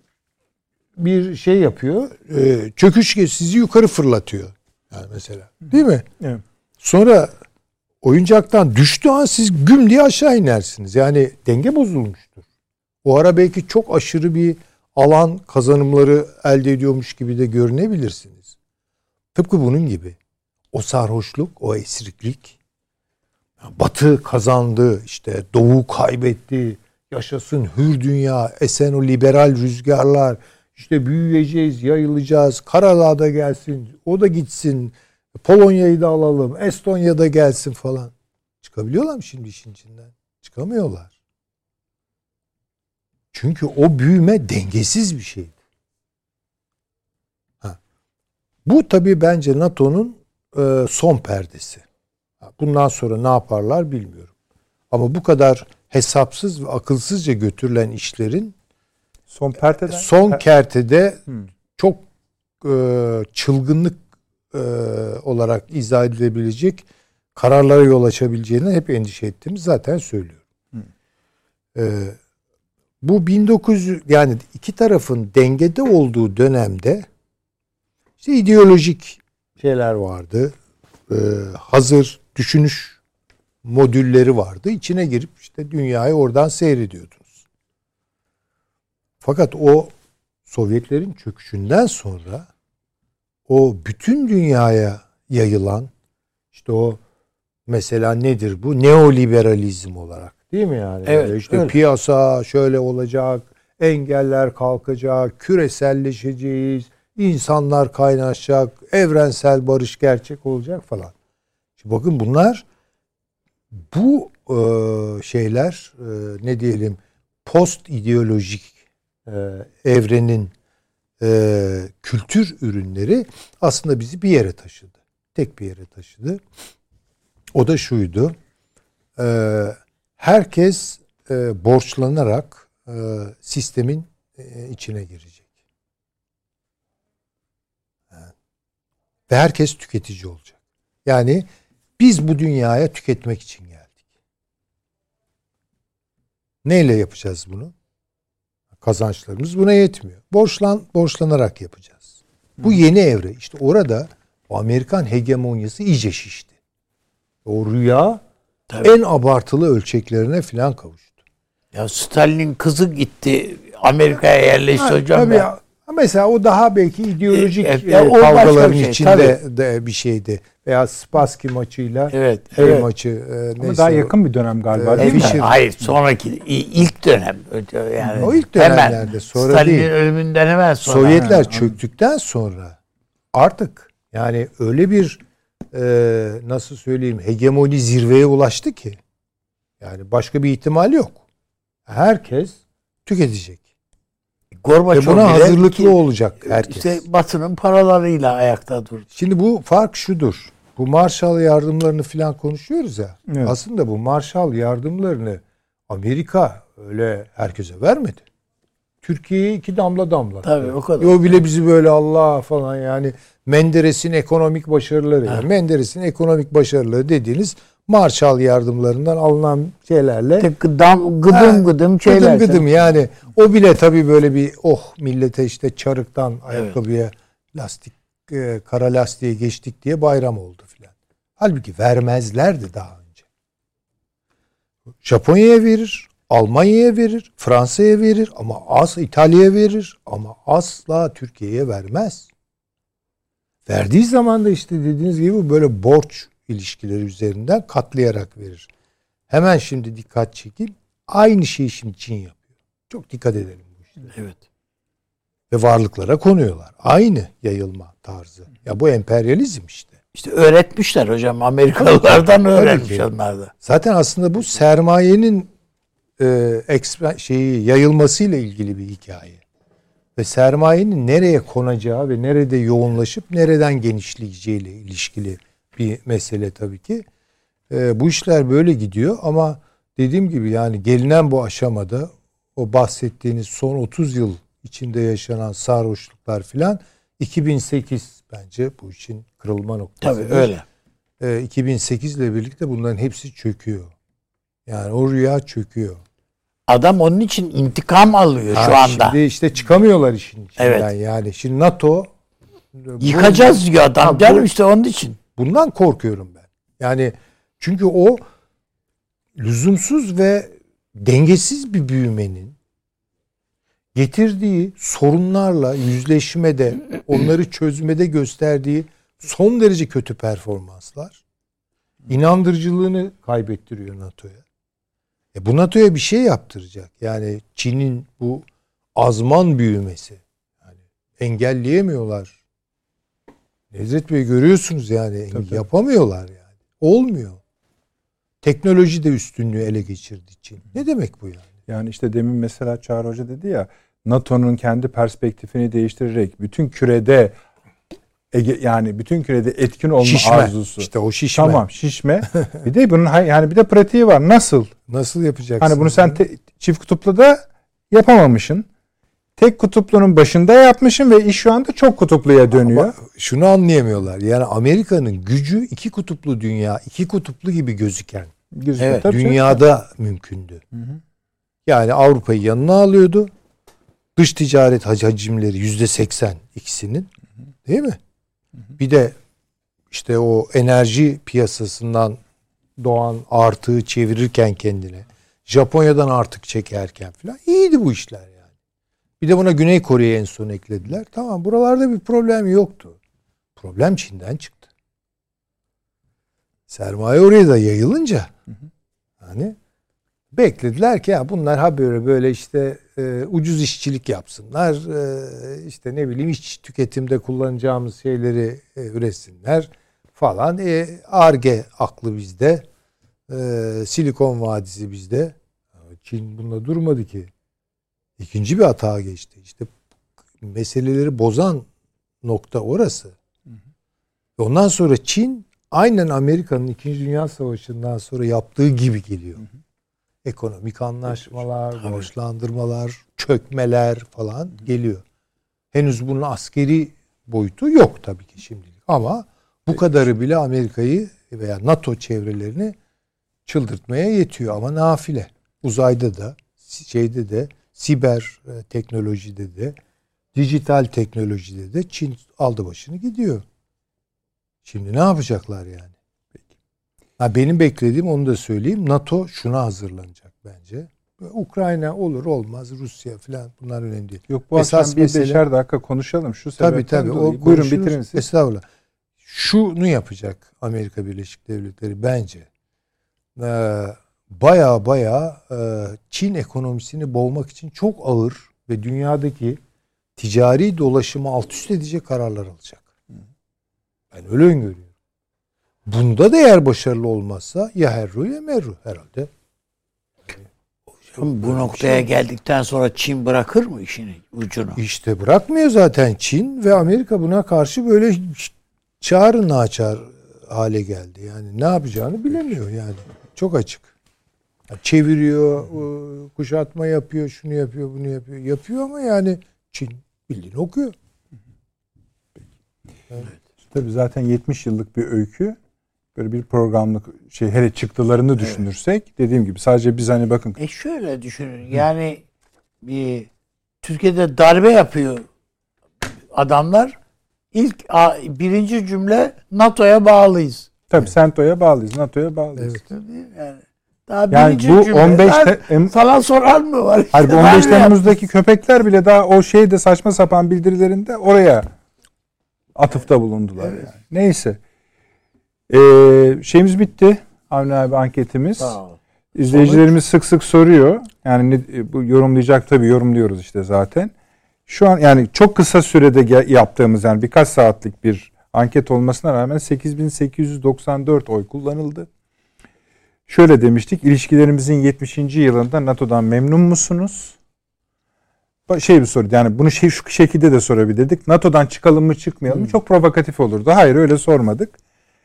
bir şey yapıyor. E, çöküş sizi yukarı fırlatıyor. Yani mesela. Değil mi? Evet. Sonra oyuncaktan düştüğü an siz güm diye aşağı inersiniz. Yani denge bozulmuştur. O ara belki çok aşırı bir alan kazanımları elde ediyormuş gibi de görünebilirsiniz. Tıpkı bunun gibi. O sarhoşluk, o esriklik, Batı kazandı, işte Doğu kaybetti, yaşasın hür dünya, esen o liberal rüzgarlar, işte büyüyeceğiz, yayılacağız, Karadağ'da gelsin, o da gitsin, Polonya'yı da alalım, Estonya'da gelsin falan. Çıkabiliyorlar mı şimdi işin içinden? Çıkamıyorlar. Çünkü o büyüme dengesiz bir şeydi. Ha. Bu tabii bence NATO'nun e, son perdesi. Bundan sonra ne yaparlar bilmiyorum. Ama bu kadar hesapsız ve akılsızca götürülen işlerin Son perteden son kertede Hmm. çok e, çılgınlık e, olarak izah edilebilecek kararlara yol açabileceğini hep endişe ettiğimiz zaten söylüyorum. Hmm. E, bu bin dokuz yüz yani iki tarafın dengede olduğu dönemde işte ideolojik şeyler vardı. E, hazır düşünüş modülleri vardı. İçine girip işte dünyayı oradan seyrediyordunuz. Fakat o Sovyetlerin çöküşünden sonra o bütün dünyaya yayılan işte o mesela nedir bu? Neoliberalizm olarak değil mi yani? Evet, Böyle işte öyle. piyasa şöyle olacak, engeller kalkacak, küreselleşeceğiz, insanlar kaynaşacak, evrensel barış gerçek olacak falan. Şimdi bakın bunlar bu e, şeyler e, ne diyelim post ideolojik e, evrenin e, kültür ürünleri aslında bizi bir yere taşıdı. Tek bir yere taşıdı. O da şuydu. E, herkes e, borçlanarak e, sistemin e, içine girecek. Ve herkes tüketici olacak. Yani biz bu dünyaya tüketmek için geldik. Neyle yapacağız bunu? Kazançlarımız buna yetmiyor. Borçlan, borçlanarak yapacağız. Bu yeni evre. İşte orada o Amerikan hegemonyası iyice şişti. O rüya Tabii. En abartılı ölçeklerine filan kavuştu. Ya Stalin'in kızı gitti Amerika'ya yerleşti Ha, hocam. tabii ya. ya. Mesela o daha belki ideolojik E, e, e, o başka kavgaların bir şey, içinde de bir şeydi. Veya Spassky maçıyla Evet, şey evet. maçı e, Ama neyse daha o. yakın bir dönem galiba Ee, değil mi? Fischer- Hayır, sonraki ilk dönem. Yani O ilk hemen dönemlerde, sonra Stalin'in değil. ölümünden hemen sonra. Sovyetler Ha, çöktükten sonra artık yani öyle bir e, nasıl söyleyeyim hegemoni zirveye ulaştı ki yani başka bir ihtimal yok. Herkes tüketecek. Gorbaçov Ve buna bile hazırlıklı iki- olacak herkes. İşte Batı'nın paralarıyla ayakta durdu. Şimdi bu fark şudur. Bu Marshall yardımlarını falan konuşuyoruz ya. Evet. Aslında bu Marshall yardımlarını Amerika öyle herkese vermedi. Türkiye'ye iki damla damlattı. Tabii, o kadar. O bile bizi böyle Allah falan yani Menderes'in ekonomik başarıları. Yani Menderes'in ekonomik başarıları dediğiniz Marshall yardımlarından alınan şeylerle Tek gıdım gıdım Ha, gıdım şeyler. Gıdım gıdım yani. O bile tabii böyle bir oh millete işte çarıktan Evet. ayakkabıya lastik e, kara lastiğe geçtik diye bayram oldu filan. Halbuki vermezlerdi daha önce. Japonya'ya verir, Almanya'ya verir, Fransa'ya verir ama az İtalya'ya verir ama asla Türkiye'ye vermez. Verdiği zaman da işte dediğiniz gibi böyle borç ilişkileri üzerinden katlayarak verir. Hemen şimdi dikkat çekeyim. Aynı şeyi şimdi Çin yapıyor. Çok dikkat edelim bu işlere. Evet. Ve varlıklara konuyorlar. Aynı yayılma tarzı. Ya bu emperyalizm işte. İşte öğretmişler hocam. Amerikalılardan Tabii öğrenmiş ki. onlar da. Zaten aslında bu sermayenin e, eksp- şeyi yayılmasıyla ilgili bir hikaye. Ve sermayenin nereye konacağı ve nerede yoğunlaşıp nereden genişleyeceğiyle ilişkili bir mesele tabii ki. E, bu işler böyle gidiyor ama dediğim gibi yani gelinen bu aşamada o bahsettiğiniz son otuz yıl içinde yaşanan sarhoşluklar filan iki bin sekiz bence bu işin kırılma noktası. Tabii öyle. E, iki bin sekiz ile birlikte bunların hepsi çöküyor. Yani o rüya çöküyor. Adam onun için intikam alıyor Ha, şu anda. Şimdi işte çıkamıyorlar işin içinden Evet. yani. Şimdi NATO Yıkacağız diyor adam. Ha, bu- Canım işte onun için. bundan korkuyorum ben. Yani çünkü o lüzumsuz ve dengesiz bir büyümenin getirdiği sorunlarla yüzleşmede, onları çözmede gösterdiği son derece kötü performanslar inandırıcılığını kaybettiriyor NATO'ya. E bu NATO'ya bir şey yaptıracak. Yani Çin'in bu azman büyümesi. Yani engelleyemiyorlar. Nezret Bey görüyorsunuz yani Tabii. yapamıyorlar yani. Olmuyor. Teknoloji de üstünlüğü ele geçirdi Çin. Ne demek bu yani? Yani işte demin mesela Çağrı Hoca dedi ya, NATO'nun kendi perspektifini değiştirerek bütün kürede Ege, yani bütün kürede etkin olma Şişme. arzusu. İşte o şişme. Tamam, şişme. Bir de bunun hay- yani bir de pratiği var. Nasıl? Nasıl yapacaksın? Hani bunu sen te- çift kutuplu da yapamamışsın. Tek kutuplunun başında yapmışsın ve iş şu anda çok kutupluya dönüyor. Ama şunu anlayamıyorlar. Yani Amerika'nın gücü iki kutuplu dünya, iki kutuplu gibi gözüken Gözüküyor. Evet, Tabii canım. dünyada mümkündü. Yani Avrupa'yı yanına alıyordu. Dış ticaret hacimleri yüzde seksen ikisinin. Değil mi? Bir de işte o enerji piyasasından doğan artığı çevirirken kendine, Japonya'dan artık çekerken falan iyiydi bu işler yani. Bir de buna Güney Kore'yi en son eklediler. Tamam, buralarda bir problem yoktu. Problem Çin'den çıktı. Sermaye oraya da yayılınca hani beklediler ki ya bunlar ha böyle böyle işte e, ucuz işçilik yapsınlar. E, işte ne bileyim iç tüketimde kullanacağımız şeyleri e, üretsinler falan. E, Ar-Ge aklı bizde. E, Silikon Vadisi bizde. Çin bununla durmadı ki. İkinci bir hata geçti. İşte meseleleri bozan nokta orası. Ondan sonra Çin aynen Amerika'nın İkinci Dünya Savaşı'ndan sonra yaptığı gibi geliyor. Hı hı. Ekonomik anlaşmalar, Tabii. borçlandırmalar, çökmeler falan hı hı. geliyor. Henüz bunun askeri boyutu yok tabii ki şimdilik. Ama bu Peki. kadarı bile Amerika'yı veya NATO çevrelerini çıldırtmaya yetiyor. Ama nafile. Uzayda da, şeyde de, siber teknolojide de, dijital teknolojide de Çin aldı başını gidiyor. Şimdi ne yapacaklar yani? Peki. Ha, benim beklediğim, onu da söyleyeyim. NATO şuna hazırlanacak bence. Ukrayna olur olmaz, Rusya falan, bunlar önemli değil. Yok, bu Esas akşam bir mesele, beşer dakika konuşalım şu tabii sebepten tabii dolayı. o Buyurun bitirin siz. Estağfurullah. Şunu yapacak Amerika Birleşik Devletleri bence. Ee, baya baya e, Çin ekonomisini boğmak için çok ağır ve dünyadaki ticari dolaşımı alt üst edecek kararlar alacak. Ben öyle öngörüyorum. Bunda da eğer başarılı olmazsa ya herru ya merru herhalde. Bu noktaya geldikten sonra Çin bırakır mı işini, ucunu? İşte bırakmıyor zaten Çin ve Amerika buna karşı böyle çağrı naçar hale geldi. Yani ne yapacağını bilemiyor yani. Çok açık. Yani çeviriyor, kuşatma yapıyor, şunu yapıyor, bunu yapıyor. Yapıyor ama yani Çin bildiğini okuyor. Evet. Tabii zaten yetmiş yıllık bir öykü. Böyle bir programlık şey, hele çıktılarını evet. düşünürsek, dediğim gibi sadece biz hani bakın. E şöyle düşünün. Yani bir Türkiye'de darbe yapıyor adamlar. İlk birinci cümle NATO'ya bağlıyız. Tabii evet. SENTO'ya bağlıyız, NATO'ya bağlıyız. Evet. Yani daha yani birinci bu cümle. on beş te- sana sorar mı var? İşte hayır, bu on beş Temmuz'daki köpekler bile daha o şeyde saçma sapan bildirilerinde oraya atıfta bulundular. Evet. Yani. Neyse. Ee, şeyimiz bitti. Avni abi, anketimiz. İzleyicilerimiz Sonuç. sık sık soruyor. Yani ne, bu yorumlayacak tabii, yorumluyoruz işte zaten. Şu an yani çok kısa sürede yaptığımız, yani birkaç saatlik bir anket olmasına rağmen sekiz bin sekiz yüz doksan dört oy kullanıldı. Şöyle demiştik: ilişkilerimizin yetmişinci yılında NATO'dan memnun musunuz? Şey bir soru, yani bunu şey, şu şekilde de sorabilirdik. NATO'dan çıkalım mı çıkmayalım mı? Hmm. Çok provokatif olurdu. Hayır, öyle sormadık.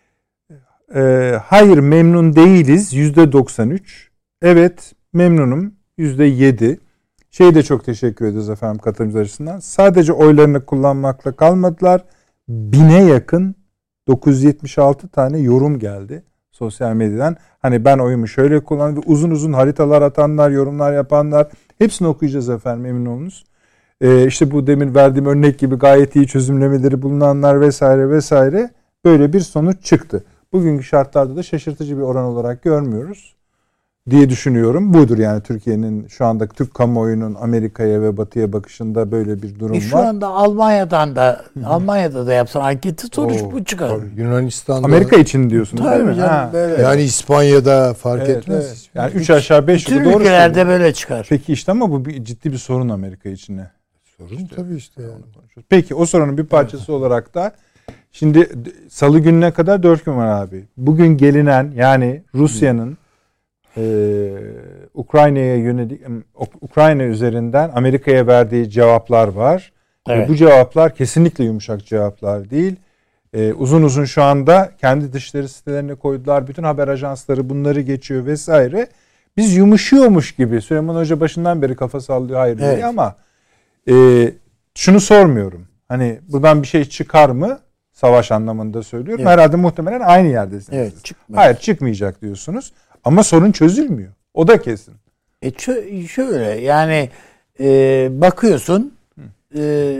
Ee, hayır memnun değiliz yüzde doksan üç. Evet memnunum yüzde yedi. Şey de çok teşekkür ederiz efendim katılımcılar açısından. Sadece oylarını kullanmakla kalmadılar. Bine yakın dokuz yüz yetmiş altı tane yorum geldi sosyal medyadan. Hani ben oyumu şöyle kullandım ve uzun uzun haritalar atanlar, yorumlar yapanlar, hepsini okuyacağız efendim, emin olunuz. Ee, işte bu demin verdiğim örnek gibi gayet iyi çözümlemeleri bulunanlar vesaire vesaire, böyle bir sonuç çıktı. Bugünkü şartlarda da şaşırtıcı bir oran olarak görmüyoruz diye düşünüyorum. Budur yani Türkiye'nin şu anda Türk kamuoyunun Amerika'ya ve Batı'ya bakışında böyle bir durum e var. Şu anda Almanya'dan da Hı-hı. Almanya'da da yapsan anketi sonuç Oo, bu çıkar. Tabii, Yunanistan'da. Amerika için diyorsunuz tabii değil mi? Canım, böyle. Yani İspanya'da fark evet, etmez. Evet. Yani üç aşağı beş yukarı doğru. Bütün ülkelerde söylüyor. böyle çıkar. Peki işte ama bu bir, ciddi bir sorun Amerika için ne? Sorun işte, tabii işte yani. Peki o sorunun bir parçası evet. olarak da şimdi salı gününe kadar dört gün var abi. Bugün gelinen, yani Rusya'nın e, Ukrayna'ya yönelik, Ukrayna üzerinden Amerika'ya verdiği cevaplar var. Evet. Bu cevaplar kesinlikle yumuşak cevaplar değil. E, uzun uzun şu anda kendi dışişleri sitelerine koydular. Bütün haber ajansları bunları geçiyor vesaire. Biz yumuşuyormuş gibi. Süleyman Hoca başından beri kafa sallıyor, hayır evet. diye, ama e, şunu sormuyorum. Hani buradan bir şey çıkar mı? Savaş anlamında söylüyorum. Evet. Herhalde muhtemelen aynı yerdesiniz. Evet, hayır çıkmayacak diyorsunuz. Ama sorun çözülmüyor. O da kesin. E ç- şöyle yani e, bakıyorsun e,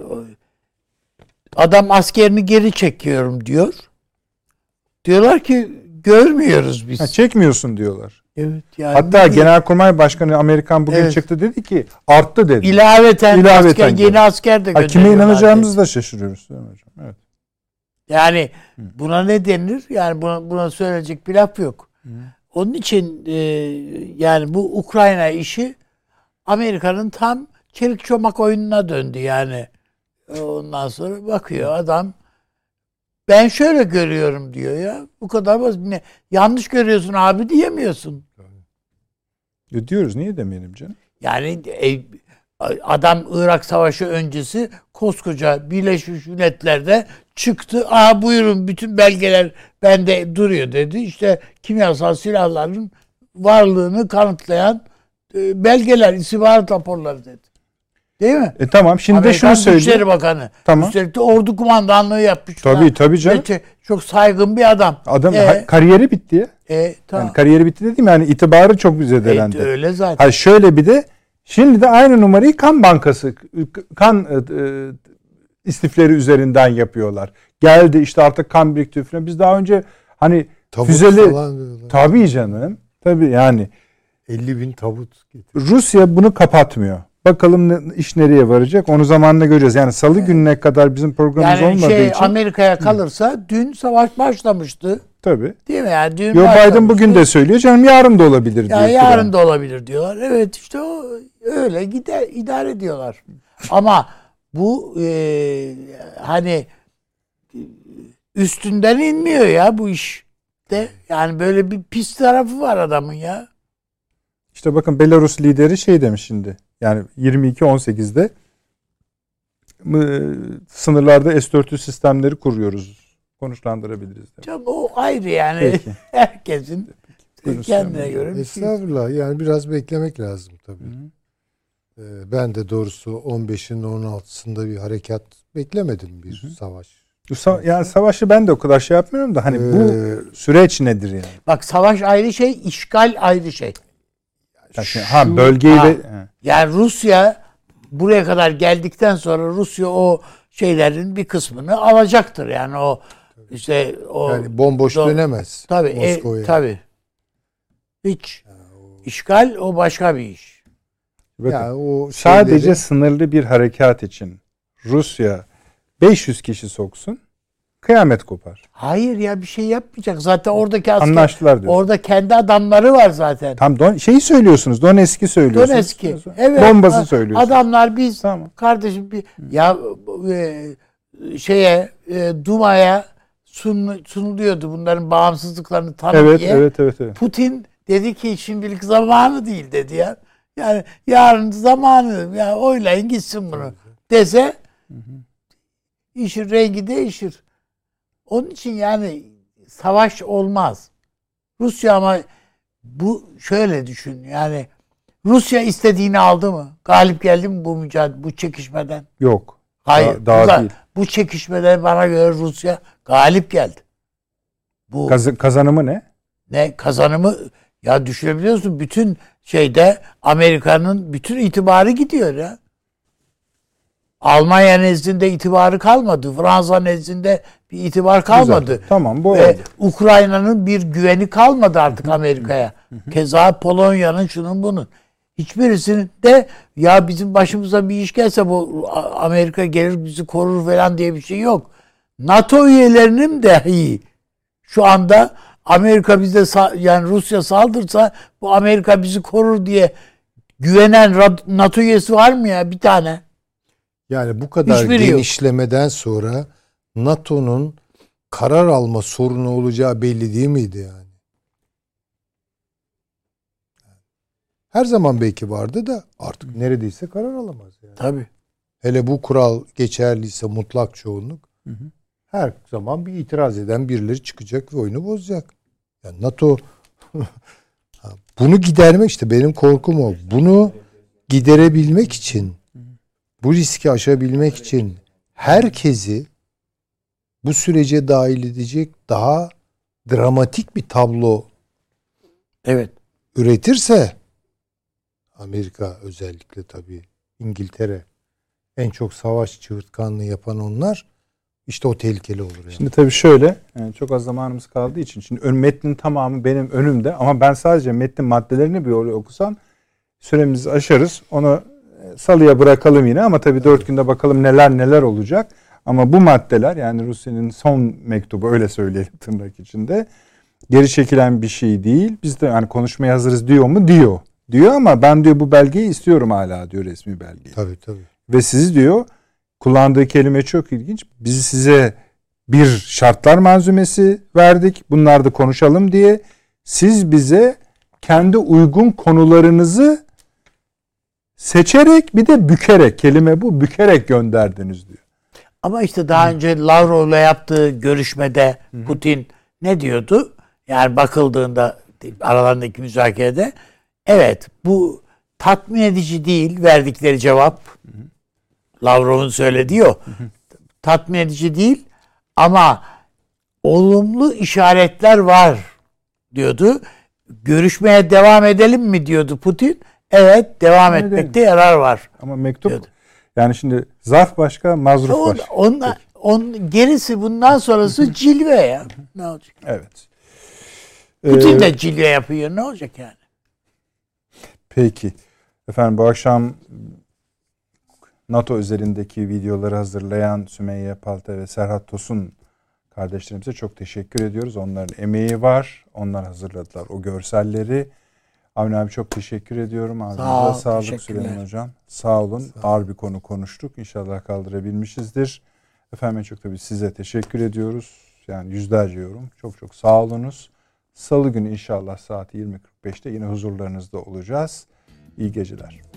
adam askerini geri çekiyorum diyor. Diyorlar ki görmüyoruz biz. Ha, çekmiyorsun diyorlar. Evet, yani hatta Genelkurmay Başkanı Amerikan bugün evet. çıktı, dedi ki arttı dedi. İlaveten, İlaveten asker, yeni asker de gönderiyorlar. Kime inanacağımızı da şaşırıyoruz. Evet. Yani Hı. buna ne denir? Yani buna, buna söyleyecek bir laf yok. Hı. Onun için e, yani bu Ukrayna işi Amerika'nın tam çelik çomak oyununa döndü yani. Ondan sonra bakıyor adam, ben şöyle görüyorum diyor ya. Bu kadar basit. Ne? Yanlış görüyorsun abi diyemiyorsun. Ya diyoruz, niye demeyelim canım? Yani e, adam Irak Savaşı öncesi koskoca Birleşmiş Milletler'de çıktı. Aa buyurun bütün belgeler bende duruyor dedi. İşte kimyasal silahların varlığını kanıtlayan e, belgeler, istihbarat raporları dedi. Değil mi? E tamam, şimdi Amerikan de şunu söyleyeyim. Dışişleri Bakanı. Tamam. Üstelik de ordu kumandanlığı yapmış. Tabii tabii canım. Çok, çok saygın bir adam. Adam ee, kariyeri bitti ya. E, tamam. Yani kariyeri bitti dediğim, yani itibarı çok zedelendi. Evet, öyle zaten. Hayır, şöyle bir de şimdi de aynı numarayı kan bankası, kan e, istifleri üzerinden yapıyorlar. Geldi işte artık kan biriktiriyor falan. Biz daha önce hani Tabut füzeli falan diyorlar. tabii canım. Tabii yani elli bin tabut getir. Rusya bunu kapatmıyor. Bakalım ne, iş nereye varacak onu zamanla göreceğiz. Yani salı evet. gününe kadar bizim programımız yani olmadığı şey, için. Amerika'ya kalırsa Hı. dün savaş başlamıştı. Tabii. Değil mi yani? Dün Yo, Biden bugün de söylüyor canım yarın da olabilir diyor. Yani yarın yani. da olabilir diyorlar. Evet işte o öyle gider idare ediyorlar. Ama bu e, hani üstünden inmiyor ya bu iş. De yani böyle bir pis tarafı var adamın ya. İşte bakın Belarus lideri şey demiş şimdi. Yani yirmi iki on sekizde sınırlarda S dört yüz sistemleri kuruyoruz. Konuşlandırabiliriz. Canım, o ayrı yani. Peki. Herkesin Peki. kendine göre bir şey. Estağfurullah. Yani biraz beklemek lazım tabii. Ee, ben de doğrusu on beşin on altısında bir harekat beklemedim bir Hı-hı. savaş. Yani savaşı ben de o kadar şey yapmıyorum da hani ee, bu süreç nedir yani? Bak savaş ayrı şey, işgal ayrı şey. Yani Şu, ha bölgeyi ha, ve yani Rusya buraya kadar geldikten sonra Rusya o şeylerin bir kısmını alacaktır. Yani o işte o yani bomboş do, dönemez. Tabii e, tabii. Hiç ya, o... işgal o başka bir iş. Bakın, ya, o sadece şeyleri... sınırlı bir harekat için Rusya beş yüz kişi soksun, kıyamet kopar. Hayır ya bir şey yapmayacak. Zaten oradaki asker, anlaştılar diyorsun. Orada kendi adamları var zaten. Tam don, şeyi söylüyorsunuz. Donetsk'i söylüyorsunuz. Donetsk'i. Evet. Bombası söylüyorsunuz. Adamlar biz tamam. kardeşim bir ya e, şeye e, Duma'ya sun, sunuluyordu bunların bağımsızlıklarını tanı evet, diye. Evet, evet, evet. Putin dedi ki şimdilik zamanı değil dedi ya. Yani yarın zamanı ya oylayın gitsin bunu dese hı hı. işin rengi değişir. Onun için yani savaş olmaz. Rusya ama bu şöyle düşün yani Rusya istediğini aldı mı? Galip geldi mi bu mücadele bu çekişmeden? Yok. Hayır. Daha, daha bu, değil. Bu çekişmeden bana göre Rusya galip geldi. Bu Kaz, kazanımı ne? Ne kazanımı? Ya düşünebiliyorsun bütün şeyde Amerika'nın bütün itibarı gidiyor ya. Almanya nezdinde itibarı kalmadı. Fransa nezdinde bir itibar kalmadı. Güzel. Tamam bu Ve Ukrayna'nın bir güveni kalmadı artık Amerika'ya. Keza Polonya'nın şunun bunun. Hiçbirisinin de ya bizim başımıza bir iş gelse bu Amerika gelir bizi korur falan diye bir şey yok. NATO üyelerinin dahi şu anda Amerika bize yani Rusya saldırsa bu Amerika bizi korur diye güvenen NATO üyesi var mı ya bir tane? Yani bu kadar Hiçbiri genişlemeden yok. Sonra NATO'nun karar alma sorunu olacağı belli değil miydi yani? Her zaman belki vardı da artık neredeyse karar alamaz yani. Tabii. Hele bu kural geçerliyse mutlak çoğunluk hı hı. her zaman bir itiraz eden birileri çıkacak ve oyunu bozacak. Yani NATO bunu gidermek işte benim korkum o. Bunu giderebilmek için bu riski aşabilmek için herkesi bu sürece dahil edecek daha dramatik bir tablo evet üretirse Amerika özellikle tabii İngiltere en çok savaş çığırtkanlığı yapan onlar işte o tehlikeli olur. Yani. Şimdi tabii şöyle yani çok az zamanımız kaldığı için şimdi ön metnin tamamı benim önümde ama ben sadece metnin maddelerini bir okusam süremizi aşarız. Onu salıya bırakalım yine ama tabii dört günde bakalım neler neler olacak. Ama bu maddeler yani Rusya'nın son mektubu öyle söyleyelim tırnak içinde geri çekilen bir şey değil. Biz de yani konuşmaya hazırız diyor mu? Diyor. Diyor ama ben diyor bu belgeyi istiyorum hala diyor resmi belgeyi. Tabii tabii. Ve siz diyor kullandığı kelime çok ilginç. Biz size bir şartlar manzumesi verdik. Bunlar da konuşalım diye. Siz bize kendi uygun konularınızı seçerek bir de bükerek kelime bu bükerek gönderdiniz diyor. Ama işte daha Hı. önce Lavrov'la yaptığı görüşmede Hı. Putin ne diyordu? Yani bakıldığında aralarındaki müzakerede evet bu tatmin edici değil verdikleri cevap. Hı. Lavrov'un söylediği o. Hı. Tatmin edici değil ama olumlu işaretler var diyordu. Görüşmeye devam edelim mi diyordu Putin. Evet devam Öyle etmekte yarar var. Ama mektup diyordu. Yani şimdi zarf başka mazruf on, başka. Onun on, gerisi bundan sonrası cilve ya. Ne olacak? Evet. Putin Ee, de cilve yapıyor. Ne olacak yani? Peki. Efendim bu akşam NATO üzerindeki videoları hazırlayan Sümeyye Palta ve Serhat Tosun kardeşlerimize çok teşekkür ediyoruz. Onların emeği var. Onlar hazırladılar o görselleri. Avni abi çok teşekkür ediyorum. Ağzınıza sağlık Süleyman Hocam. Sağ olun. Sağ Ağır bir konu konuştuk. İnşallah kaldırabilmişizdir. Efendim çok tabii size teşekkür ediyoruz. Yani yüzlerce yorum. Çok çok sağ olunuz. Salı günü inşallah saat yirmi kırk beşte yine huzurlarınızda olacağız. İyi geceler.